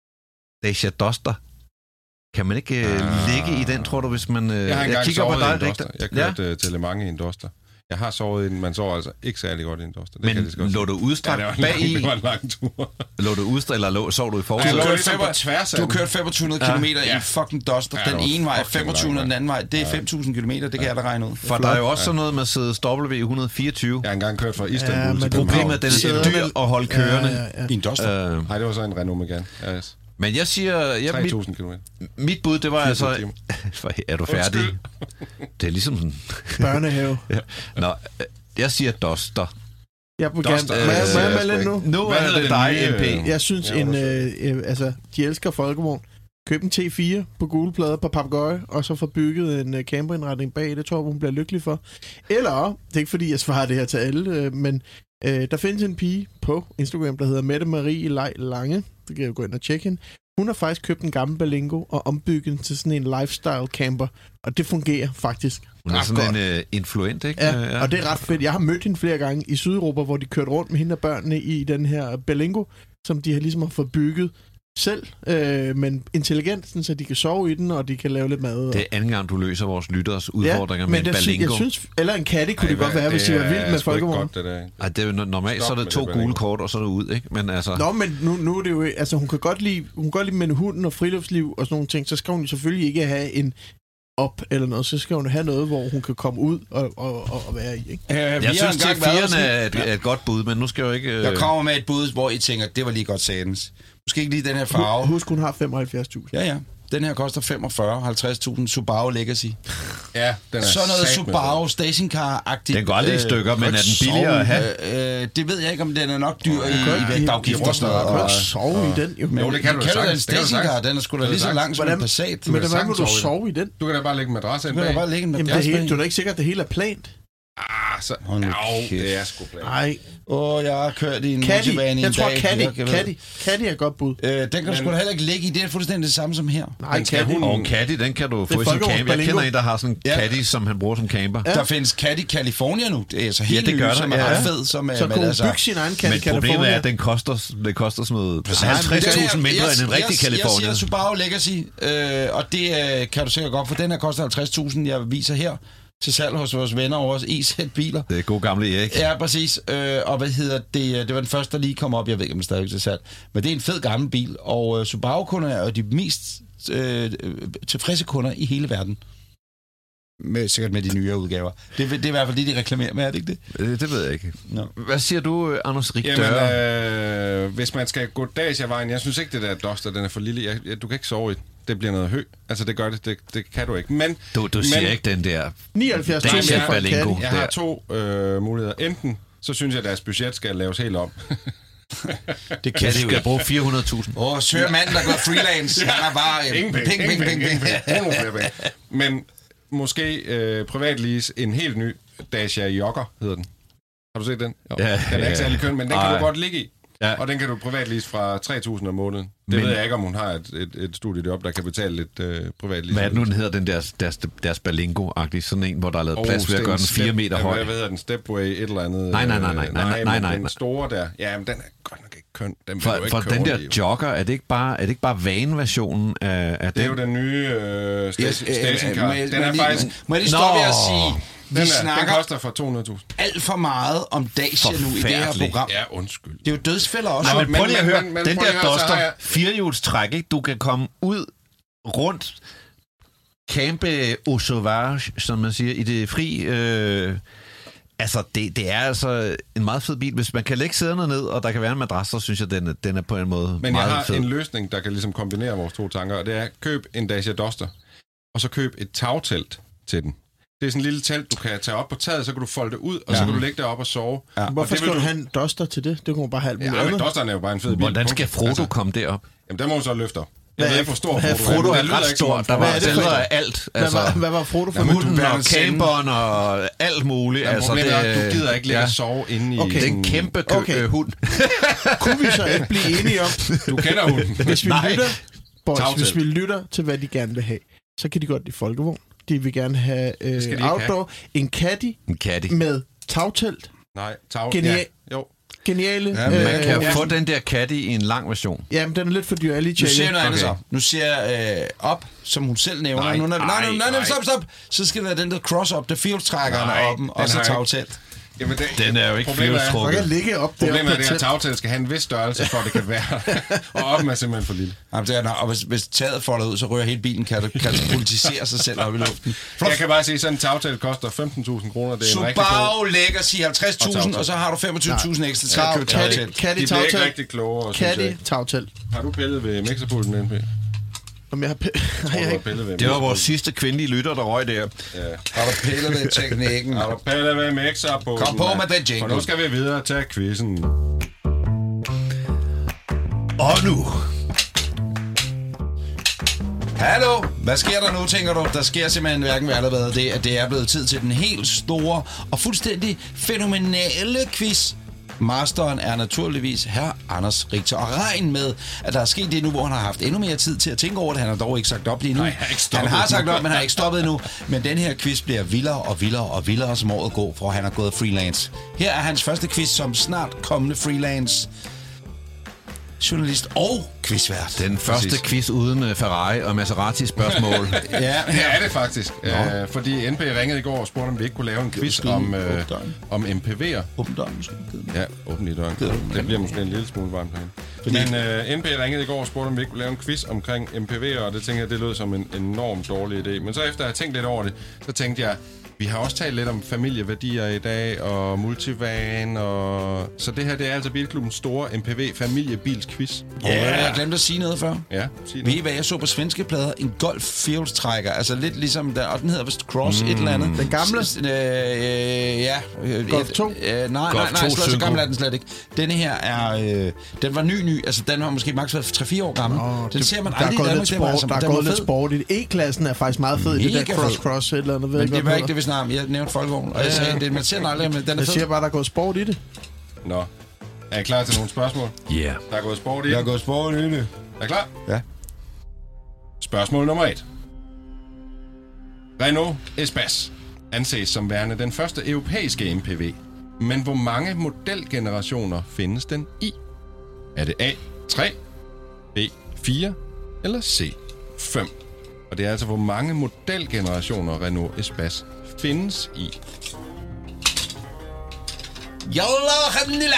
[SPEAKER 4] Dacia Duster, kan man ikke øh, ah. ligge i den, tror du, hvis man øh,
[SPEAKER 3] jeg, har
[SPEAKER 4] jeg kigger på dig
[SPEAKER 3] rigtigt? Jeg kørte ja? til Le Mans i en Duster. Jeg har sovet i den, man sover altså ikke særlig godt i en Duster.
[SPEAKER 4] Det Men kan lå du udstrakt ja, bag i?
[SPEAKER 3] Det var en lang tur.
[SPEAKER 4] Lå du udstrakt, eller lå, sov du i forhold?
[SPEAKER 2] Du har kørt, kørt femogtyve hundrede ja. kilometer ja. i fucking Duster. Ja, den ene vej, femogtyve hundrede, den anden vej. Det er ja. fem tusind kilometer, det kan ja. jeg da regne ud.
[SPEAKER 4] For der er jo også sådan noget med Mercedes W et hundrede og fireogtyve.
[SPEAKER 3] Jeg har engang kørt fra Istanbul ja, til
[SPEAKER 4] Problemet er, den er dyr at holde kørende.
[SPEAKER 2] Ja, ja, ja. I en Duster?
[SPEAKER 3] Nej, det var så en Renault Megane. Yes.
[SPEAKER 4] Men jeg siger... Jeg,
[SPEAKER 3] tre tusind kilometer.
[SPEAKER 4] Mit bud, det var altså... Er du færdig? Det er ligesom sådan...
[SPEAKER 5] Børnehave.
[SPEAKER 4] ja. Nå, jeg siger Duster.
[SPEAKER 5] Jeg vil gerne... Hvad er med lidt nu?
[SPEAKER 4] Nu er det dig, M P.
[SPEAKER 5] Jeg synes, en, øh, øh, altså, de elsker folkevogn. Køb en T fire på gule plader på papegøje, og så få bygget en uh, camperindretning bag. Det tror jeg, hun bliver lykkelig for. Eller, det er ikke fordi, jeg svarer det her til alle, øh, men øh, der findes en pige på Instagram, der hedder Mette Marie Lej Lange. Det kan jeg jo gå ind og tjekke hende. Hun har faktisk købt en gammel Berlingo og ombygget den til sådan en lifestyle camper, og det fungerer faktisk.
[SPEAKER 4] Hun er sådan godt. en uh, influent, ikke?
[SPEAKER 5] Ja, ja, og det er ret fedt. Jeg har mødt hende flere gange i Sydeuropa, hvor de kørte rundt med hende og børnene i den her Berlingo, som de har ligesom har fået bygget selv, øh, men intelligent, sådan, så de kan sove i den, og de kan lave lidt mad. Og...
[SPEAKER 4] Det er anden gang, du løser vores lytteres udfordringer
[SPEAKER 5] ja,
[SPEAKER 4] med en
[SPEAKER 5] det,
[SPEAKER 4] balingo.
[SPEAKER 5] Jeg synes, eller en katte kunne Ej, det godt være, hvis de var vild med folkevogn.
[SPEAKER 4] Ej, det er jo normalt, så er det to det gule kort, og så er det ud, ikke? Men altså...
[SPEAKER 5] Nå, men nu, nu er det jo... Altså, hun kan godt lide, hun kan godt lide med hunden og friluftsliv og sådan nogle ting, så skal hun selvfølgelig ikke have en op eller noget, så skal hun have noget, hvor hun kan komme ud og, og, og, og være i, ikke?
[SPEAKER 2] Øh,
[SPEAKER 4] jeg synes, at firerne er et, er et godt bud, men nu skal jeg jo ikke... Øh...
[SPEAKER 2] Jeg kommer med et bud, hvor I tænker, det var lige godt satans. Måske ikke lige den her farve.
[SPEAKER 5] Husk, hun har femoghalvfjerds tusind.
[SPEAKER 2] Ja, ja. Den her koster femogfyrre halvtreds tusind. Subaru Legacy.
[SPEAKER 3] Ja, den er
[SPEAKER 2] så noget Subaru stationcar-agtigt.
[SPEAKER 4] Den går aldrig i stykker, øh, men er den billigere at have?
[SPEAKER 2] Øh, øh, det ved jeg ikke, om den er nok dyr i,
[SPEAKER 5] i
[SPEAKER 2] vægtafgift og sådan noget.
[SPEAKER 5] Du kan ikke sove i den, jo.
[SPEAKER 2] Men
[SPEAKER 3] jo, det kan du
[SPEAKER 2] da
[SPEAKER 3] sagtens.
[SPEAKER 2] En stationcar, den er sgu da lige så lang som en Passat.
[SPEAKER 5] Men hvad må du sove i den?
[SPEAKER 3] Du kan da bare lægge en madras ind
[SPEAKER 2] bag. Du kan da bare lægge en madras bag.
[SPEAKER 5] Du er da ikke sikkert, at det hele er plant.
[SPEAKER 3] Ah, så... Jo, det er sgu plant.
[SPEAKER 5] Nej.
[SPEAKER 2] Åh, jeg har kørt i en motivane i en dag.
[SPEAKER 5] Jeg tror, Caddy. Caddy. Caddy er godt bud.
[SPEAKER 2] Øh, den kan du sgu da heller ikke ligge i. Det er fuldstændig det samme som her.
[SPEAKER 5] Nej, Caddy.
[SPEAKER 4] Og Caddy, den kan du få i sin camper. Jeg kender en, der har sådan en Caddy, som han bruger som camper.
[SPEAKER 2] Der findes Caddy California nu. Det er så helt
[SPEAKER 4] ja, det gør
[SPEAKER 2] ny, som er
[SPEAKER 4] ja.
[SPEAKER 2] ret fed. Som,
[SPEAKER 5] så kunne hun bygge sin egen Caddy California.
[SPEAKER 4] Men problemet er, at den koster, det koster sådan noget halvtreds tusind mindre end en rigtig California.
[SPEAKER 2] Jeg siger Subaru Legacy, og det kan du sikkert godt, for den her koster halvtreds tusind, jeg viser her. Til salg hos vores venner over os, E Z-biler.
[SPEAKER 4] Det er god gamle Erik.
[SPEAKER 2] Ja, præcis. Øh, og hvad hedder det? Det var den første, der lige kom op. Jeg ved ikke, om det stadig er til salg. Men det er en fed gammel bil, og uh, Subaru-kunder er jo de mest øh, tilfredse kunder i hele verden. Med, sikkert med de nyere udgaver. Det, det er i hvert fald det, de reklamerer med, er det ikke det?
[SPEAKER 4] Det, det ved jeg ikke. No. Hvad siger du, Anders Rik
[SPEAKER 3] Jamen, øh, hvis man skal gå Dacia-vejen, jeg synes ikke, det der Duster, den er for lille. Jeg, jeg, du kan ikke sove i den. Det bliver noget hø. Altså, det gør det. Det, det kan du ikke. Men...
[SPEAKER 4] Du, du
[SPEAKER 3] men,
[SPEAKER 4] siger ikke den der...
[SPEAKER 5] nioghalvfjerds
[SPEAKER 4] Dacia Balingo.
[SPEAKER 3] Jeg har to øh, muligheder. Enten, så synes jeg, at deres budget skal laves helt om.
[SPEAKER 2] Det kan
[SPEAKER 4] det jo ikke. Bruge fire hundrede tusind.
[SPEAKER 2] Åh, oh, søger manden, der går freelance. Han er bare... Øh,
[SPEAKER 3] ingen penge, penge, penge, penge, penge, penge. Men måske øh, privatlease en helt ny Dacia Jogger, hedder den. Har du set den? Jo. Ja, den er ikke særlig køn, men den kan du godt ligge i. Ja. Og den kan du privatlease fra tre tusind om måneden. Det men, ved jeg ikke, om hun har et, et, et studiejob, der kan betale lidt øh, privatlease.
[SPEAKER 4] Hvad er det nu, den hedder, den der, deres, deres Balingo-agtig? Sådan en, hvor der er lavet oh, plads ved at gøre den fire meter høj.
[SPEAKER 3] Hvad hedder den? Stepway, et eller andet?
[SPEAKER 4] Nej, nej, nej, nej, nej, nej, nej.
[SPEAKER 3] Den store der, ja, men den er godt nok ikke køn. Den
[SPEAKER 4] for
[SPEAKER 3] ikke
[SPEAKER 4] for den der jogger, er det ikke bare, er det ikke bare van-versionen af, af
[SPEAKER 3] det? Det er
[SPEAKER 4] den?
[SPEAKER 3] jo den nye øh, stationcar.
[SPEAKER 2] Yes, øh,
[SPEAKER 3] den er faktisk...
[SPEAKER 2] Må jeg lige stoppe at sige...
[SPEAKER 3] Den, er, snakker den koster for to hundrede tusind.
[SPEAKER 2] Alt for meget om Dacia nu i det her program.
[SPEAKER 3] Ja, undskyld.
[SPEAKER 2] Det er jo dødsfælder også.
[SPEAKER 4] Nej, men prøv lige at høre.
[SPEAKER 3] Men, men,
[SPEAKER 4] den der Duster,
[SPEAKER 3] jeg...
[SPEAKER 4] firehjulstræk, ikke? Du kan komme ud rundt, campe au sauvage, som man siger, i det fri. Øh, altså, det, det er altså en meget fed bil. Hvis man kan lægge sæderne ned, og der kan være en madras, så synes jeg, den, den er på en måde
[SPEAKER 3] men
[SPEAKER 4] meget
[SPEAKER 3] jeg har
[SPEAKER 4] fed.
[SPEAKER 3] en løsning, der kan ligesom kombinere vores to tanker, og det er, køb en Dacia Duster, og så køb et tagtelt til den. Det er sådan en lille telt, du kan tage op på taget, så kan du folde det ud, og ja. så kan du ligge deroppe og sove. Ja.
[SPEAKER 5] Og Hvorfor skal du have en Duster til det? Det kunne bare have alt muligt
[SPEAKER 3] ja,
[SPEAKER 5] andet.
[SPEAKER 3] Ja, men Dusteren er jo bare en fed bil.
[SPEAKER 4] Hvordan skal Frodo altså, komme derop?
[SPEAKER 3] Jamen, der må du så løfte op. Jeg ved ikke, hvor stor
[SPEAKER 4] Frodo, Frodo er. ret stor. Der var billeder af alt.
[SPEAKER 5] Altså, hvad, var, hvad var Frodo for?
[SPEAKER 4] Hunden og camperen og alt muligt.
[SPEAKER 3] Ja, altså, det, er, du gider ikke ligge ja. og sove inde i...
[SPEAKER 4] Okay. Den kæmpe kø- okay. hund.
[SPEAKER 5] Kunne vi så ikke blive enige om...
[SPEAKER 3] Du kender hunden.
[SPEAKER 5] Hvis vi, lytter, boys, hvis vi lytter til, hvad de gerne vil have, så kan de godt lide folkevogn. De vil gerne have øh, outdoor. Have. En caddy,
[SPEAKER 4] en caddy
[SPEAKER 5] med tagtelt.
[SPEAKER 3] Nej, tag...
[SPEAKER 5] Genial.
[SPEAKER 3] Ja. Jo.
[SPEAKER 5] Geniale.
[SPEAKER 4] Ja, man øh, kan ja. få den der caddy i en lang version.
[SPEAKER 5] Ja, men den er lidt for dyr. Jeg lige
[SPEAKER 2] nu siger jeg noget andet så. Nu siger jeg øh, op, som hun selv nævner. Nej, nu, nej, nej, nej, nej, nej, stop, stop. Så skal der den der cross-up, der fjolstrækkerne oppen, og så tagtelt.
[SPEAKER 3] Jamen, det,
[SPEAKER 4] den er jo ikke fjolstrukket.
[SPEAKER 5] Man kan ligge op der.
[SPEAKER 3] Problemet er, at det her tagtelt skal have en vis størrelse, for det kan være. Og oppen er simpelthen for lille.
[SPEAKER 2] Jamen, det er, når, og hvis, hvis taget folder ud, så rører hele bilen, kan det politisere sig selv op i luften.
[SPEAKER 3] Jeg kan bare sige, at sådan en tagtelt koster femten tusind kroner. Det er
[SPEAKER 2] Subaru
[SPEAKER 3] en rigtig god...
[SPEAKER 2] lægger sig halvtreds tusind, og så har du femogtyve tusind ekstra til at købe tagtelt.
[SPEAKER 5] Caddy
[SPEAKER 3] tagtelt. De bliver ikke rigtig klogere, synes jeg.
[SPEAKER 5] Caddy tagtelt.
[SPEAKER 3] Har du pillet ved mixerpulten, N P?
[SPEAKER 5] Om jeg har p-
[SPEAKER 3] tror,
[SPEAKER 5] jeg
[SPEAKER 3] ikke. Pillet
[SPEAKER 4] det var vores sidste kvindelige lytter, der røg der. Ja.
[SPEAKER 2] Har du pillet ved teknikken?
[SPEAKER 3] Har du pillet ved mixerpulten?
[SPEAKER 2] Kom på med den jingle.
[SPEAKER 3] For nu skal vi videre til quizzen.
[SPEAKER 4] Og nu...
[SPEAKER 2] Hallo, hvad sker der nu, tænker du? Der sker simpelthen hverken hvad der været det, at det er blevet tid til den helt store og fuldstændig fænomenale quiz. Masteren er naturligvis herr Anders Richter. Og regn med, at der er sket det nu, hvor han har haft endnu mere tid til at tænke over det. Han har dog ikke sagt op lige nu.
[SPEAKER 3] Nej, han,
[SPEAKER 2] han har sagt op, men han har ikke stoppet endnu. Men den her quiz bliver vildere og vildere og vildere, som året går, for han har gået freelance. Her er hans første quiz som snart kommende freelance. journalist og quizvært.
[SPEAKER 4] Den første
[SPEAKER 3] Præcis.
[SPEAKER 4] quiz uden Ferrari og Maserati-spørgsmål.
[SPEAKER 2] Ja,
[SPEAKER 3] Det er det faktisk. Æ, fordi N P ringede i går og spurgte, om vi ikke kunne lave en quiz om, øh, om M P V'er.
[SPEAKER 2] Åben døren, måske.
[SPEAKER 3] Ja, åbn i døren. Det bliver måske en lille smule varmt herinde. Men øh, N P ringede i går og spurgte, om vi ikke kunne lave en quiz omkring M P V'er, og det tænkte jeg, det lød som en enormt dårlig idé. Men så efter at have tænkt lidt over det, så tænkte jeg, vi har også talt lidt om familieværdier i dag, og multivan, og... Så det her, det er altså Bilklubbens store M P V familiebilsquiz.
[SPEAKER 2] Ja, yeah. Jeg glemte at sige noget før.
[SPEAKER 3] Ja, sig
[SPEAKER 2] Ved I, hvad jeg så på svenske plader? En Golf firehjulstrækker. Altså lidt ligesom der, og den hedder vist Cross mm. et eller andet.
[SPEAKER 5] Den gamle?
[SPEAKER 2] S- øh, øh, ja. Øh,
[SPEAKER 5] Golf to?
[SPEAKER 2] Øh, nej,
[SPEAKER 4] Golf
[SPEAKER 2] nej, nej,
[SPEAKER 4] to
[SPEAKER 2] så, så
[SPEAKER 4] Synchro.
[SPEAKER 2] gammel er den slet ikke. Denne her er... Øh, den var ny, ny. Altså, den var måske maks været tre fire år gammel.
[SPEAKER 5] Nå,
[SPEAKER 2] den
[SPEAKER 5] det,
[SPEAKER 2] ser man
[SPEAKER 5] der er
[SPEAKER 2] aldrig i
[SPEAKER 5] gået
[SPEAKER 2] Danmark.
[SPEAKER 5] lidt
[SPEAKER 2] Det var
[SPEAKER 5] sport,
[SPEAKER 2] altså,
[SPEAKER 5] der er
[SPEAKER 2] den
[SPEAKER 5] gået
[SPEAKER 2] var
[SPEAKER 5] lidt
[SPEAKER 2] fed.
[SPEAKER 5] sport i det. E-klassen er faktisk meget fed i det
[SPEAKER 2] Mega
[SPEAKER 5] der
[SPEAKER 2] fed.
[SPEAKER 5] cross-cross et eller andet. Ved
[SPEAKER 2] Men
[SPEAKER 5] ikke,
[SPEAKER 2] det
[SPEAKER 5] hvad
[SPEAKER 2] var
[SPEAKER 5] den
[SPEAKER 2] ikke det, vi snakkede om. Jeg nævnte folkevogn, og jeg sagde, det, man ser den aldrig, men den er
[SPEAKER 5] Jeg
[SPEAKER 2] fed.
[SPEAKER 5] siger bare, der er gået sport i det.
[SPEAKER 3] Nå. Er I klar til nogle spørgsmål?
[SPEAKER 4] Yeah.
[SPEAKER 3] Der er gået sport i
[SPEAKER 2] Jeg
[SPEAKER 3] det.
[SPEAKER 2] har gået sport i det.
[SPEAKER 3] Er I klar?
[SPEAKER 2] Ja.
[SPEAKER 3] Spørgsmål nummer et. Renault Espace anses som værende den første europæiske M P V. Men hvor mange modelgenerationer findes den i? Er det A tre, B fire eller C fem? Og det er altså, hvor mange modelgenerationer Renault Espace findes i.
[SPEAKER 2] Yalla, khamnil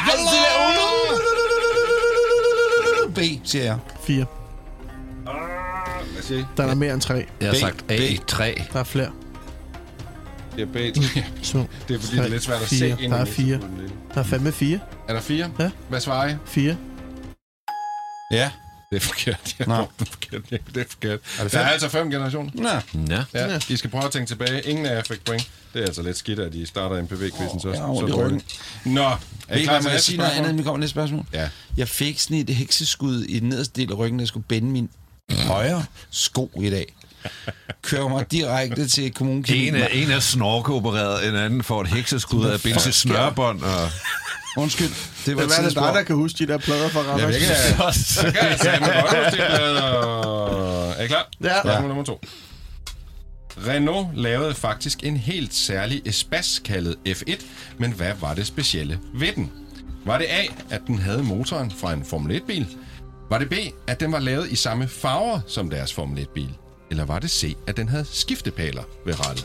[SPEAKER 2] B, siger jeg.
[SPEAKER 5] Fire.
[SPEAKER 3] Hvad siger I?
[SPEAKER 5] Der er mere end tre.
[SPEAKER 4] Jeg har
[SPEAKER 2] B,
[SPEAKER 4] sagt A tre.
[SPEAKER 5] Der er flere.
[SPEAKER 3] Det er B.
[SPEAKER 5] Så,
[SPEAKER 3] Det er fordi, det er lidt svært at se
[SPEAKER 5] fire.
[SPEAKER 3] ind i
[SPEAKER 5] Der er
[SPEAKER 3] det.
[SPEAKER 5] fire. Der er fandme fire.
[SPEAKER 3] Er der fire?
[SPEAKER 5] Ja.
[SPEAKER 3] Hvad svarer I?
[SPEAKER 5] Fire.
[SPEAKER 2] Ja.
[SPEAKER 3] Det er forkert. Jeg
[SPEAKER 2] Nå.
[SPEAKER 3] Nå. Det er forkert. Ja, det er forkert.
[SPEAKER 2] Er det
[SPEAKER 3] Der
[SPEAKER 2] fem?
[SPEAKER 3] er altså fem generationer.
[SPEAKER 2] Nå.
[SPEAKER 4] Ja.
[SPEAKER 3] Ja, I skal prøve at tænke tilbage. Ingen af jer fik point. Det er altså lidt skidt, at I starter M P V-quizzen så,
[SPEAKER 2] jeg har
[SPEAKER 3] så
[SPEAKER 2] ondt i
[SPEAKER 3] dårligt.
[SPEAKER 2] ryggen.
[SPEAKER 3] Nå, er
[SPEAKER 2] Ved
[SPEAKER 3] I
[SPEAKER 2] I
[SPEAKER 3] klar
[SPEAKER 2] hvad,
[SPEAKER 3] til
[SPEAKER 2] må jeg
[SPEAKER 3] næste
[SPEAKER 2] sige noget andet,
[SPEAKER 3] spørgsmål?
[SPEAKER 2] end vi kommer næste spørgsmål?
[SPEAKER 3] Ja.
[SPEAKER 2] Jeg fik sådan et hekseskud i den nederste del af ryggen, der skulle bænde min højre sko i dag. Kører mig direkte til kommuneklinik.
[SPEAKER 4] En er, en er snorkeopereret, en anden får et hekseskud af binde til snørbånd. Og...
[SPEAKER 2] Undskyld, det var
[SPEAKER 5] Hvad er det dig, der kan huske de der plader fra Randers?
[SPEAKER 3] Jeg kan så kan jeg sige, man godt huske det blad, og... Er I klar?
[SPEAKER 5] Ja.
[SPEAKER 3] Spørgsmål nummer to. Renault lavede faktisk en helt særlig Espace kaldet F et, men hvad var det specielle ved den? Var det A, at den havde motoren fra en Formel et-bil? Var det B, at den var lavet i samme farver som deres Formel et-bil? Eller var det C, at den havde skiftepaler ved rattet?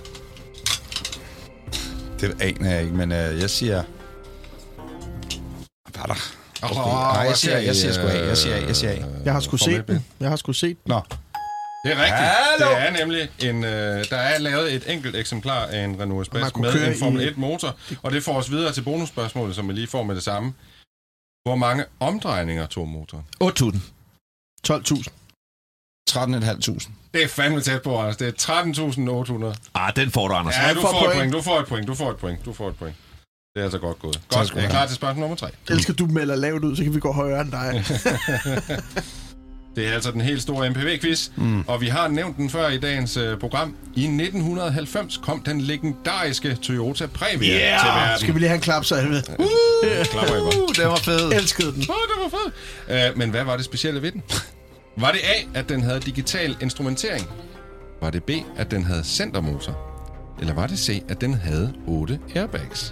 [SPEAKER 2] Det aner jeg ikke, men øh, jeg siger... Hvad der? Okay.
[SPEAKER 3] Åh,
[SPEAKER 2] Nej, jeg
[SPEAKER 3] hvad
[SPEAKER 2] siger, jeg siger sgu A. Jeg siger A. Jeg siger A.
[SPEAKER 5] Jeg har sgu
[SPEAKER 3] Formel
[SPEAKER 5] set den. Jeg har sgu set den.
[SPEAKER 2] Nå.
[SPEAKER 3] Det er rigtigt.
[SPEAKER 2] Hallo!
[SPEAKER 3] Det er nemlig en... Øh, der er lavet et enkelt eksemplar af en Renault
[SPEAKER 5] Man
[SPEAKER 3] Espace
[SPEAKER 5] kunne
[SPEAKER 3] med
[SPEAKER 5] køre
[SPEAKER 3] en Formel
[SPEAKER 5] i-
[SPEAKER 3] et-motor, og det får os videre til bonusspørgsmålet, som vi lige får med det samme. Hvor mange omdrejninger tog motoren?
[SPEAKER 4] otte tusind.
[SPEAKER 5] tolv tusind.
[SPEAKER 2] tretten tusind fem hundrede.
[SPEAKER 3] Det er fandme tæt på, Anders. Det er tretten tusind otte hundrede.
[SPEAKER 4] Ah, den får du, Anders.
[SPEAKER 3] Ja, du
[SPEAKER 5] får
[SPEAKER 3] får et
[SPEAKER 5] point.
[SPEAKER 3] point. Du får et point. Du får et point. Du får et point. Det er altså godt gået.
[SPEAKER 2] Tak
[SPEAKER 3] Godt.
[SPEAKER 2] skal
[SPEAKER 3] Er
[SPEAKER 2] du
[SPEAKER 3] I
[SPEAKER 2] have.
[SPEAKER 3] klar til spørgsmål nummer tre?
[SPEAKER 5] Jeg elsker, du melder lavt ud, så kan vi gå højere end dig.
[SPEAKER 3] Det er altså den helt store M P V-quiz, mm. og vi har nævnt den før i dagens uh, program. I nitten halvfems kom den legendariske Toyota Previa
[SPEAKER 5] Yeah!
[SPEAKER 3] til verden.
[SPEAKER 5] Skal vi lige have en klap, så helvede?
[SPEAKER 3] Klapper I bare.
[SPEAKER 4] Uh, den var fed.
[SPEAKER 5] Elskede den.
[SPEAKER 3] Åh, det var fedt. Uh, men hvad var det specielle ved den? Var det A, at den havde digital instrumentering? Var det B, at den havde centermotor? Eller var det C, at den havde otte airbags?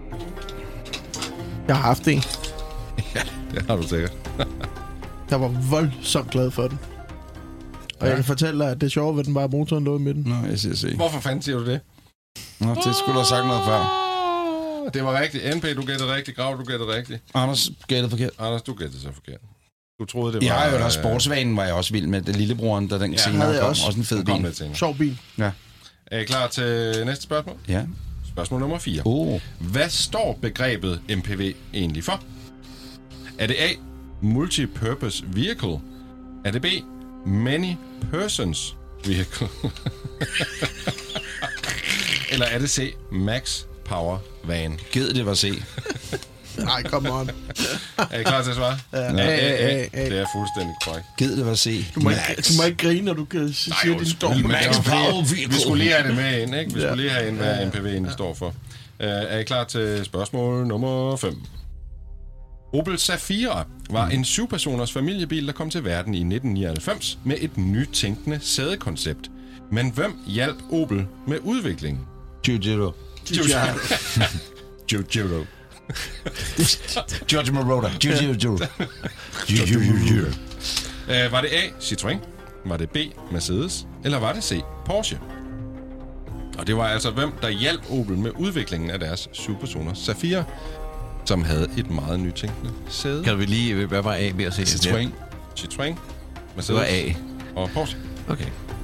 [SPEAKER 5] Jeg har haft en.
[SPEAKER 3] Ja, det har du sikkert.
[SPEAKER 5] Jeg var voldsomt glad for den. Og
[SPEAKER 3] Ja.
[SPEAKER 5] jeg kan fortælle dig, at det sjove ved den var, at motoren lå i midten.
[SPEAKER 2] Nå, jeg siger C.
[SPEAKER 3] Hvorfor fanden siger du det?
[SPEAKER 2] Nå, det skulle du have sagt noget før.
[SPEAKER 3] Åh, det var rigtigt. N P, du gættede rigtigt. Grav, du gættede rigtigt.
[SPEAKER 2] Anders gættede forkert.
[SPEAKER 3] Anders, du gættede så forkert. Du troede, det var...
[SPEAKER 2] Jeg har jo da
[SPEAKER 3] øh,
[SPEAKER 2] sportsvanen, var jeg også vild med. Det lillebroren, der den
[SPEAKER 3] Ja,
[SPEAKER 2] senere
[SPEAKER 5] havde jeg
[SPEAKER 2] kom.
[SPEAKER 5] også.
[SPEAKER 2] Også en fed
[SPEAKER 3] Den kom
[SPEAKER 2] bil.
[SPEAKER 3] lidt senere.
[SPEAKER 5] Sjov bil.
[SPEAKER 2] Ja.
[SPEAKER 3] Er I klar til næste spørgsmål?
[SPEAKER 2] Ja.
[SPEAKER 3] Spørgsmål nummer fire.
[SPEAKER 2] Oh.
[SPEAKER 3] Hvad står begrebet M P V egentlig for? Er det A, Multipurpose Vehicle? Er det B, Many Persons Vehicle? Eller er det C, Max Power Van?
[SPEAKER 2] Gid det var C.
[SPEAKER 5] Nej, come on.
[SPEAKER 3] Er I klar til at svare?
[SPEAKER 5] Ja.
[SPEAKER 3] Ja,
[SPEAKER 5] A, A, A, A.
[SPEAKER 3] det er fuldstændig korrekt.
[SPEAKER 2] Gid det var C.
[SPEAKER 5] Du må, ikke, du må ikke grine, når du kan sige din
[SPEAKER 3] undskyld.
[SPEAKER 5] dom.
[SPEAKER 2] Max
[SPEAKER 3] Det var fordi,
[SPEAKER 2] Power Vehicle.
[SPEAKER 3] Vi skulle lige have det med ind, ikke? Vi
[SPEAKER 5] Ja.
[SPEAKER 3] skulle lige have ind, hvad M P V egentlig står for. Uh, er I klar til spørgsmål nummer fem? Opel Zafira var en syvpersoners familiebil, der kom til verden i nitten nioghalvfems med et nytænkende sædekoncept. Men hvem hjalp Opel med udviklingen?
[SPEAKER 2] Giugiaro.
[SPEAKER 3] Giugiaro.
[SPEAKER 2] Giorgio Moroder.
[SPEAKER 3] Uh, var det A, Citroën? Var det B, Mercedes? Eller var det C, Porsche? Og det var altså hvem, der hjalp Opel med udviklingen af deres syvpersoner Zafira, som havde et meget nytænkende sæde.
[SPEAKER 4] Kan du lige, hvad var A, B og C?
[SPEAKER 2] Citroën.
[SPEAKER 3] Citroën, Mercedes
[SPEAKER 4] Det var A.
[SPEAKER 3] og Porsche.
[SPEAKER 4] Okay.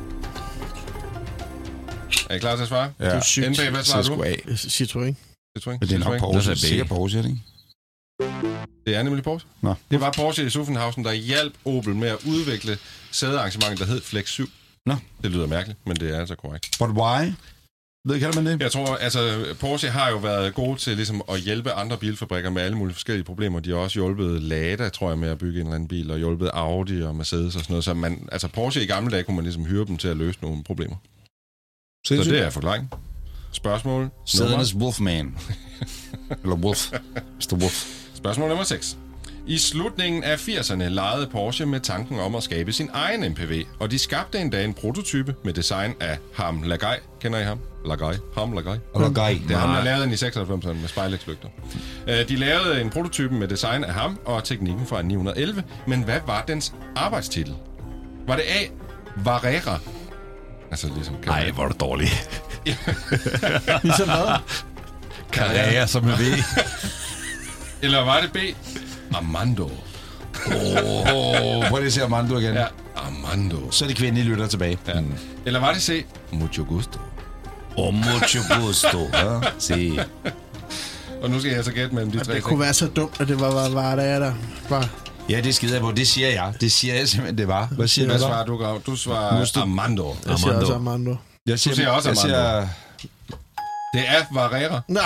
[SPEAKER 3] Er I klar til at svare?
[SPEAKER 2] Ja.
[SPEAKER 5] Det er sygt.
[SPEAKER 3] N B, hvad svarer du?
[SPEAKER 5] Citroën.
[SPEAKER 3] Citroën.
[SPEAKER 2] Men det er nok
[SPEAKER 3] Citroën.
[SPEAKER 2] Porsche.
[SPEAKER 4] Det er
[SPEAKER 2] Sikker Porsche, er det ikke?
[SPEAKER 3] Det er nemlig Porsche.
[SPEAKER 2] Nå.
[SPEAKER 3] Det var Porsche i Zuffenhausen, der hjalp Opel med at udvikle sædearrangementet, der hed Flex syv.
[SPEAKER 2] Nå.
[SPEAKER 3] Det lyder mærkeligt, men det er altså korrekt.
[SPEAKER 2] But why? Ved kalder man det?
[SPEAKER 3] Jeg tror, altså Porsche har jo været gode til ligesom at hjælpe andre bilfabrikker med alle mulige forskellige problemer. De har også hjulpet Lada, tror jeg, med at bygge en eller anden bil, og hjulpet Audi og Mercedes og sådan noget. Så man, altså Porsche i gamle dage kunne man ligesom hyre dem til at løse nogle problemer. Så det er forklaringen. Spørgsmål
[SPEAKER 2] Sædernes Wolfman. Eller Wolf. mister Wolf.
[SPEAKER 3] Spørgsmål nummer seks. I slutningen af firserne legede Porsche med tanken om at skabe sin egen M P V, og de skabte endda en prototype med design af Harm Lagaay. Kender I ham? Lagaay. Harm Lagaay.
[SPEAKER 2] Lagaay.
[SPEAKER 3] Det er ham, der lavede den i seksoghalvfems med spejlægslygter. De lavede en prototype med design af ham og teknikken fra ni hundrede og elleve, men hvad var dens arbejdstitel? Var det A. Varera? Altså ligesom...
[SPEAKER 4] Nej, hvor er du dårlig.
[SPEAKER 5] Ligesom hvad?
[SPEAKER 4] Carrera som med V.
[SPEAKER 3] Eller var det B. Armando?
[SPEAKER 2] Åh, oh, prøv lige at se Armando igen.
[SPEAKER 3] Ja, Armando.
[SPEAKER 2] Så er det kvindelige lytter tilbage.
[SPEAKER 3] Ja. Eller var det C. Mucho gusto?
[SPEAKER 2] Oh, mucho gusto. Ja, se.
[SPEAKER 3] Og nu skal jeg så gætte mellem de tre
[SPEAKER 5] Det
[SPEAKER 3] ting.
[SPEAKER 5] kunne være så dumt, at det var, var, var der, der var...
[SPEAKER 2] Ja, det skider jeg på. Det siger jeg. Det siger jeg simpelthen, det var. Hvad siger
[SPEAKER 3] Hvad
[SPEAKER 2] du?
[SPEAKER 3] svarer du, Grav? Du svarer
[SPEAKER 2] Musto.
[SPEAKER 3] Armando.
[SPEAKER 5] Jeg siger også Armando.
[SPEAKER 2] Jeg siger,
[SPEAKER 3] Du siger også
[SPEAKER 2] jeg
[SPEAKER 3] Armando.
[SPEAKER 2] siger,
[SPEAKER 3] Det er Varera.
[SPEAKER 5] Nej,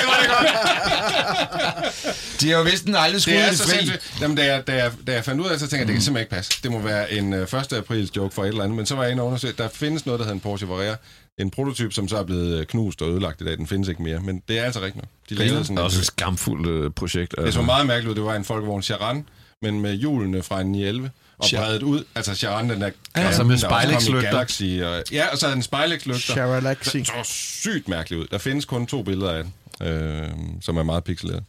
[SPEAKER 2] de har jo vist den aldrig
[SPEAKER 3] Det
[SPEAKER 2] skudt
[SPEAKER 3] er
[SPEAKER 2] det
[SPEAKER 3] så
[SPEAKER 2] fri.
[SPEAKER 3] sindssygt. Jamen, da jeg, da, jeg, da jeg fandt ud af det, så tænkte jeg, det kan simpelthen ikke passe. Det må være en uh, første aprils joke for et eller andet. Men så var jeg inde og undersøge, der findes noget, der hedder en Porsche Varera. En prototyp, som så er blevet knust og ødelagt i dag. Den findes ikke mere, men det er altså rigtigt nok. De lavede sådan
[SPEAKER 4] Det er også
[SPEAKER 3] en,
[SPEAKER 4] et skamfuldt øh, projekt.
[SPEAKER 3] det så meget mærkeligt ud. Det var en folkevogn Charan, men med hjulene fra en ni elleve. Og
[SPEAKER 2] Char-
[SPEAKER 3] bredet ud. Altså Charan, den der...
[SPEAKER 4] Ja, altså med
[SPEAKER 3] der også kom i
[SPEAKER 4] spejlægslygter.
[SPEAKER 3] Galaxy. Og, ja, og så havde den spejlægslygter.
[SPEAKER 5] Charalaxi.
[SPEAKER 3] Det så sygt mærkeligt ud. Der findes kun to billeder af den, øh, som er meget pixeleret.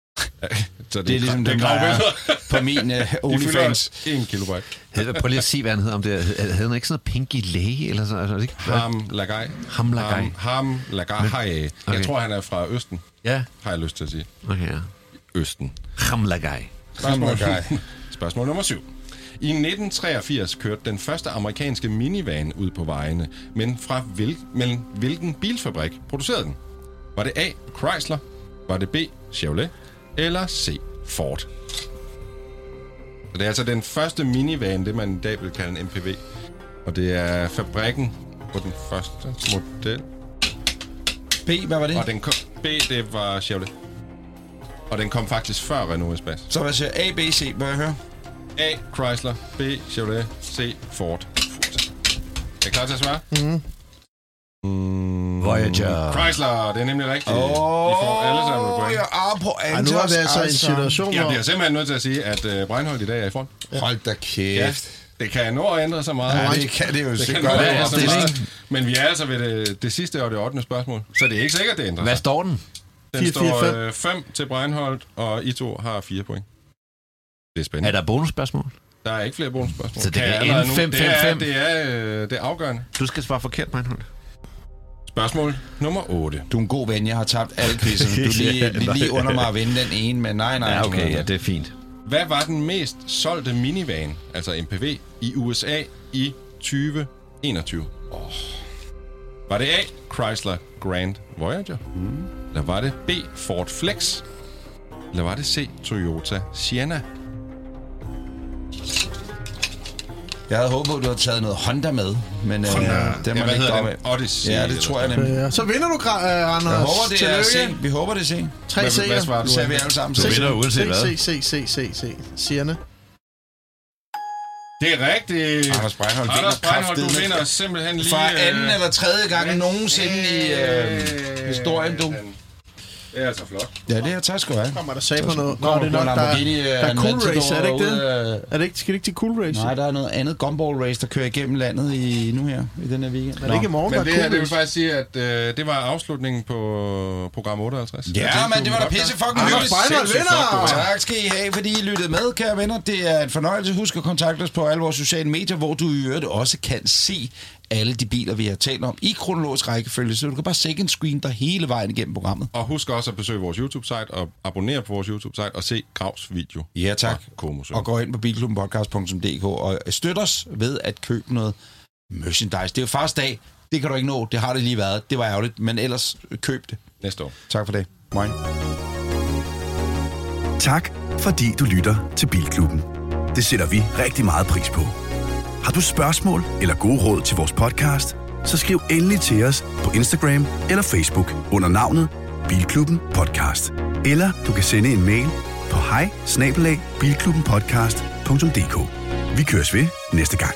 [SPEAKER 3] Så
[SPEAKER 2] Det er ligesom
[SPEAKER 3] det
[SPEAKER 2] dem,
[SPEAKER 3] er
[SPEAKER 2] der er
[SPEAKER 3] gravbilleder.
[SPEAKER 2] på min uh,
[SPEAKER 3] De
[SPEAKER 2] OnlyFans.
[SPEAKER 3] fylder en kilobyte.
[SPEAKER 4] Hed- Prøv lige at sige, hvad han hed om det. Havde han ikke sådan noget Pinky Lay? Eller sådan, altså, ikke?
[SPEAKER 3] Ham Lagaay.
[SPEAKER 4] Ham Lagaay.
[SPEAKER 3] Ham, ham Lagaay. Jeg
[SPEAKER 4] Okay.
[SPEAKER 3] tror, han er fra Østen,
[SPEAKER 4] Ja,
[SPEAKER 3] har jeg lyst til at sige.
[SPEAKER 4] okay, ja.
[SPEAKER 3] Østen.
[SPEAKER 4] Ham Lagaay.
[SPEAKER 3] Spørgsmål,
[SPEAKER 2] Lagaay.
[SPEAKER 3] Spørgsmål nummer syv. I nitten treogfirs kørte den første amerikanske minivan ud på vejene, men fra hvil, men hvilken bilfabrik producerede den? Var det A. Chrysler? Var det B. Chevrolet? Eller C. Ford? Så det er altså den første minivan, det man i dag vil kalde en M P V. Og det er fabrikken på den første model.
[SPEAKER 2] B, hvad var det?
[SPEAKER 3] Og den kom, B, det var Chevrolet. Og den kom faktisk før Renault Espace.
[SPEAKER 2] Så hvad siger A, B, C? Må jeg høre?
[SPEAKER 3] A. Chrysler. B. Chevrolet. C. Ford. Er I klar til at svare?
[SPEAKER 5] Mhm.
[SPEAKER 3] Mm.
[SPEAKER 4] Voyager.
[SPEAKER 3] Chrysler, det er nemlig rigtigt.
[SPEAKER 2] Åh,
[SPEAKER 3] I får alle sammen et point.
[SPEAKER 2] jeg er på
[SPEAKER 5] Ej, nu er vi altså i en situation,
[SPEAKER 3] Jeg
[SPEAKER 5] hvor...
[SPEAKER 3] bliver simpelthen nødt til at sige, at uh, Breinholt i dag er i front.
[SPEAKER 2] Hold da kæft.
[SPEAKER 3] Ja, det kan nå at ændre sig meget.
[SPEAKER 2] Ja, det kan det jo
[SPEAKER 3] det kan
[SPEAKER 2] sikkert
[SPEAKER 3] nå at
[SPEAKER 2] godt.
[SPEAKER 3] ændre sig
[SPEAKER 4] det er
[SPEAKER 3] meget. Men vi er altså ved det, det sidste og det ottende spørgsmål. Så det er ikke sikkert, det ændrer
[SPEAKER 4] Hvad
[SPEAKER 3] sig.
[SPEAKER 4] står den?
[SPEAKER 3] Den
[SPEAKER 5] fire, fire,
[SPEAKER 3] står
[SPEAKER 5] fem.
[SPEAKER 3] øh, fem til Breinholt, og I to har fire point. Det er spændende.
[SPEAKER 4] Er der bonusspørgsmål?
[SPEAKER 3] Der er ikke flere bonusspørgsmål.
[SPEAKER 4] Så det kan
[SPEAKER 3] jeg
[SPEAKER 4] ende
[SPEAKER 3] allerede nu-
[SPEAKER 4] fem,
[SPEAKER 3] det
[SPEAKER 4] fem,
[SPEAKER 3] er-
[SPEAKER 4] fem.
[SPEAKER 3] Det er, øh, det er afgørende.
[SPEAKER 4] Du skal svare forkert, Meinhold.
[SPEAKER 3] Spørgsmål nummer otte.
[SPEAKER 2] Du er en god ven, jeg har tabt alle quizzerne. Du er lige,
[SPEAKER 4] Ja,
[SPEAKER 2] lige, lige under mig at vinde den ene, men nej, nej.
[SPEAKER 4] Ja, okay,
[SPEAKER 2] nej.
[SPEAKER 4] ja, det er fint.
[SPEAKER 3] Hvad var den mest solgte minivan, altså M P V, i U S A i tyve enogtyve? Oh. Var det A. Chrysler Grand Voyager? Mm. Eller var det B. Ford Flex? Eller var det C. Toyota Sienna?
[SPEAKER 2] Jeg havde håbet, at du havde taget noget Honda med, men øh,
[SPEAKER 3] Honda.
[SPEAKER 2] det
[SPEAKER 3] Ja,
[SPEAKER 2] må
[SPEAKER 3] hvad
[SPEAKER 2] man ikke
[SPEAKER 3] hedder
[SPEAKER 2] gøre med.
[SPEAKER 3] den? Odyssey,
[SPEAKER 2] Ja, det
[SPEAKER 3] eller
[SPEAKER 2] tror jeg
[SPEAKER 3] sådan
[SPEAKER 2] nemlig.
[SPEAKER 5] Ja, så vinder du, Gra- uh, Anders.
[SPEAKER 2] Jeg håber, det er
[SPEAKER 5] Tillykke.
[SPEAKER 2] C. Vi håber, det er C.
[SPEAKER 5] Tre
[SPEAKER 3] Hvad-
[SPEAKER 5] C'er.
[SPEAKER 3] hvad svarer du?
[SPEAKER 2] Så er vi alle sammen
[SPEAKER 4] Du
[SPEAKER 2] C.
[SPEAKER 4] vinder uanset hvad.
[SPEAKER 5] C, C, C, C, C. Sienna.
[SPEAKER 3] Det er rigtigt.
[SPEAKER 2] Anders Breinholt vinder
[SPEAKER 3] Anders Breinholt, du
[SPEAKER 2] kraftedeme.
[SPEAKER 3] vinder simpelthen lige...
[SPEAKER 2] For anden
[SPEAKER 3] øh,
[SPEAKER 2] eller tredje gang nogensinde i øh, historien, du.
[SPEAKER 3] Det er altså flot.
[SPEAKER 2] Ja, det er tak skal du have.
[SPEAKER 5] Kommer der sag på noget? Nå,
[SPEAKER 2] Kommer
[SPEAKER 5] det er nok, der,
[SPEAKER 2] Lamborghini,
[SPEAKER 5] der er Cool
[SPEAKER 2] Aventador
[SPEAKER 5] Race, er det ikke det?
[SPEAKER 2] ude,
[SPEAKER 5] Er det ikke, skal det ikke til Cool Race?
[SPEAKER 2] Nej, der er noget andet gumball race, der kører igennem landet i, nu her, i den her weekend.
[SPEAKER 5] Er det ikke i morgen,
[SPEAKER 3] Men
[SPEAKER 5] der
[SPEAKER 3] det
[SPEAKER 5] er
[SPEAKER 3] her,
[SPEAKER 5] Cool
[SPEAKER 3] det vil
[SPEAKER 5] Race?
[SPEAKER 3] faktisk sige, at øh, det var afslutningen på program otteoghalvtreds.
[SPEAKER 2] Ja, men det var da pisse fucking hyggeligt.
[SPEAKER 5] Breinholt vinder!
[SPEAKER 2] Tak skal I have, fordi I lyttede med, kære venner. Det er en fornøjelse. Husk at kontakte os på alle vores sociale medier, hvor du i øvrigt også kan se alle de biler, vi har talt om i kronologisk rækkefølge, så du kan bare second screen dig hele vejen igennem programmet.
[SPEAKER 3] Og husk også at besøge vores YouTube-site og abonnere på vores YouTube-site og se Gravs video.
[SPEAKER 2] Ja, tak.
[SPEAKER 3] Og
[SPEAKER 2] Og gå ind på bilklubbenpodcast punktum d k og støt os ved at købe noget merchandise. Det er jo fars dag. Det kan du ikke nå. Det har det lige været. Det var ærgerligt, men ellers køb det.
[SPEAKER 3] næste år.
[SPEAKER 2] Tak for det. Moin.
[SPEAKER 1] Tak, fordi du lytter til Bilklubben. Det sætter vi rigtig meget pris på. Har du spørgsmål eller gode råd til vores podcast, så skriv endelig til os på Instagram eller Facebook under navnet Bilklubben Podcast. Eller du kan sende en mail på hej snabel-a bilklubbenpodcast punktum d k. Vi køres ved næste gang.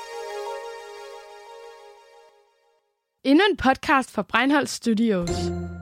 [SPEAKER 8] Endnu en podcast fra Breinholt Studios.